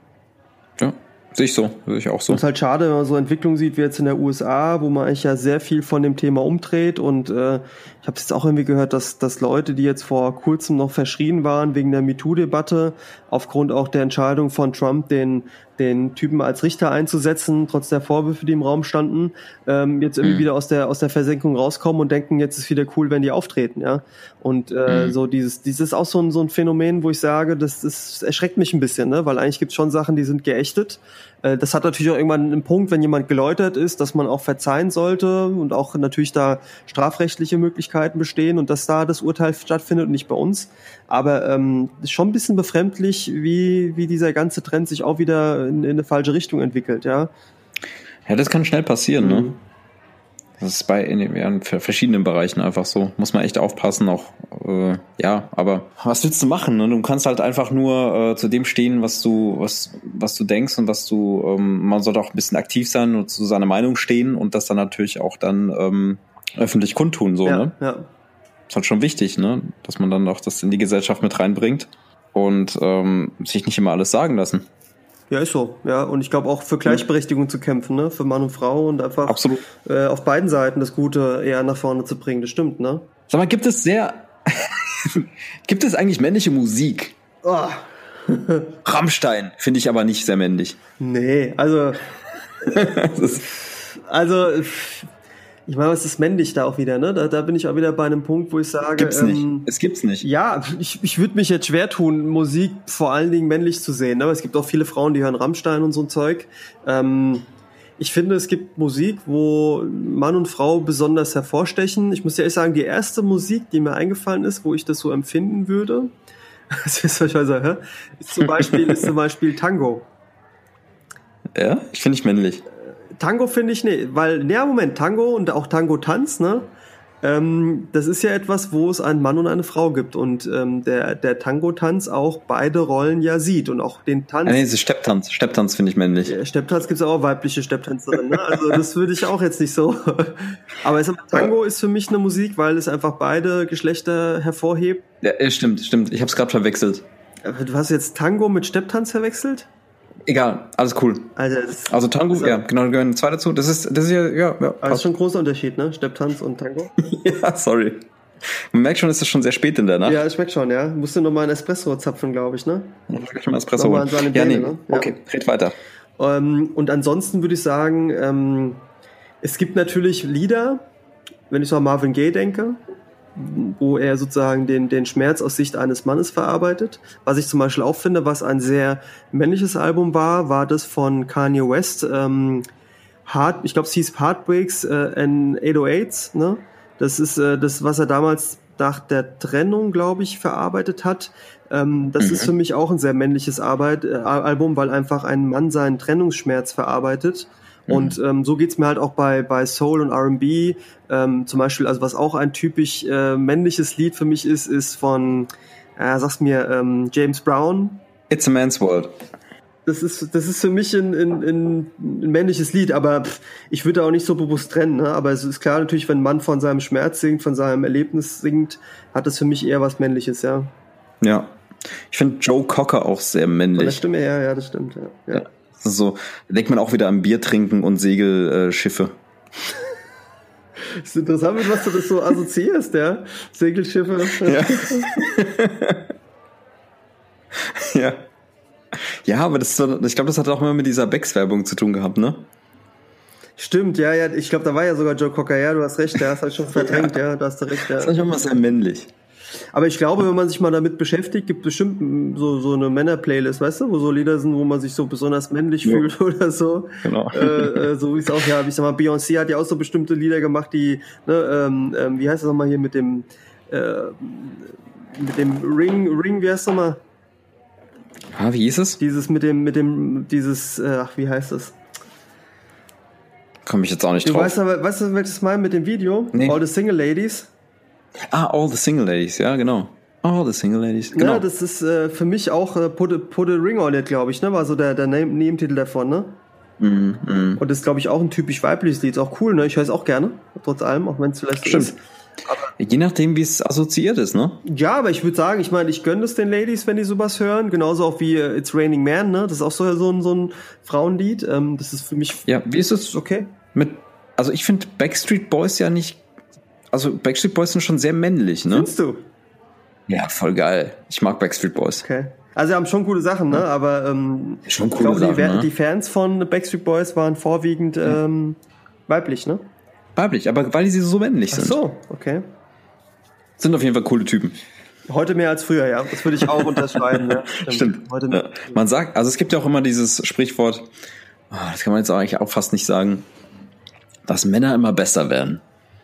Ja, sehe ich so, sehe ich auch so. Und es ist halt schade, wenn man so Entwicklungen sieht wie jetzt in der U S A, wo man eigentlich ja sehr viel von dem Thema umdreht und äh, ich habe jetzt auch irgendwie gehört, dass, dass Leute, die jetzt vor kurzem noch verschrien waren wegen der MeToo-Debatte, aufgrund auch der Entscheidung von Trump, den den Typen als Richter einzusetzen, trotz der Vorwürfe, die im Raum standen, ähm, jetzt irgendwie mhm. wieder aus der aus der Versenkung rauskommen und denken, jetzt ist wieder cool, wenn die auftreten, ja. Und äh, mhm. so dieses dieses ist auch so ein so ein Phänomen, wo ich sage, das das erschreckt mich ein bisschen, ne, weil eigentlich gibt's schon Sachen, die sind geächtet. Äh, das hat natürlich auch irgendwann einen Punkt, wenn jemand geläutert ist, dass man auch verzeihen sollte und auch natürlich da strafrechtliche Möglichkeiten bestehen und dass da das Urteil stattfindet und nicht bei uns. Aber ähm, ist schon ein bisschen befremdlich, wie wie dieser ganze Trend sich auch wieder in, in eine falsche Richtung entwickelt, ja. Ja, das kann schnell passieren, mhm. ne? Das ist bei in, in verschiedenen Bereichen einfach so. Muss man echt aufpassen, auch äh, ja, aber was willst du machen? Ne? Du kannst halt einfach nur äh, zu dem stehen, was du, was, was du denkst und was du, ähm, man sollte auch ein bisschen aktiv sein und zu seiner Meinung stehen und das dann natürlich auch dann ähm, öffentlich kundtun, so, ja, ne? Ja. Ist halt schon wichtig, ne? Dass man dann auch das in die Gesellschaft mit reinbringt und ähm, sich nicht immer alles sagen lassen. Ja, ist so. Ja, und ich glaube auch für Gleichberechtigung ja. zu kämpfen, ne, für Mann und Frau und einfach Absolut. Äh, auf beiden Seiten das Gute eher nach vorne zu bringen. Das stimmt, ne? Sag mal, gibt es sehr, gibt es eigentlich männliche Musik? Oh. Rammstein finde ich aber nicht sehr männlich. Nee, also, also, ich meine, was ist männlich da auch wieder, ne? Da, da bin ich auch wieder bei einem Punkt, wo ich sage, gibt's nicht. Ähm, es gibt's nicht. Ja, ich, ich würde mich jetzt schwer tun, Musik vor allen Dingen männlich zu sehen. Ne? Aber es gibt auch viele Frauen, die hören Rammstein und so ein Zeug. Ähm, ich finde, es gibt Musik, wo Mann und Frau besonders hervorstechen. Ich muss ja ehrlich sagen, die erste Musik, die mir eingefallen ist, wo ich das so empfinden würde, das ist, ich weiß, hä? ist zum Beispiel, ist zum Beispiel Tango. Ja, ich finde nicht männlich. Tango finde ich, nee, weil, nee, Moment, Tango und auch Tango-Tanz, ne, ähm, das ist ja etwas, wo es einen Mann und eine Frau gibt und ähm, der, der Tango-Tanz auch beide Rollen ja sieht und auch den Tanz. Ah, nee, das ist Stepptanz, Stepptanz finde ich männlich. Ja, Stepptanz gibt's auch weibliche Stepptänzerinnen, ne, also das würde ich auch jetzt nicht so, aber es, Tango ist für mich eine Musik, weil es einfach beide Geschlechter hervorhebt. Ja, stimmt, stimmt, ich habe es gerade verwechselt. Du hast jetzt Tango mit Stepptanz verwechselt? Egal, alles cool. Also, das, also Tango, das, ja, genau, da gehören zwei dazu. Das ist, das ist ja, ja, ja. Das ist schon ein großer Unterschied, ne? Stepptanz und Tango. Ja, sorry. Man merkt schon, es ist schon sehr spät in der Nacht. Ja, ich merke schon, ja. Musst du noch mal einen Espresso zapfen, glaube ich, ne? Ja, ich mal Espresso holen. Ja, Beine, nee. Ne? Ja. Okay, red weiter. Ähm, und ansonsten würde ich sagen, ähm, es gibt natürlich Lieder, wenn ich so an Marvin Gaye denke, wo er sozusagen den, den Schmerz aus Sicht eines Mannes verarbeitet. Was ich zum Beispiel auch finde, was ein sehr männliches Album war, war das von Kanye West, ähm, Heart, ich glaube es hieß Heartbreaks äh, and acht oh eights, ne? Das ist äh, das, was er damals nach der Trennung, glaube ich, verarbeitet hat. Ähm, das mhm. ist für mich auch ein sehr männliches Arbeit, äh, Album, weil einfach ein Mann seinen Trennungsschmerz verarbeitet. Mhm. Und ähm, so geht's mir halt auch bei bei Soul und R and B. Ähm, zum Beispiel, also was auch ein typisch äh, männliches Lied für mich ist, ist von, äh, sag's mir, ähm, James Brown. It's a Man's World. Das ist, das ist für mich ein, ein, ein, ein männliches Lied, aber pff, ich würde auch nicht so bewusst trennen. Ne? Aber es ist klar natürlich, wenn ein Mann von seinem Schmerz singt, von seinem Erlebnis singt, hat das für mich eher was Männliches, ja. Ja, ich finde Joe Cocker auch sehr männlich. Von der Stimme her, ja, das stimmt, ja. ja. ja das ist so, da denkt man auch wieder an Bier trinken und Segelschiffe. Das ist interessant, mit was du das so assoziierst, ja. Segelschiffe. Ja. Ja. Ja, aber das, ich glaube, das hat auch immer mit dieser Becks-Werbung zu tun gehabt, ne? Stimmt, ja, ja, ich glaube, da war ja sogar Joe Cocker, ja, du hast recht, der hast halt schon verdrängt, ja, da hast du recht, ja. Das ist nicht immer sehr männlich. Aber ich glaube, wenn man sich mal damit beschäftigt, gibt bestimmt so, so eine Männer-Playlist, weißt du, wo so Lieder sind, wo man sich so besonders männlich ja. fühlt oder so. Genau. Äh, so wie es auch, ja, ich sag mal, Beyoncé hat ja auch so bestimmte Lieder gemacht, die, ne, ähm, ähm, wie heißt das nochmal hier mit dem, äh, mit dem Ring, Ring, wie heißt das nochmal? Ah, wie hieß es? Dieses mit dem, mit dem, dieses, äh, ach, wie heißt das? Komm ich jetzt auch nicht du drauf. Weißt du, weißt du, welches Mal mit dem Video? Nee. All the Single Ladies. Ah, All the Single Ladies, ja, genau. All the Single Ladies, genau. Ja, das ist äh, für mich auch äh, Put, a, Put a Ring on It, glaube ich, ne? War so der, der Nebentitel davon, ne? Mm, mm. Und das ist, glaube ich, auch ein typisch weibliches Lied. Ist auch cool, ne? Ich höre es auch gerne, trotz allem, auch wenn es vielleicht so ist. Aber je nachdem, wie es assoziiert ist, ne? Ja, aber ich würde sagen, ich meine, ich gönne es den Ladies, wenn die sowas hören. Genauso auch wie uh, It's Raining Man, ne? Das ist auch so, so, ein, so ein Frauenlied. Ähm, das ist für mich... Ja, wie ist es? Okay. Mit, also ich finde Backstreet Boys ja nicht... Also Backstreet Boys sind schon sehr männlich, ne? Findest du? Ja, voll geil. Ich mag Backstreet Boys. Okay. Also sie haben schon coole Sachen, ne? Aber ähm, schon coole ich glaube, Sachen, die, ne? die Fans von Backstreet Boys waren vorwiegend ähm, weiblich, ne? Weiblich, aber weil sie so männlich sind. Ach so, okay. Sind auf jeden Fall coole Typen. Heute mehr als früher, ja. Das würde ich auch unterschreiben, ja. Stimmt. Stimmt. Heute ja. Man sagt, also es gibt ja auch immer dieses Sprichwort, oh, das kann man jetzt eigentlich auch fast nicht sagen, dass Männer immer besser werden.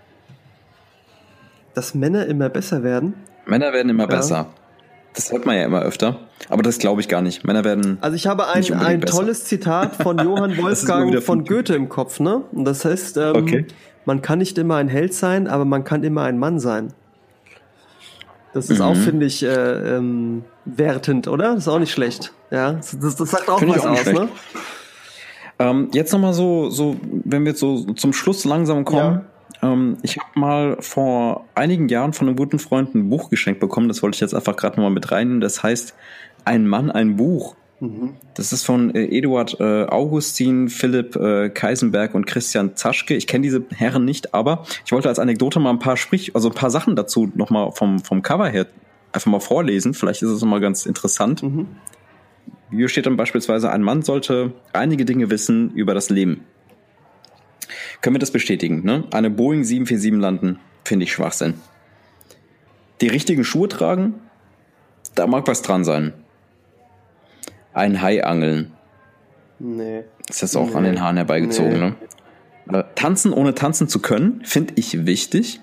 Dass Männer immer besser werden? Männer werden immer ja. besser. Das hört man ja immer öfter. Aber das glaube ich gar nicht. Männer werden. Also ich habe ein, ein tolles Zitat von Johann Wolfgang von Goethe im Kopf, ne? Und das heißt, ähm, okay. man kann nicht immer ein Held sein, aber man kann immer ein Mann sein. Das ist mhm. auch, finde ich, äh, ähm, wertend, oder? Das ist auch nicht schlecht. Ja, das, das sagt auch Find was aus, ne? Ähm, jetzt nochmal so, so, wenn wir jetzt so zum Schluss langsam kommen. Ja. Ähm, ich habe mal vor einigen Jahren von einem guten Freund ein Buch geschenkt bekommen. Das wollte ich jetzt einfach gerade nochmal mit reinnehmen. Das heißt, Ein Mann, ein Buch. Mhm. Das ist von äh, Eduard äh, Augustin, Philipp äh, Keisenberg und Christian Zaschke. Ich kenne diese Herren nicht, aber ich wollte als Anekdote mal ein paar Sprich, also ein paar Sachen dazu nochmal vom, vom Cover her einfach mal vorlesen. Vielleicht ist es mal ganz interessant. Mhm. Hier steht dann beispielsweise, ein Mann sollte einige Dinge wissen über das Leben. Können wir das bestätigen? Ne? Eine Boeing sieben vier sieben landen, finde ich Schwachsinn. Die richtigen Schuhe tragen, da mag was dran sein. Ein Hai angeln. Nee. Das ist jetzt auch nee. an den Haaren herbeigezogen, nee. ne? Tanzen ohne tanzen zu können, finde ich wichtig.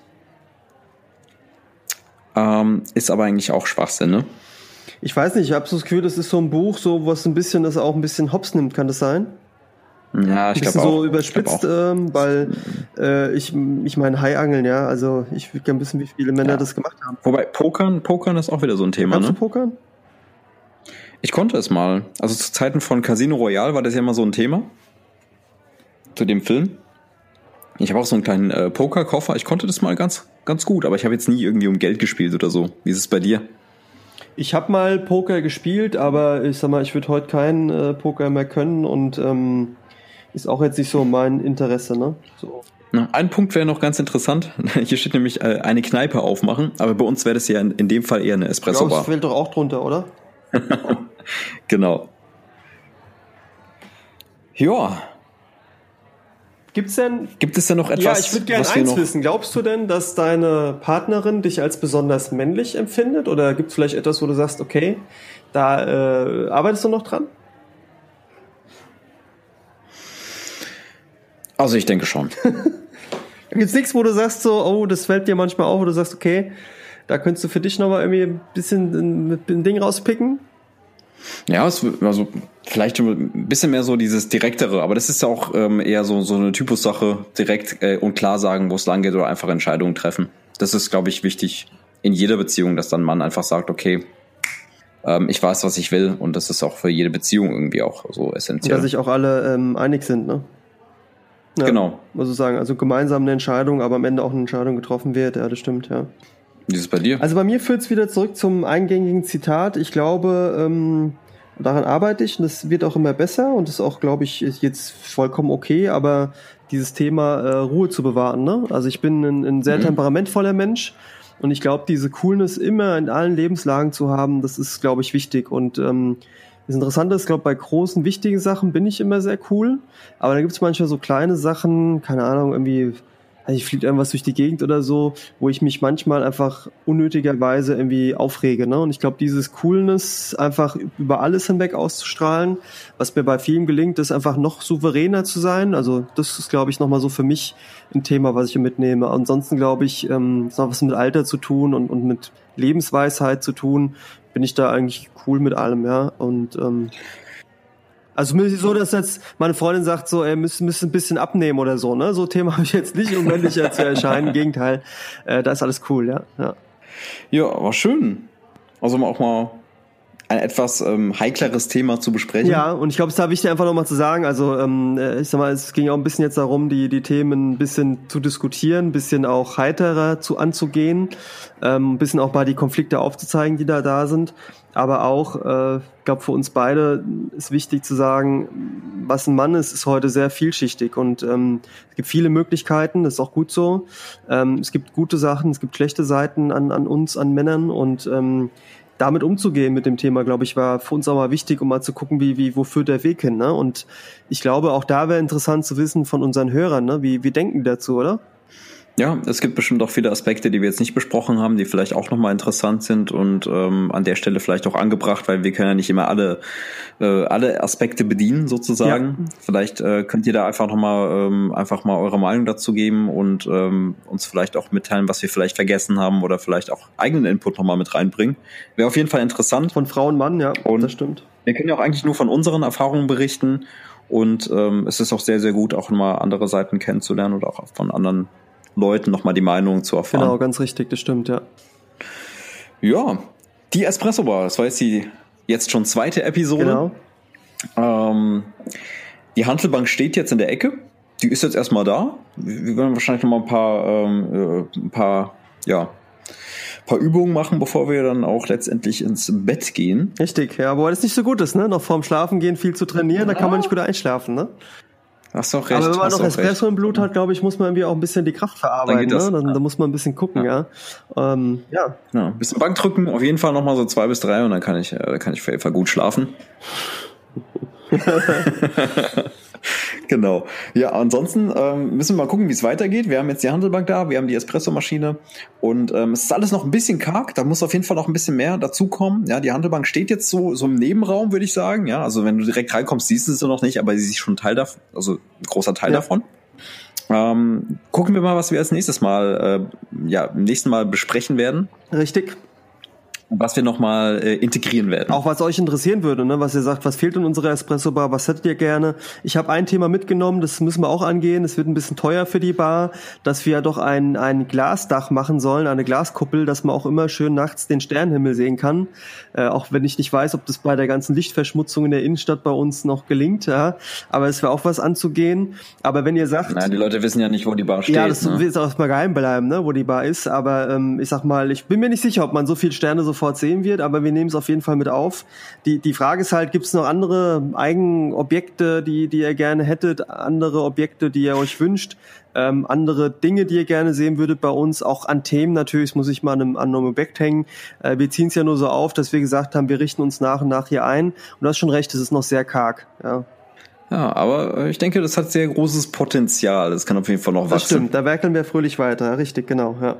Ähm, ist aber eigentlich auch Schwachsinn, ne? Ich weiß nicht, ich habe so das Gefühl, das ist so ein Buch, so was ein bisschen, das auch ein bisschen hops nimmt, kann das sein? Ja, ich glaube auch. so überspitzt, ähm, weil äh, ich, ich meine Haiangeln, ja, also ich würde gerne wissen, wie viele Männer ja. das gemacht haben. Wobei Pokern, Pokern ist auch wieder so ein Thema, Kannst ne? du pokern? Ich konnte es mal. Also zu Zeiten von Casino Royale war das ja immer so ein Thema. Zu dem Film. Ich habe auch so einen kleinen äh, Pokerkoffer. Ich konnte das mal ganz, ganz gut, aber ich habe jetzt nie irgendwie um Geld gespielt oder so. Wie ist es bei dir? Ich habe mal Poker gespielt, aber ich sag mal, ich würde heute keinen äh, Poker mehr können und ähm, ist auch jetzt nicht so mein Interesse, ne? So. Na, ein Punkt wäre noch ganz interessant. Hier steht nämlich äh, eine Kneipe aufmachen, aber bei uns wäre das ja in, in dem Fall eher eine Espresso-Bar. Ja, das fällt doch auch drunter, oder? Genau. Ja. Gibt's denn, Gibt es denn noch etwas? Ja, ich würde gerne eins wissen. Glaubst du denn, dass deine Partnerin dich als besonders männlich empfindet? Oder gibt es vielleicht etwas, wo du sagst, okay, da äh, arbeitest du noch dran? Also ich denke schon. Gibt's nichts, wo du sagst so, oh, das fällt dir manchmal auf, wo du sagst, okay, da könntest du für dich nochmal irgendwie ein bisschen ein, ein Ding rauspicken? Ja, es, also vielleicht ein bisschen mehr so dieses Direktere, aber das ist ja auch ähm, eher so, so eine Typussache, direkt äh, und klar sagen, wo es lang geht oder einfach Entscheidungen treffen. Das ist, glaube ich, wichtig in jeder Beziehung, dass dann ein Mann einfach sagt, okay, ähm, ich weiß, was ich will, und das ist auch für jede Beziehung irgendwie auch so essentiell. Und dass sich auch alle ähm, einig sind, ne? Ja, genau. Also sagen, also gemeinsam eine Entscheidung, aber am Ende auch eine Entscheidung getroffen wird, ja, das stimmt, ja. Wie ist es bei dir? Also bei mir führt es wieder zurück zum eingängigen Zitat. Ich glaube, ähm, daran arbeite ich und es wird auch immer besser und ist auch, glaube ich, jetzt vollkommen okay, aber dieses Thema äh, Ruhe zu bewahren, ne? Also ich bin ein, ein sehr mhm. temperamentvoller Mensch und ich glaube, diese Coolness immer in allen Lebenslagen zu haben, das ist, glaube ich, wichtig. Und ähm, das Interessante ist, glaube ich, bei großen, wichtigen Sachen bin ich immer sehr cool, aber da gibt es manchmal so kleine Sachen, keine Ahnung, irgendwie, ich fliege irgendwas durch die Gegend oder so, wo ich mich manchmal einfach unnötigerweise irgendwie aufrege, ne? Und ich glaube, dieses Coolness einfach über alles hinweg auszustrahlen, was mir bei vielen gelingt, ist einfach noch souveräner zu sein. Also das ist, glaube ich, nochmal so für mich ein Thema, was ich hier mitnehme. Ansonsten glaube ich, ähm, es hat was mit Alter zu tun und, und mit Lebensweisheit zu tun. Bin ich da eigentlich cool mit allem, ja. Und ähm, also mir ist so, dass jetzt meine Freundin sagt so, ey, müsst, müsst ein bisschen abnehmen oder so, ne? So Thema habe ich jetzt nicht, um männlicher zu erscheinen. Im Gegenteil, äh, da ist alles cool, ja. Ja, ja, war schön. Also auch mal ein etwas ähm, heikleres Thema zu besprechen. Ja, und ich glaube, es ist da wichtig, einfach nochmal zu sagen, also ähm, ich sag mal, es ging auch ein bisschen jetzt darum, die die Themen ein bisschen zu diskutieren, ein bisschen auch heiterer zu anzugehen, ähm, ein bisschen auch mal die Konflikte aufzuzeigen, die da da sind. Aber auch, äh, ich glaube, für uns beide ist wichtig zu sagen, was ein Mann ist, ist heute sehr vielschichtig und ähm, es gibt viele Möglichkeiten, das ist auch gut so. Ähm, es gibt gute Sachen, es gibt schlechte Seiten an, an uns, an Männern und ähm, damit umzugehen mit dem Thema, glaube ich, war für uns auch mal wichtig, um mal zu gucken, wie, wie, wo führt der Weg hin, ne? Und ich glaube, auch da wäre interessant zu wissen von unseren Hörern, ne? Wie, wie denken die dazu, oder? Ja, es gibt bestimmt auch viele Aspekte, die wir jetzt nicht besprochen haben, die vielleicht auch nochmal interessant sind und ähm, an der Stelle vielleicht auch angebracht, weil wir können ja nicht immer alle äh, alle Aspekte bedienen sozusagen. Ja. Vielleicht äh, könnt ihr da einfach nochmal ähm, einfach mal eure Meinung dazu geben und ähm, uns vielleicht auch mitteilen, was wir vielleicht vergessen haben oder vielleicht auch eigenen Input nochmal mit reinbringen. Wäre auf jeden Fall interessant. Von Frau und Mann, ja, und das stimmt. Wir können ja auch eigentlich nur von unseren Erfahrungen berichten und ähm, es ist auch sehr, sehr gut, auch mal andere Seiten kennenzulernen oder auch von anderen Leuten nochmal die Meinung zu erfahren. Genau, ganz richtig, das stimmt, ja. Ja, die Espresso Bar, das war jetzt die jetzt schon zweite Episode. Genau. Ähm, die Hantelbank steht jetzt in der Ecke. Die ist jetzt erstmal da. Wir werden wahrscheinlich nochmal ein paar, ähm, ein paar, ja, paar Übungen machen, bevor wir dann auch letztendlich ins Bett gehen. Richtig, ja, aber das nicht so gut ist, ne? Noch vorm Schlafen gehen viel zu trainieren, ja. Da kann man nicht gut einschlafen, ne? Hast du auch recht. Aber wenn man noch Espresso im Blut hat, glaube ich, muss man irgendwie auch ein bisschen die Kraft verarbeiten. Dann, ne? dann, ja. dann muss man ein bisschen gucken, ja. Ja, ähm, ja. ja ein bisschen Bankdrücken, auf jeden Fall nochmal so zwei bis drei und dann kann ich, äh, kann ich auf jeden Fall gut schlafen. Genau. Ja, ansonsten ähm, müssen wir mal gucken, wie es weitergeht. Wir haben jetzt die Handelbank da, wir haben die Espressomaschine und ähm, es ist alles noch ein bisschen karg. Da muss auf jeden Fall noch ein bisschen mehr dazukommen. Ja, die Handelbank steht jetzt so so im Nebenraum, würde ich sagen. Ja, also wenn du direkt reinkommst, siehst du sie noch nicht, aber sie ist schon ein Teil davon, also ein großer Teil ja. davon. Ähm, gucken wir mal, was wir als nächstes Mal, äh, ja, im nächsten Mal besprechen werden. Richtig. Was wir nochmal äh, integrieren werden. Auch was euch interessieren würde, ne? Was ihr sagt, was fehlt in unserer Espresso-Bar, was hättet ihr gerne? Ich habe ein Thema mitgenommen, das müssen wir auch angehen, es wird ein bisschen teuer für die Bar, dass wir doch ein, ein Glasdach machen sollen, eine Glaskuppel, dass man auch immer schön nachts den Sternenhimmel sehen kann. Äh, auch wenn ich nicht weiß, ob das bei der ganzen Lichtverschmutzung in der Innenstadt bei uns noch gelingt, ja. Aber es wäre auch was anzugehen. Aber wenn ihr sagt... Nein, die Leute wissen ja nicht, wo die Bar steht. Ja, das ne? wird auch mal geheim bleiben, ne? Wo die Bar ist. Aber ähm, ich sag mal, ich bin mir nicht sicher, ob man so viele Sterne sofort sehen wird, aber wir nehmen es auf jeden Fall mit auf. Die die Frage ist halt, gibt es noch andere Eigenobjekte, die die ihr gerne hättet, andere Objekte, die ihr euch wünscht, ähm, andere Dinge, die ihr gerne sehen würdet bei uns, auch an Themen natürlich, das muss ich mal an einem, an einem Objekt hängen. Äh, wir ziehen es ja nur so auf, dass wir gesagt haben, wir richten uns nach und nach hier ein. Und du hast schon recht, es ist noch sehr karg. Ja. Ja, aber ich denke, das hat sehr großes Potenzial. Das kann auf jeden Fall noch wachsen. Das stimmt, da werkeln wir fröhlich weiter. Richtig, genau, ja.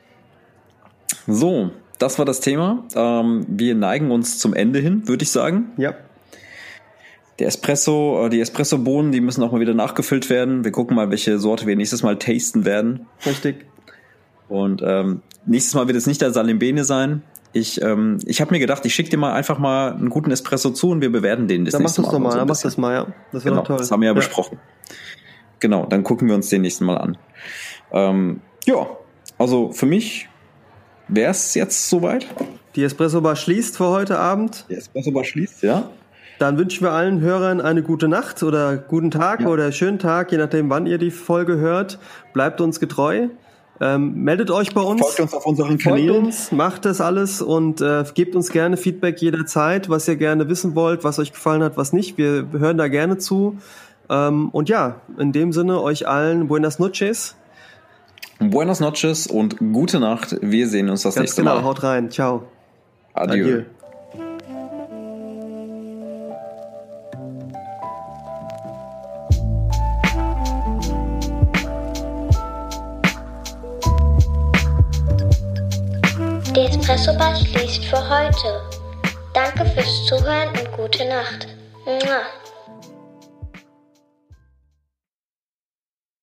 So, das war das Thema. Ähm, wir neigen uns zum Ende hin, würde ich sagen. Ja. Der Espresso, die Espresso-Bohnen, die müssen auch mal wieder nachgefüllt werden. Wir gucken mal, welche Sorte wir nächstes Mal tasten werden. Richtig. Und ähm, nächstes Mal wird es nicht der Salimbene sein. Ich, ähm, ich habe mir gedacht, ich schicke dir mal einfach mal einen guten Espresso zu und wir bewerten den das dann nächste Mal. Dann mach das doch mal, dann mach das mal, ja. Das wäre genau, toll. Das haben wir ja, ja besprochen. Genau, dann gucken wir uns den nächsten Mal an. Ähm, ja, also für mich wäre es jetzt soweit. Die Espresso-Bar schließt für heute Abend. Die Espresso-Bar schließt, ja. Dann wünschen wir allen Hörern eine gute Nacht oder guten Tag ja. oder schönen Tag, je nachdem, wann ihr die Folge hört. Bleibt uns getreu. Ähm, meldet euch bei uns. Folgt uns auf unseren Kanälen. Folgt uns, macht das alles und äh, gebt uns gerne Feedback jederzeit, was ihr gerne wissen wollt, was euch gefallen hat, was nicht. Wir hören da gerne zu. Ähm, und ja, in dem Sinne euch allen Buenas noches. Buenas noches und gute Nacht. Wir sehen uns das Ganz nächste genau, Mal. Haut rein. Ciao. Adieu. Adieu. Die Espresso-Bar schließt für heute. Danke fürs Zuhören und gute Nacht. Mua.